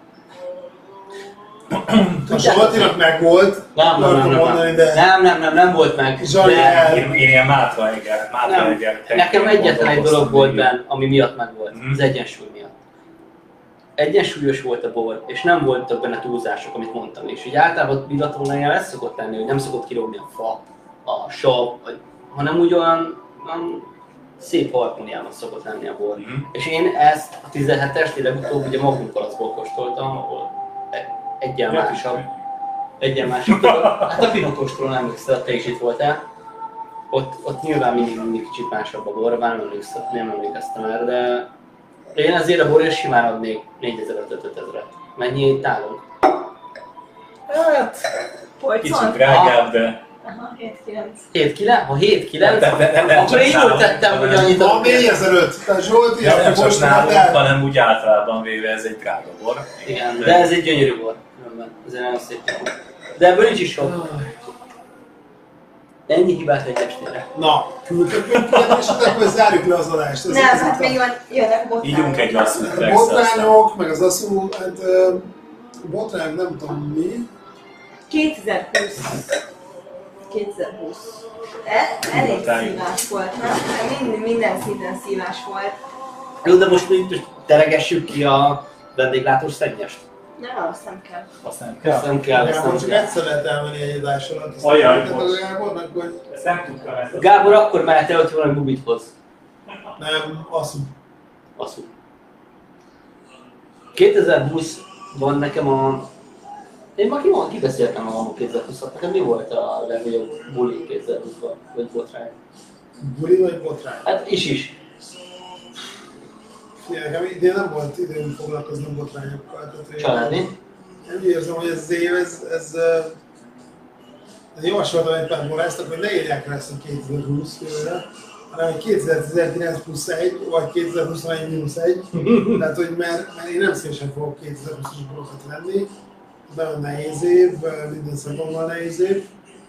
A Zsoltinak megvolt, nem, nem, nem, nem, mondani, de nem, nem, nem, nem volt meg. Zsani De- el. Én, én ilyen Mátra Eger, Mátra Nem, Eger nekem egyetlen egy dolog volt benne. benne, ami miatt megvolt, Mhm. az egyensúly miatt. Egyensúlyos volt a bor, és nem voltak benne túlzások, amit mondtam is. Ugye általában bilatónál ez szokott lenni, hogy nem szokott kilógni a fa, a sav, vagy, hanem úgy olyan, olyan szép harmóniában szokott lenni a bor. Mhm. És én ezt a tizenhetest legutóbb ugye Magnum Palacból kóstoltam, ahol e- egyen másabb. Egyen másabb. Hát a Pinotostról emlékszel, te is itt voltál. Ott, ott nyilván mindig, mindig kicsit másabb a bor, bár nem emlékszem, nem emlékeztem erre, de én azért a borért simán adnék négyezer-öt-ezret. Mennyi nálunk? Hát, Polcon? kicsit drágább, de... Aha, hét kilenc. hét kilenc? Ha hét kilenc, De- de- de- de- akkor én jól tettem, hogy annyit van adok. négyezer-öt. Tehát Zsolti, Ja, nem ezt csak most nálunk, el. hanem úgy általában véve ez egy drága bor. Igen, de ez egy gyönyörű bor. Különben, ez egy nagyon szép bor. De ebből nincs is sok. Ennyi hibát egy estére. Na, küldtök minket, és akkor zárjuk le az adást. Ez- Nem, ez hát itt a- még van, jönnek botrányok. Ígyunk egy lasszút, A persze. aztán- botrányok, meg az asszú, hát ö, botrány nem tudom mi. kétezer-húsz. kétezer-húsz. E, elég Botrány. szívás volt, nem? Minden, minden szinten szívás volt. Jó, de most így teregessük ki a vendéglátós szennyest. Nem, azt nem kell. Azt nem kell. Ezt nem kell, ezt Gábor, nem csak kell. egyszer lehet elmenni egy adás alatt. Azt Ajaj, mondtad bocs. a Gábornak, hogy Ezt nem tudtam ezt. Gábor akkor mehet el, hogy valami bubit hoz. nem, asszú. Asszú. kétezer-húszban nekem a... Én már kimond, kibeszéltem a kétezer-húszat, nekem mi volt a legnagyobb buli kétezer-húszban, vagy botrány? Buli vagy botrány? Hát is is. Figyelj, nekem idén nem volt időm foglalkoznom botrányokkal. Tehát én Családi. Én érzem, hogy ez az év, ez, ez, ez, ez javasoltam egy pár borásznak, hogy ne írják rá ezt a kétezer-húsz jövőre. hanem kétezer-tizenkilenc plusz egy, vagy kétezer-huszonegy mínusz egy. Tehát, hogy mert, mert én nem szívesen fogok kétezer-húszas borokat venni. Nagyon nehéz év, minden szempontból nehéz év.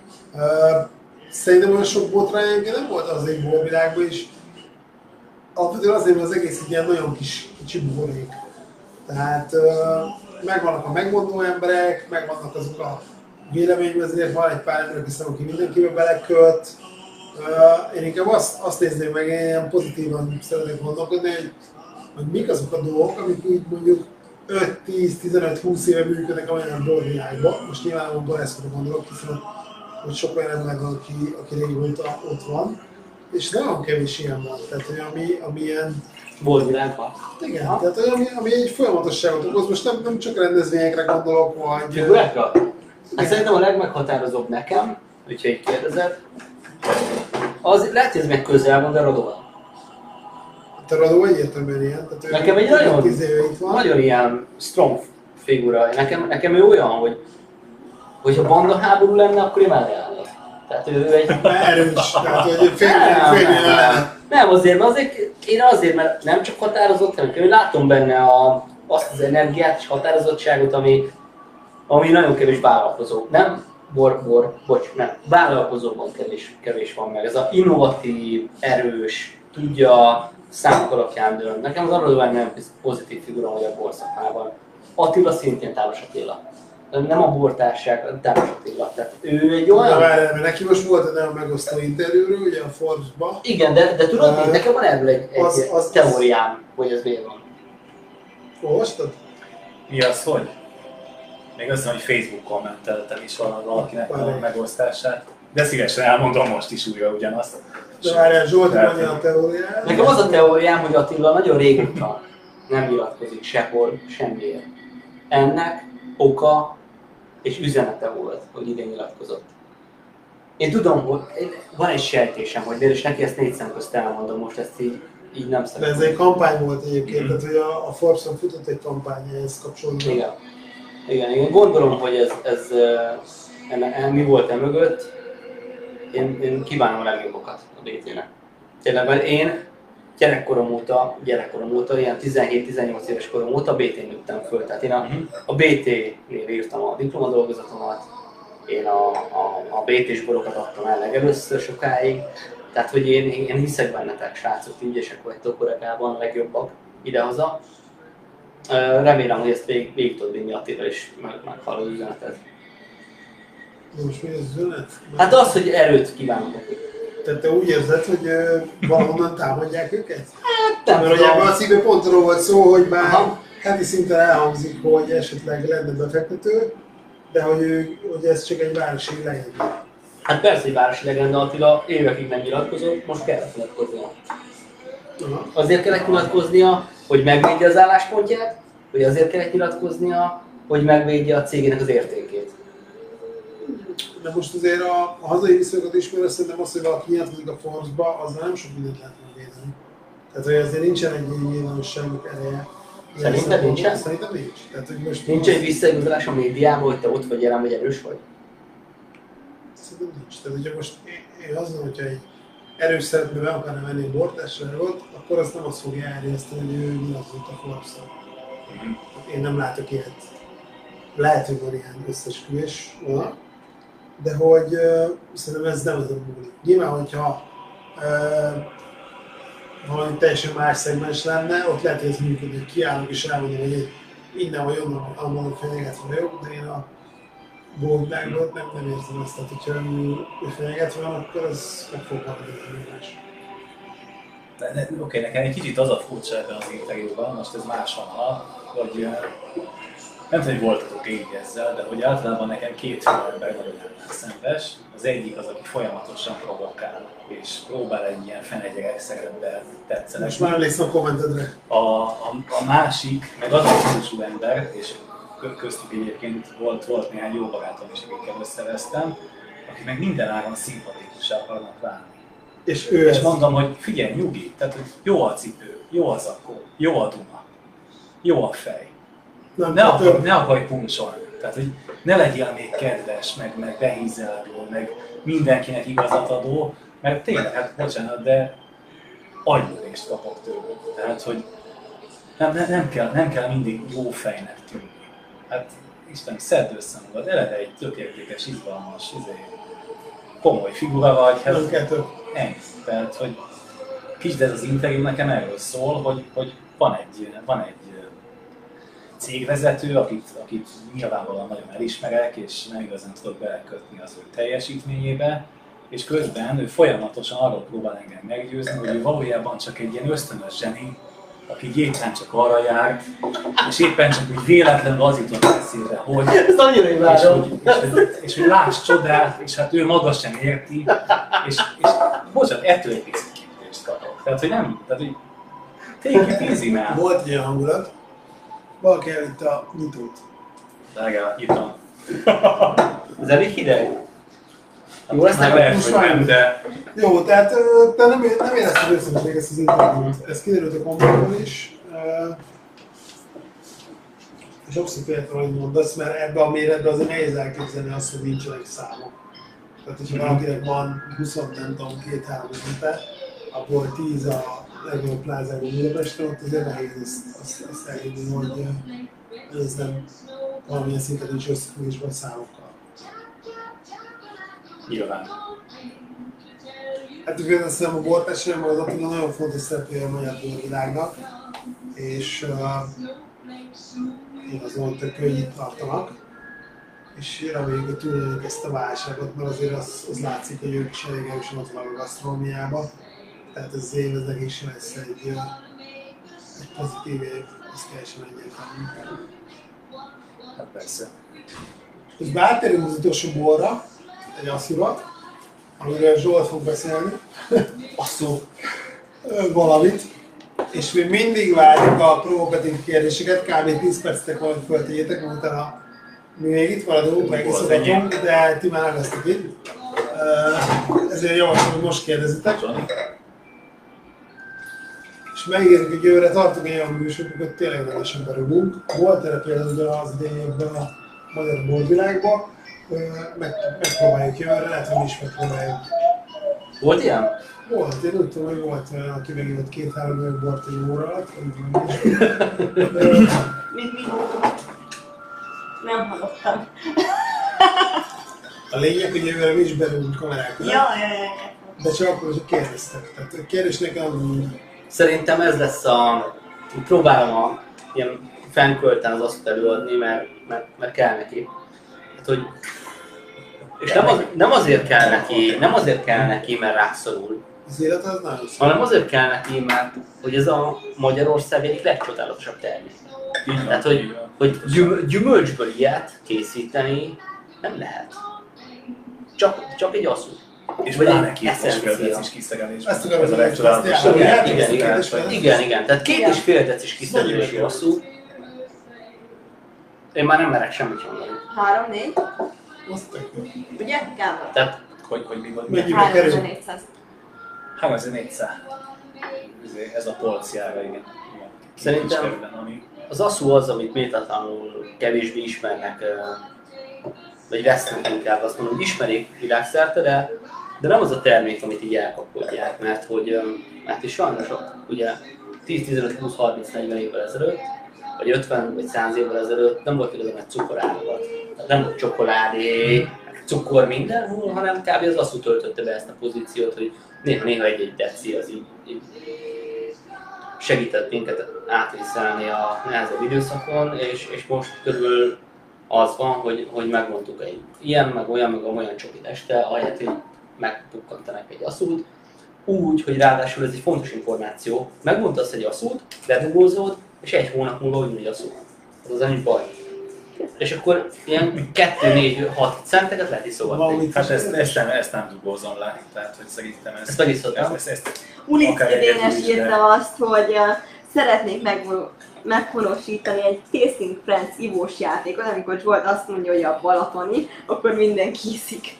Szerintem olyan sok botrány nem volt az egy borvilágban is. Alapvetően azért, mert az egész egy ilyen nagyon kis kicsi borék. Tehát megvannak a megmondó emberek, megvannak azok a véleményvezérek, van egy pár ember, aki hiszem, aki mindenkibe belekölt. Én inkább azt, azt nézném meg, én ilyen pozitívan szeretnék gondolkodni, hogy, hogy mik azok a dolgok, amik úgy mondjuk öt, tíz, tizenöt, húsz éve működnek a magyar borvilágban. Most nyilván a Boreszkóra gondolok, hiszen hogy sok olyan ember van, aki, aki régóta ott van. És nagyon kevés ilyen van, tehát hogy ami, ami ilyen... Borvilágban. Igen, ha? Tehát ami, ami egy folyamatosságot okoz, most nem, nem csak rendezvényekre gondolok, vagy... Figurákra? Hát szerintem a legmeghatározóbb nekem, hogyha így kérdezed, az lehet, hogy ez meg közel van, de Radova. Te Radova egyértelműen ilyen, tehát nekem egy nagyon, tíz éve itt van. Nagyon ilyen strong figura. Nekem, nekem ő olyan, hogy hogyha banda háború lenne, akkor én mellé állnék. Tehát ő egy... Erős, tehát hogy félni lenne. Nem azért, mert azért, én azért, mert nem csak határozott, hanem én látom benne a, azt az energiát és határozottságot, ami, ami nagyon kevés vállalkozó. Nem bor, bor, bocs, nem, vállalkozóban kevés, kevés van meg. Ez az innovatív, erős, tudja, számok alapján dől. Nekem az arról nem pozitív figura a magyar borszakmában. Attila szintén Tálos Attila. Nem a bortárság, a Tálos Attila. Tehát ő egy olyan... De várjál, mert neki most volt egy nagyon megosztó interjúról, ugye a Forbes-ba. Igen, de, de tudod, uh, nekem van erről egy, egy az, az, teóriám, az... hogy ez miért van. Olvastad? Mi az, hogy? Még azt mondom, hogy Facebook kommenteltem is valakinek a megosztását. De szívesen elmondom most is újra ugyanazt. De várjál, Zsolti mondja a teóriát. Nekem az a teóriám, hogy Attila nagyon régóta nem nyilatkozik sehol, semmiért. Ennek oka és üzenete volt, hogy idén nyilatkozott. Én tudom, hogy van egy sejtésem, hogy miért, és neki ezt négy szem közt elmondom, most ezt így, így nem szeretném. De ez egy kampány volt egyébként, tehát hogy a, a Forbes-on futott egy kampány ehhez kapcsolódva. Igen. Igen, én gondolom, hogy ez, ez enne, enne, mi volt e mögött. Én, én kívánom a legjobbokat a bé té-nek. Tényleg, mert én gyerekkorom óta, gyerekkorom óta, ilyen tizenhét-tizennyolc éves korom óta bé té-n nőttem föl. Tehát én a, a bé té-nél írtam a diplomadolgozatomat, én a, a, a bé té-s borokat adtam el legelőször sokáig. Tehát, hogy én, én hiszek bennetek, srácok, ügyesek vagytok korábban, a legjobbak idehaza. Remélem, hogy ezt végig, végig tudod vinni Attila, és meg, meghal az üzenetet. De most mi az üzenet? Hát az, hogy erőt kívánok nekik. Tehát te úgy érzed, hogy valahonnan támadják őket? Hát nem Mert ugye ebben a cikkben pont arról volt szó, hogy már Aha. heti szinten elhangzik, hogy esetleg lenne befektető, de hogy, ő, hogy ez csak egy városi legenda. Hát persze, hogy városi legenda, Attila évekig nem nyilatkozott, most kellett nyilatkoznia. Aha. Azért kellett nyilatkoznia, hogy megvédje az álláspontját, vagy azért kellett nyilatkoznia, hogy megvédje a cégének az értékét. De most azért a, a hazai viszonyokat ismerve szerintem az, hogy valaki nyilatkozik a Forbes-ba, azzal nem sok mindent lehet megvédeni. Tehát, hogy azért nincsen egy ilyen nyilvánosságok ereje. Szerintem nincsen? Szerintem nincs. Tehát, hogy most Nincs egy visszaigazolás a médiában, hogy te ott vagy jelen, vagy erős vagy? Szerintem nincs. Tehát, hogyha most én, én azt mondom, hogyha egy erős szeretne be akarna venni a bortársaságot, akkor azt nem azt fogja elérjeszteni, hogy ő nyilatkozott a Forbes-on. Én nem látok ilyet. Lehet, hogy van ilyen összesküvés, de hogy uh, szerintem ez nem ezen múlik. Nyilván, hogyha uh, valami teljesen más szegmens lenne, ott lehet, hogy ez működik, hogy kiállok és elmondom, hogy innen vagy onnan, onnan fenyegetve vagyok, de én a boltlágban nem, nem érzem ezt. Tehát, hogyha ő fenyegetve van, akkor ez meg fog kapni más. Oké, nekem egy kicsit az a furcsa ebben az interjúban, most ez máson, hogy nem tudom, hogy voltatok így ezzel, de hogy általában nekem két fő ember nagyon ellenszenves. Az egyik az, aki folyamatosan provokál, és próbál egy ilyen fenegyerek szerepbe tetszelegni. Most már emlékszem a kommentedre. A, a, a másik, meg az a típusú ember, és köztük egyébként volt, volt néhány jó barátom is, akikkel összevesztem, akik meg minden áron szimpatikussá akarnak válni. És ő És ez. mondom, hogy figyelj, nyugi, tehát hogy jó a cipő, jó az akkó, jó a duma, jó a fej. Nem, Ne, hát, akar, ne akarj puncsolni, tehát hogy ne legyél még kedves, meg, meg behízelgő, meg mindenkinek igazat adó, mert tényleg, hát bocsánat, de agylövést kapok tőlük. Tehát, hogy nem, nem, nem, kell, nem kell mindig jó fejnek tűnni. Hát Isten, szedd össze magad, eleve egy tök értékes, izgalmas, izé, komoly figura vagy. Hát, Nem kell több. ennyi. Tehát, hogy kicsit ez az interjú nekem erről szól, hogy, hogy van egy, van egy cégvezető, akit, akit nyilvánvalóan nagyon elismerek, és nem igazán tudok belekötni az ő teljesítményébe, és közben ő folyamatosan arról próbál engem meggyőzni, hogy ő valójában csak egy ilyen ösztönös zseni, aki éppen csak arra jár, és éppen csak úgy véletlenül az jutott eszébe, hogy... Ez annyira és, imádom. hogy, és, hogy, és hogy láss csodát, és hát ő maga sem érti, és, és bocsánat, ettől egy picit képzést kapok. Tehát, hogy nem, tehát, hogy take it easy, man. Volt egy olyan hangulat, valaki elvitte a nyitót. De legalább nyitom. Ez elég hideg. Jó, ezt Nem nem lehet, most hogy nem, már- de... Jó, tehát ö, te nem, nem érezted őszintén ezt az interjút. Ez kiderült a kommentből is. Ö, És abszolút értem, hogy mondasz, mert ebbe a méretbe azért nehéz elképzelni azt, hogy nincsenek számok. Tehát, hogyha valakinek van húsz, nem tudom, két-három évente, abból tíz a legnagyobb plázában Budapesten, ott azért nehéz ezt, azt, azt elhinni, hogy hogy ez nem valamilyen szinten nincs összefüggésben a számokkal. Nyilván. Hát ugye azt hiszem a bortársadalom az Attila nagyon fontos szereplője a magyar borvilágnak, és uh, én azt mondom, hogy ők itt tartanak, és reméljük, hogy túlélnek ezt a válságot, mert azért az, az látszik, hogy ők is elég erősen ott vannak a gasztronómiában, tehát ez az év, ez nekik is lesz egy, uh, egy pozitív év, ez teljesen egyértelmű. Hát persze. És bátérünk az utolsó borra, egy asszúrat, amiről Zsolt fog beszélni. Asszú. Valamit. És mi mindig várjuk a provokatív kérdéseket, kb. tíz percetek van, hogy föltegyétek, mert utána mi még itt maradunk, meg iszolgatunk, de ti már nem lesztek itt. Ezért javaslom, hogy most kérdezzetek. És megígérjük, hogy jövőre tartunk egy olyan műsort, hogy tényleg rendesen berúgunk. Volt erre például az idén évben a magyar borvilágban, meg, megpróbáljuk jövőre, lehet, hogy mi is megpróbáljuk. Volt ilyen? Volt, én úgy tudom, hogy volt olyan, aki megívott két-három olyan bort egy óra alatt, vagy valami is. Mit, mit? Nem hallottam. A lényeg, hogy jövőre mi is berúgunk kamerákra, Ja, ja, ja, ja. de csak akkor, hogy kérdeztek. Tehát a kérdésnek nem... Szerintem ez lesz a... Próbálom a ilyen fennkölten az azt előadni, mert, mert, mert kell neki. Hát, hogy... És nem, az, nem azért kell neki, nem azért kell neki, mert rászorul, Az élet az nagyon szép. hanem azért kell neki, mert hogy ez a Magyarország egyik legcsodálatosabb termék. Így van, Tehát, hogy, így van. hogy gyüm, gyümölcsből ilyet készíteni nem lehet. Csak, csak egy asszú. És vagy pláne egy két és fél eszencia. decis kiszegelés. Ezt akarom, Ez a hogy legcsodálatosabb. ezt Igen, Ja, igen, ez igen, kérdés, igen, igen. Tehát két Igen. és fél decis kiszegelésű Nagyon asszú. Én már nem merek semmit mondani. Három, négy, Azt tök jó. ugye? Gábor? Tehát Hogy, hogy mi volt? Mennyi? háromszáz. háromezer-négyszáz. Ez a polciára, igen. Igen. Szerintem- Kis kerülben, ami... az asszú az, amit méltatlanul kevésbé ismernek, ö, vagy vesznek inkább, azt mondom, ismerik világszerte, de, de nem az a termék, amit így elkapkodják, mert hogy, ö, mert is sajnos ugye tíz, tizenöt, húsz, harminc, negyven évvel ezelőtt, vagy ötven vagy száz évvel ezelőtt nem volt igazán egy cukoráradat. Tehát nem volt csokoládé, cukor mindenhol, hanem kb. Az asszú töltötte be ezt a pozíciót, hogy néha-néha egy-egy deci az így, így segített minket átvészelni a nehezebb időszakon, és, és most körül az van, hogy, hogy megmondtuk egy ilyen, meg olyan, meg olyan csokit este, ahelyett, hogy megpukkantanak egy asszút, úgy, hogy ráadásul ez egy fontos információ. Megmondtasz egy asszút, ledugózod, és egy hónap múlva úgy egy asszút. Ez az annyi baj. És akkor ilyen kettő, négy, hat centeket lehet iszogatni. Valamit Hát ezt, ezt, nem, ezt nem dugózom le, tehát hogy szerintem ezt... Ezt megiszottam. Ezt, ezt, Ulicki akár egyet Dénes is, de- írta azt, hogy uh, szeretnék megvo- meghonosítani egy Tasting Friends ivós játékot, amikor Zsolt azt mondja, hogy a balatoni, akkor mindenki iszik.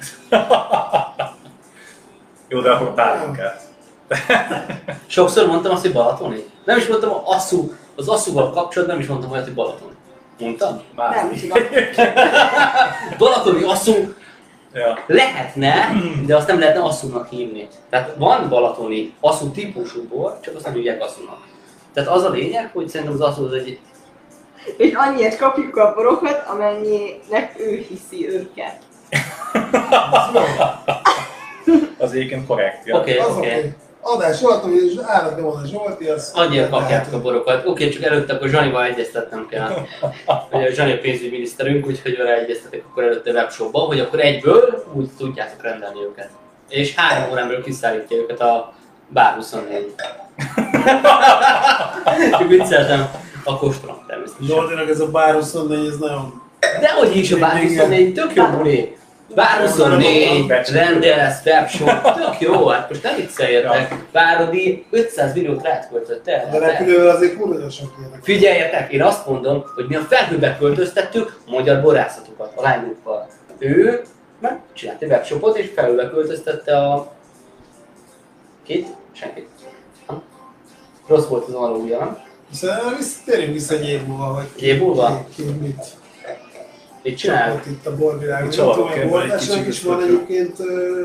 Jó, de akkor pálinkát. Sokszor mondtam azt, hogy balatoni. Nem is mondtam asszú, az asszúval kapcsolatban nem is mondtam olyat, hogy balatoni. Mondtam? Nem Már. tudom. Balatoni asszú, Ja. Lehetne, de azt nem lehetne asszúnak hívni. Tehát van balatoni asszú típusú bor, csak azt nem hívják asszúnak. Tehát az a lényeg, hogy szerintem az asszú az egy... És annyiért kapjuk a borokat, amennyinek ő hiszi őket. Az egyébként korrekt. Ja. Oké, Az oké. oké. Adás alatt, hogy is állatban van a Zsolti, az... Annyira kapják a borokat. Oké, csak előtte akkor Zsanival egyeztetnem kell. Ugye a Zsani a pénzügyminiszterünk, úgyhogy vele egyeztetek akkor előtte a webshopban, hogy akkor egyből úgy tudjátok rendelni őket. És három óránből kiszállítja őket a Bár huszonnégy. Csak vicceltem a kóstolom természetesen. Zsoltinak ez a Bár huszonnégy, ez nagyon... Dehogy is a Bár huszonnégy, tök jó buli. Bár huszonnégy, rendelsz, webshop, tök jó, hát most nem vicceljetek. Bárodi ötszáz milliót rátköltött el. De repülővel azért kurva sok ilyenek. Figyeljetek, én azt mondom, hogy mi a felhőbe költöztettük a magyar borászatokat, a lányokkal. Ő meg csinált egy webshopot és felhőbe költöztette a... Kit? Senkit. Ha? Rossz volt az alulja, nem? Hiszen térjünk vissza egy év múlva, hogy... Egy év múlva? Ki, ki mit Mit csinál? csapott itt a borvilágon. Mit Nem tudom, csalódok hogy ebben egy Bortásnak kicsit is van is egyébként ö,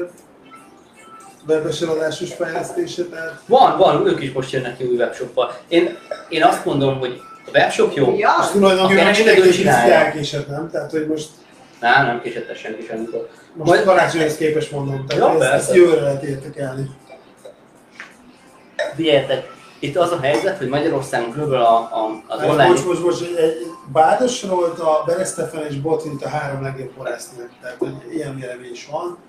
webes eladásos fejlesztése, tehát... Van, van, ők is most jönnek jó webshoppal. Én, én azt mondom, hogy a webshop jó. Ja, Most tulajdonképpen A kereskedő mindenki egy kicsit csinálja. elkésett, nem? Tehát, hogy most, Nem, nem késett el senki semmikor. most Majd- karácsonyhoz képest mondom, tehát Ja, ezt, persze. ezt jövőre lehet értekelni. Figyeljetek, itt az a helyzet, hogy Magyarországon kb. A, a, az Hát, online... Most, most, most egy, egy Bádos Rolt, a Beresztefen és Botint a három legjobb borásznők, tehát hogy ilyen vélemény is van.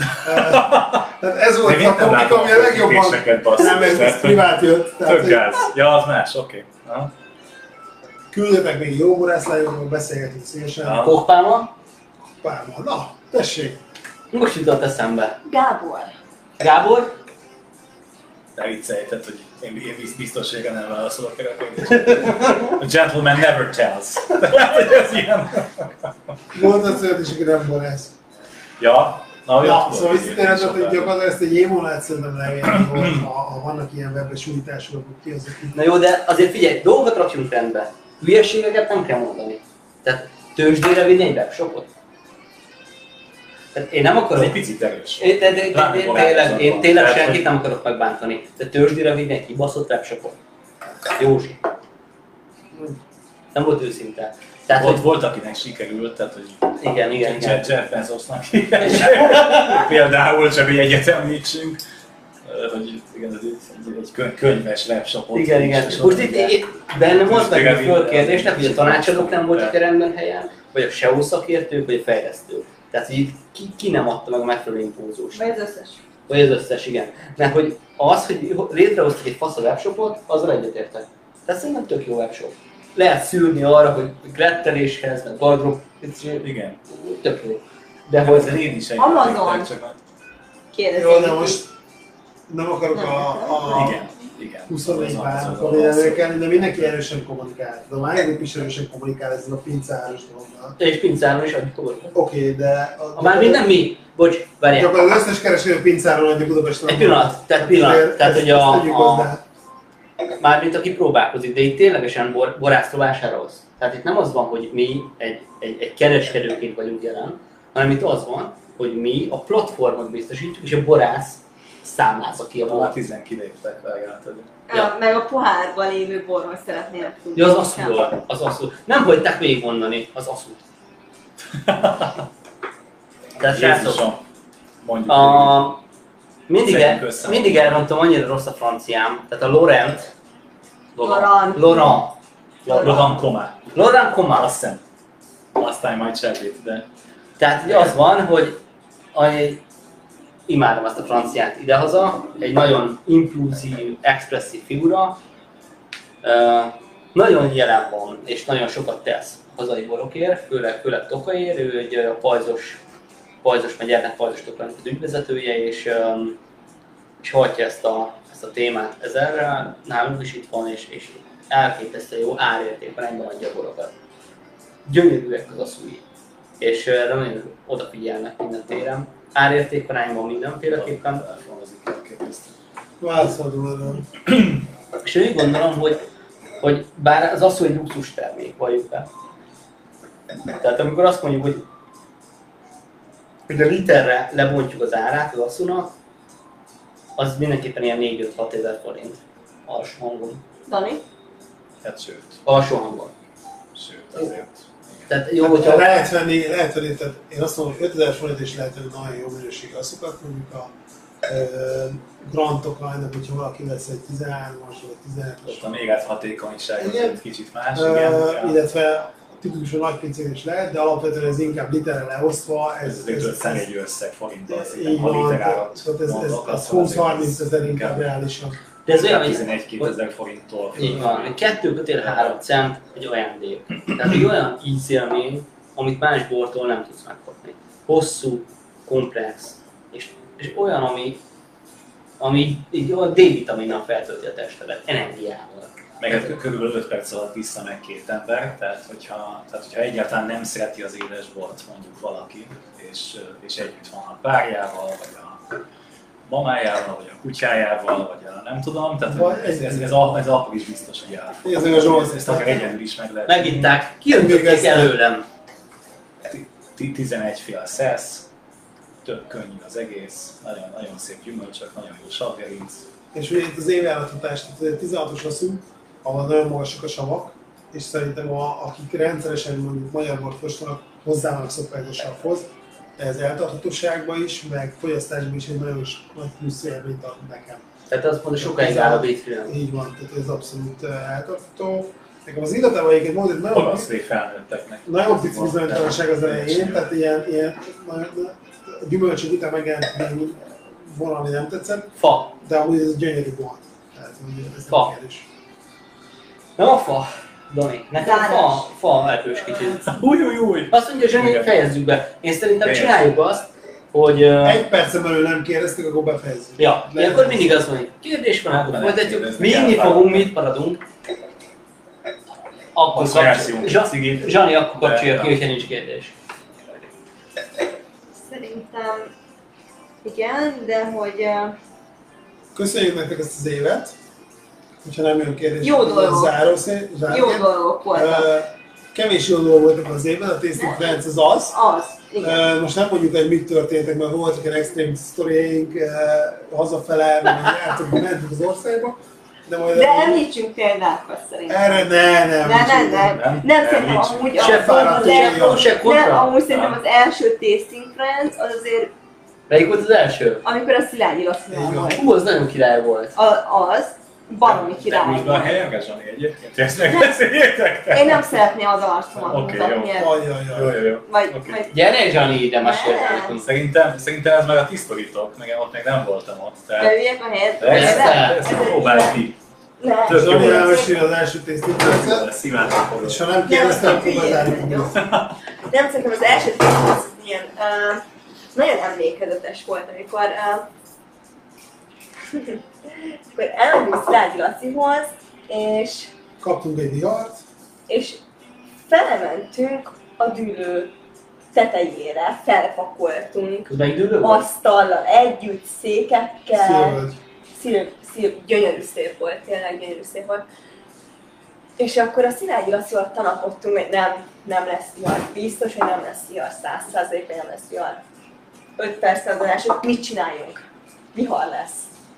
Tehát ez volt Még a itt nem komik, látom ami a legjobban... képéseket, basszus. Nem, ez, ez Tehát, hogy privát jött. Tehát, Tök hogy gáz. Ja, az más, oké. Okay. küldjetek még jó borászlányokról, beszélgetünk szívesen. Ja. Kochpálma? Párma. Na, tessék! Most jutott eszembe. Gábor. Gábor? De viccelj, tehát, hogy én, én biz- biztonséga nem válaszolok erre a kérdésre. A gentleman never tells. Tehát, hogy ez ilyen... Volt az olyat is, aki nem borász. Ja, na, Ja, ott szóval volt visszatérhet, egyébként hogy sokkal. gyakorlatilag ezt egy émolát szerintem levél, hogy ha, ha vannak ilyen webes újítások, akkor ki az, aki... Na jó, de azért figyelj, dolgokat rakjunk rendbe. Hülyeségeket nem kell mondani. Tehát tőzsdére vinni egy webshopot. Tehát én nem Ez akarok... egy picit erős. Én, de, de, de, Bármi de, barátkozat tényleg, én van. tényleg Tehát, senkit hogy- nem akarok megbántani. De tőzsdére vinni egy kibaszott webshopot. Józsi. Nem volt őszinte. Tehát, Volt, hogy volt, akinek sikerült, tehát hogy igen, igen, igen. Jeff Jeff Bezosnak például csak egy egyet említsünk, hogy igen, ez egy, egy kö- könyves webshopot. Igen, igen. is, Most itt, itt bennem az Tőzsdére merül föl vinni, kérdésnek, hogy a tanácsadók nem voltak de- rendben helyen, vagy a es e o szakértők, vagy a fejlesztők. Tehát, hogy itt ki, ki nem adta meg a megfelelő impulzust. Vagy az összes. Vagy az összes, igen. Mert hogy az, hogy létrehoztak egy fasz a webshopot, azzal egyetértek. Tehát szerintem tök jó webshop. Lehet szűrni arra, hogy kletteléshez, meg gardrób, Igen. tök jó. De De hogy hogy én is egy Amazon. csak már- Kérdezzék. Jó, de most nem akarok a, a Igen, igen. huszonnégy Az bárnak az a az véleményekkel, de mindenki erősen kommunikál. De a Májék is erősen kommunikál ezzel a pincáros dologgal. és pincáron is adjuk a borot. Oké, okay, de... A, A már nem mi. Bocs, várjál. Gyakorlatilag az összes kereskedő pincáron adja Budapesten. Egy pillanat, tehát pillanat, Azért tehát, ezt- hogy a- ezt tegyük a- hozzá. Mármint aki próbálkozik, de itt ténylegesen bor, borásztól vásárolsz. Tehát itt nem az van, hogy mi egy, egy, egy kereskedőként vagyunk jelen, hanem itt az van, hogy mi a platformot biztosítjuk, és a borász számlázza ki a Már bort. tizen kiléptek vágáltad. Ja. Meg a pohárban lévő borról szeretnének tudni. Ja, az asszúról, az asszú. Nem hagyták végigmondani, az asszút. Tehát srácok, Jézusom, mondjuk. a, mindig, Szedjünk el, össze. mindig elrontom, annyira rossz a franciám. Tehát a Laurent, Laurent. Laurent, Laurent Comá. Laurent Comá. Azt hiszem. Last time I checked it, de... Tehát ugye az van, hogy egy, imádom ezt a franciát idehaza, egy nagyon impulzív, expresszív figura, uh, nagyon jelen van, és nagyon sokat tesz a hazai borokért, főleg, főleg Tokaért, ő egy uh, pajzos, pajzos megyernek, pajzos Tokának az ügyvezetője, és, um, és hajtja ezt a, ezt a témát ezerrel, nálunk is itt van, és, és elképesztő jó árértékben egyben adja a borokat. Gyönyörűek az asszúi, és erre nagyon odafigyelnek minden téren. Árértékarányban mindenféleképpen. Válaszolom erről. És én úgy gondolom, hogy, hogy bár az asszú egy luxus termék, valljuk be. Tehát amikor azt mondjuk, hogy hogy a literre lebontjuk az árát az asszúnak, az mindenképpen ilyen négy-öt-hat ezer forint alsó hangon. Dani? Hát sőt. Alsó hangon. Sőt, azért. Tehát jó, Hát, hogyha... lehet venni, lehet venni, tehát én azt mondom, hogy ötezer forint is lehet venni nagyon jó minőségű asszokat, mondjuk a uh, Grantokra, ennek, hogyha valaki vesz egy tizenhármas vagy tizenhetes. Ott a mérethatékonyság az Igen. egy kicsit más, Uh, igen. illetve tipikusan nagy pincén is lehet, de alapvetően ez inkább literre leosztva. Ez, ez, ez ötven egy összeg forinttal, így szerintem, ha van, literárat tehát ez, ez, mondok, ez az húsz-harminc ezer inkább reálisan. De ez olyan, hogy tizenegy-két ezer forinttól. így van, hogy kettő kötél három cent egy ajándék. Tehát egy olyan ízélmény, amit más bortól nem tudsz megkapni. Hosszú, komplex, és, és olyan, ami, ami így a D-vitaminnal feltölti a testedet, energiával. Meg hát körülbelül öt perc alatt vissza meg két ember, tehát hogyha, tehát hogyha egyáltalán nem szereti az édes bort mondjuk valaki, és, és együtt van a párjával, vagy a mamájával, vagy a kutyájával, vagy a nem tudom, tehát ez, ez, ez, ez akkor is biztos, hogy elfog. Ez a Zsolt. Ezt, ezt akár egyedül is meg lehet. Megitták, kiöntötték előlem. tizenegy fél szesz, tök könnyű az egész, nagyon, nagyon szép gyümölcsök, nagyon jó savgerinc. És ugye itt az évjárathatás, tehát tizenhatos asszú, ahol nagyon magasak a savak, és szerintem a, akik rendszeresen mondjuk magyar bort fogyasztanak, hozzának szokták a savhoz, de ez eltarthatóságban is, meg fogyasztásban is egy nagyon nagy plusz élményt ad nekem. Tehát azt mondja, sokáig áll a bétfilm. Így van, tehát ez abszolút uh, eltartható. Nekem az illatában egyébként mondod, hogy nagyon, Olasz felnőtteknek. nagyon pici bizonytalanság az elején, tehát ilyen, ilyen nagyon, a gyümölcsök után megjelent még valami nem tetszett, Fa. de amúgy ez gyönyörű volt. Tehát, hogy ez Fa. nem kérdés. Nem a fa, Dani. Nekem Záros. fa, fa erős kicsit. Új, új, új! Azt mondja Zseni, Igen. fejezzük be. Én szerintem Fejezzük. csináljuk azt, hogy... Uh, Egy percen belül nem kérdeztük, akkor befejezzük. ja, ilyenkor mindig azt mondjuk, kérdés van, akkor Nem folytatjuk, kérdezni mi inni kell. fogunk, mit maradunk. Akkor Azt jársz kapcsolja. jó Zsa- cigit. Zsani, akkor kapcsolja De- ki, hogyha nincs kérdés. Szerintem igen, de hogy uh, Köszönjük nektek ezt az évet. Hogyha nem jön kérdés, Jó akkor dolgok. záró szé- jó zárként. dolgok voltak. Ö, Kevés jó dolgok voltak az évben, a Tasting Friends az az. Az, igen. Ö, Most nem mondjuk, hogy mit történtek, mert voltak ilyen extrém sztoriaink ö, hazafele, meg jártunk, mentünk az országba. De majd De említsünk példákat szerintem. erre ne, nem. Nem, nem, nem. Nem, Nem szerintem említsünk. amúgy Se a- fáradt, de- se jó, se nem, kontra. amúgy szerintem Nem. az első Tasting Friends az azért, Melyik volt az első? amikor a Szilágyi Lacinál Így van. volt. Hú, az nagyon király volt. A, az, baromi király Most be a volt. helyemre, Zsani, egyébként? Ezt megbeszéljétek te? Én nem szeretné az arcomat Oké, mutatni. jó. ezt. Ajajaj. Jó, jó, jó. Vagy, Oké. vagy Gyere Zsani ide, mesélj Nem. nekünk. Szerintem, szerintem ez már a ti sztoritok, meg ott még nem voltam ott. Tehát beüljek a helyet. ezt, Persze. ezt próbálj ki. Nem. Tök jó Zsani lesz. elmesél az első Tasting Friends-et, Szíván fogod. és ha nem kérdeztem, akkor bezárjuk a videót. Nem, szerintem az első Tasting az ilyen uh, nagyon emlékezetes volt, amikor uh, akkor elmentünk Szilágyi Lacihoz, és Kaptunk egy vihart, és felementünk a dűlő tetejére, felpakoltunk Az melyik dűlő volt? asztallal együtt, székekkel. szilvölgy. Szív, szív, gyönyörű szép volt, tényleg gyönyörű szép volt. És akkor a Szilágyi Lacival tanakodtunk, hogy nem, nem lesz vihar, biztos, hogy nem lesz vihar, száz százalékban nem lesz vihar. öt perc adás, hogy mit csináljunk? Vihar lesz.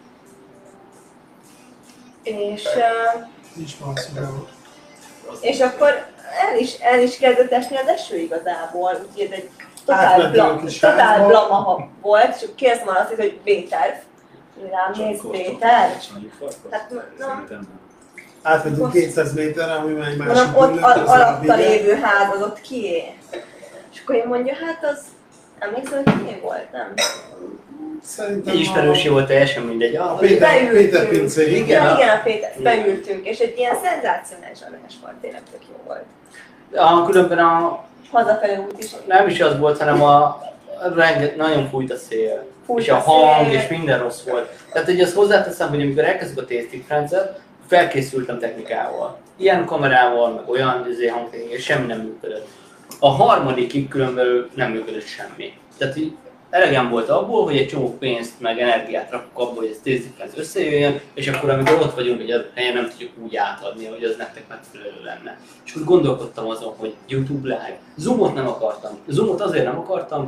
És, uh, Nincs marc videó. és akkor el is, el is kezdett esni az eső igazából, úgyhogy ez egy totál, Átmentünk a blam, kis totál házba. blamaha volt, és kérdeztem azt, hogy B-terv. Rám néz B-terv. Hát nem, Szerintem nem. Átmentünk kétszáz méterre, ami már egy másik mondom, ott dűlő, al- az alatta Abigel. lévő ház az ott kié. És akkor én mondja, hát az, emlékszem, hogy kié volt, nem? Szerintem Egy ismerősi volt, teljesen mindegy. Ah, Péter- Beültünk. Péter pincér, Igen, igen, a- igen, a Péter, beültünk, és egy ilyen szenzácionális adás volt, tényleg tök jó volt. a, különben a, Hazafelé út is. nem is az volt, hanem a, a renget, nagyon fújt a szél. Fújt és a a hang, szél. és minden rossz volt. Tehát, hogy azt hozzáteszem, hogy amikor elkezdtük a Tasting Friends-et, felkészültem technikával. Ilyen kamerával, meg olyan izé, hangtechnik, és semmi nem működött. A harmadikig különben nem működött semmi. Tehát így elegem volt abból, hogy egy csomó pénzt, meg energiát rakok abból, hogy ez Tasting Friends összejöjjön, és akkor amikor ott vagyunk egy adott helyen, nem tudjuk úgy átadni, hogy az nektek megfelelő lenne. És akkor gondolkodtam azon, hogy YouTube Live. Zoomot nem akartam. Zoomot azért nem akartam,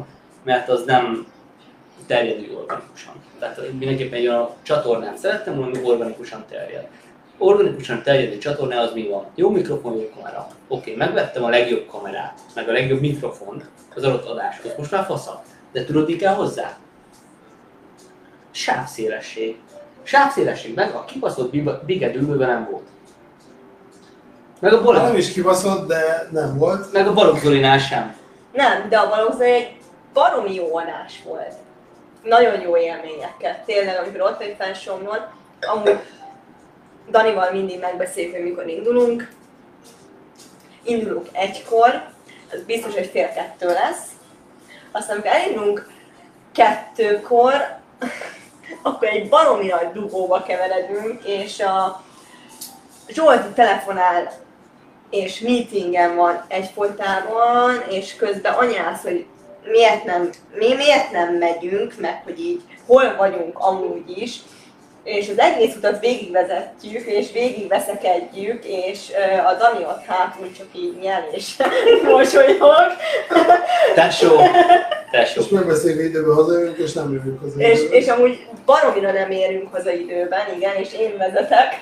mert az nem terjedő organikusan. Tehát mindenképpen egy olyan csatornát szerettem volna, ami organikusan terjed. Organikusan terjedő csatorna az mi van? Jó mikrofon, jó kamera. Oké, okay, megvettem a legjobb kamerát, meg a legjobb mikrofont az adott adáshoz. Most már fasza. De tudod, mi kell hozzá? Sávszélesség. Sávszélesség, meg a kibaszott bigedülőben nem volt. Meg a Balogh... Nem is kibaszott, de nem volt. Meg a Balogh Zolinál sem. Nem, de a Balogh Zoli egy baromi jó adás volt. Nagyon jó élményekkel. Tényleg, amikor ott egy felsomlott, amúgy Danival mindig megbeszéljük, hogy mikor indulunk. Indulunk egykor, ez biztos, hogy fél kettő lesz. Aztán, amikor elindulunk kettőkor, akkor egy baromi nagy dugóba keveredünk, és a Zsolti telefonál, és meetingen van egyfolytában, és közben anyász, hogy miért nem, mi miért nem megyünk, meg hogy így hol vagyunk amúgy is, és az egész utat végigvezetjük, és végigveszekedjük, és a Dani ott hátul csak így nyel, és mosolyog. Tesó! Tesó! És megbeszéljük, hogy időben hazajövünk, és nem jövünk haza És, időben. és amúgy baromira nem érünk haza időben, igen, és én vezetek.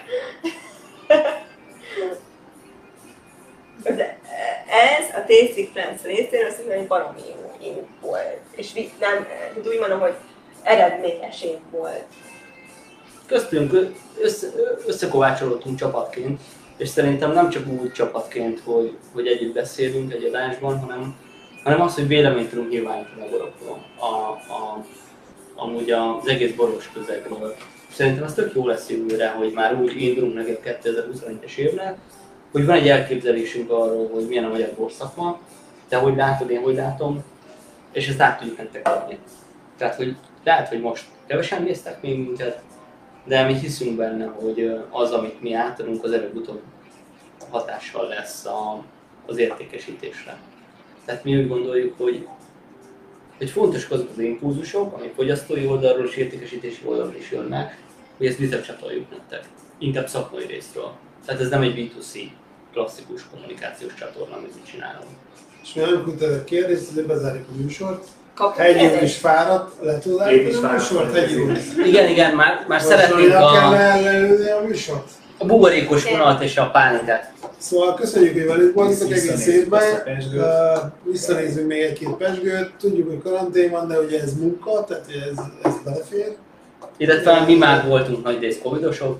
De ez a Tasty Friends részéről szerintem egy baromi jó év volt. És nem, úgy mondom, hogy eredményes év volt. Köztünk össze, összekovácsolódtunk csapatként, és szerintem nem csak úgy csapatként, hogy, hogy együtt beszélünk egy adásban, hanem, hanem az, hogy véleményt tudunk nyilvánítani a borokról, a, a, amúgy az egész boros közegről. Szerintem ez tök jó lesz jövőre, hogy már úgy indulunk neki a kétezer-huszonegyes évnek, hogy van egy elképzelésünk arról, hogy milyen a magyar borszakma, te hogy látod, én hogy látom, és ezt át tudjuk nektek adni. Tehát, hogy lehet, hogy most kevesen néztek még minket, de mi hiszünk benne, hogy az, amit mi átadunk, az előbb-utóbb hatással lesz a, az értékesítésre. Tehát mi úgy gondoljuk, hogy, hogy fontosak azok az impulzusok, amik fogyasztói oldalról és értékesítési oldalról is jönnek, hogy ezt visszacsatoljuk nektek, inkább szakmai részről. Tehát ez nem egy bé kettő cé klasszikus kommunikációs csatorna, amit mi csinálunk. És mi amikor te kérdést, azért bezárjuk a műsort. Kaptunk Hegyi úr kérdést? is fáradt, le tudod Én is állítani a műsort? fáradt Hegyi úr. Igen, igen, már, már Most szeretnénk Zolinak kell a, ellenőrizni a műsort? a buborékos vonalat és a pálinkát. Szóval köszönjük, hogy velünk voltatok egész Visszanézzük azt a évben. pezsgőt. Uh, visszanézzünk még egy-két pezsgőt. Tudjuk, hogy karantén van, de ugye ez munka, tehát ez, ez belefér. Illetve mi már voltunk nagy rész covidosok.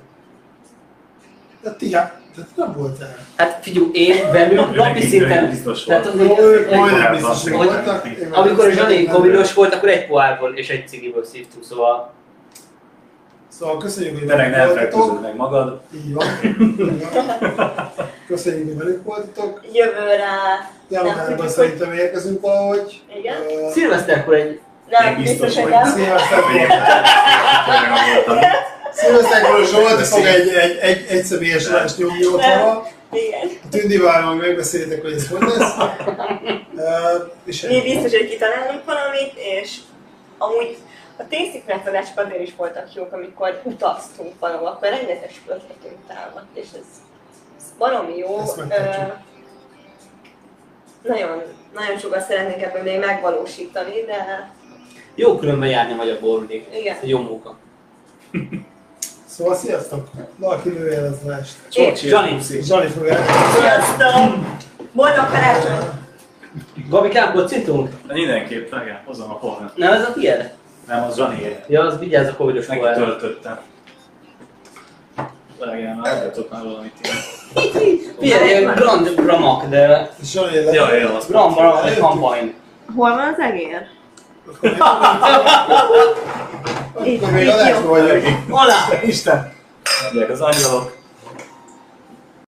De ti, hát, tehát nem voltál. Hát figyelj, én velük napi Ő szinten, biztos tehát volt. az, Jó, hogy, ők hogy, majdnem hogy- biztos, hogy hogy- voltak. Én már amikor a nem Zsani szoktam covidos volt, akkor egy pohárból és egy cigiből szívtunk, szóval Szóval köszönjük, hogy Te meg velünk nem fertőzöd voltatok. meg magad. Így van. Így van. Köszönjük, hogy velünk voltatok. Jövőre nem Januárban tudjuk, hogy... szerintem érkezünk valahogy. Igen? Uh, szilveszterkor egy Nem, Én biztos, biztos, hogy hogy nem. Szilveszterkor. Tényleg Szilveszterkor Zsolt fog egy, egy, egy, egy személyes adást nyomni otthonra. Igen. A Tündivel meg megbeszélitek, hogy ez hogy lesz. Uh, és Mi biztos, hogy kitalálunk valamit, és amúgy a Tasty Friends adások azért is voltak jók, amikor utaztunk valahol, akkor rengeteg ötletünk támadt, és ez, ez baromi jó. Ezt megtartjuk. Ö, nagyon, nagyon sokat szeretnénk ebből még megvalósítani, de jó különben járni a magyar borvidék. igen. Ez egy jó munka. Szóval sziasztok! Valaki nőjelezvást. Csócsi, Zsani. Zsani fog el. Sziasztok! Boldog karácsony! Gabikám, kocitunk? Mindenképp, igen, hozom a pohát. Nem, ez a tiéd? Nem, az Zsanié. Ja, az vigyázz a covidos Neki pohárra. töltöttem. Vágjál már, adjatok már valamit ilyen. Figyelj, ilyen grand gramak, de Zsani Ja, le. ja, azt grand gramak, de kampány. Hol van az egér? Akkor még adásban vagyok. Alá! Isten! mondják az angyalok.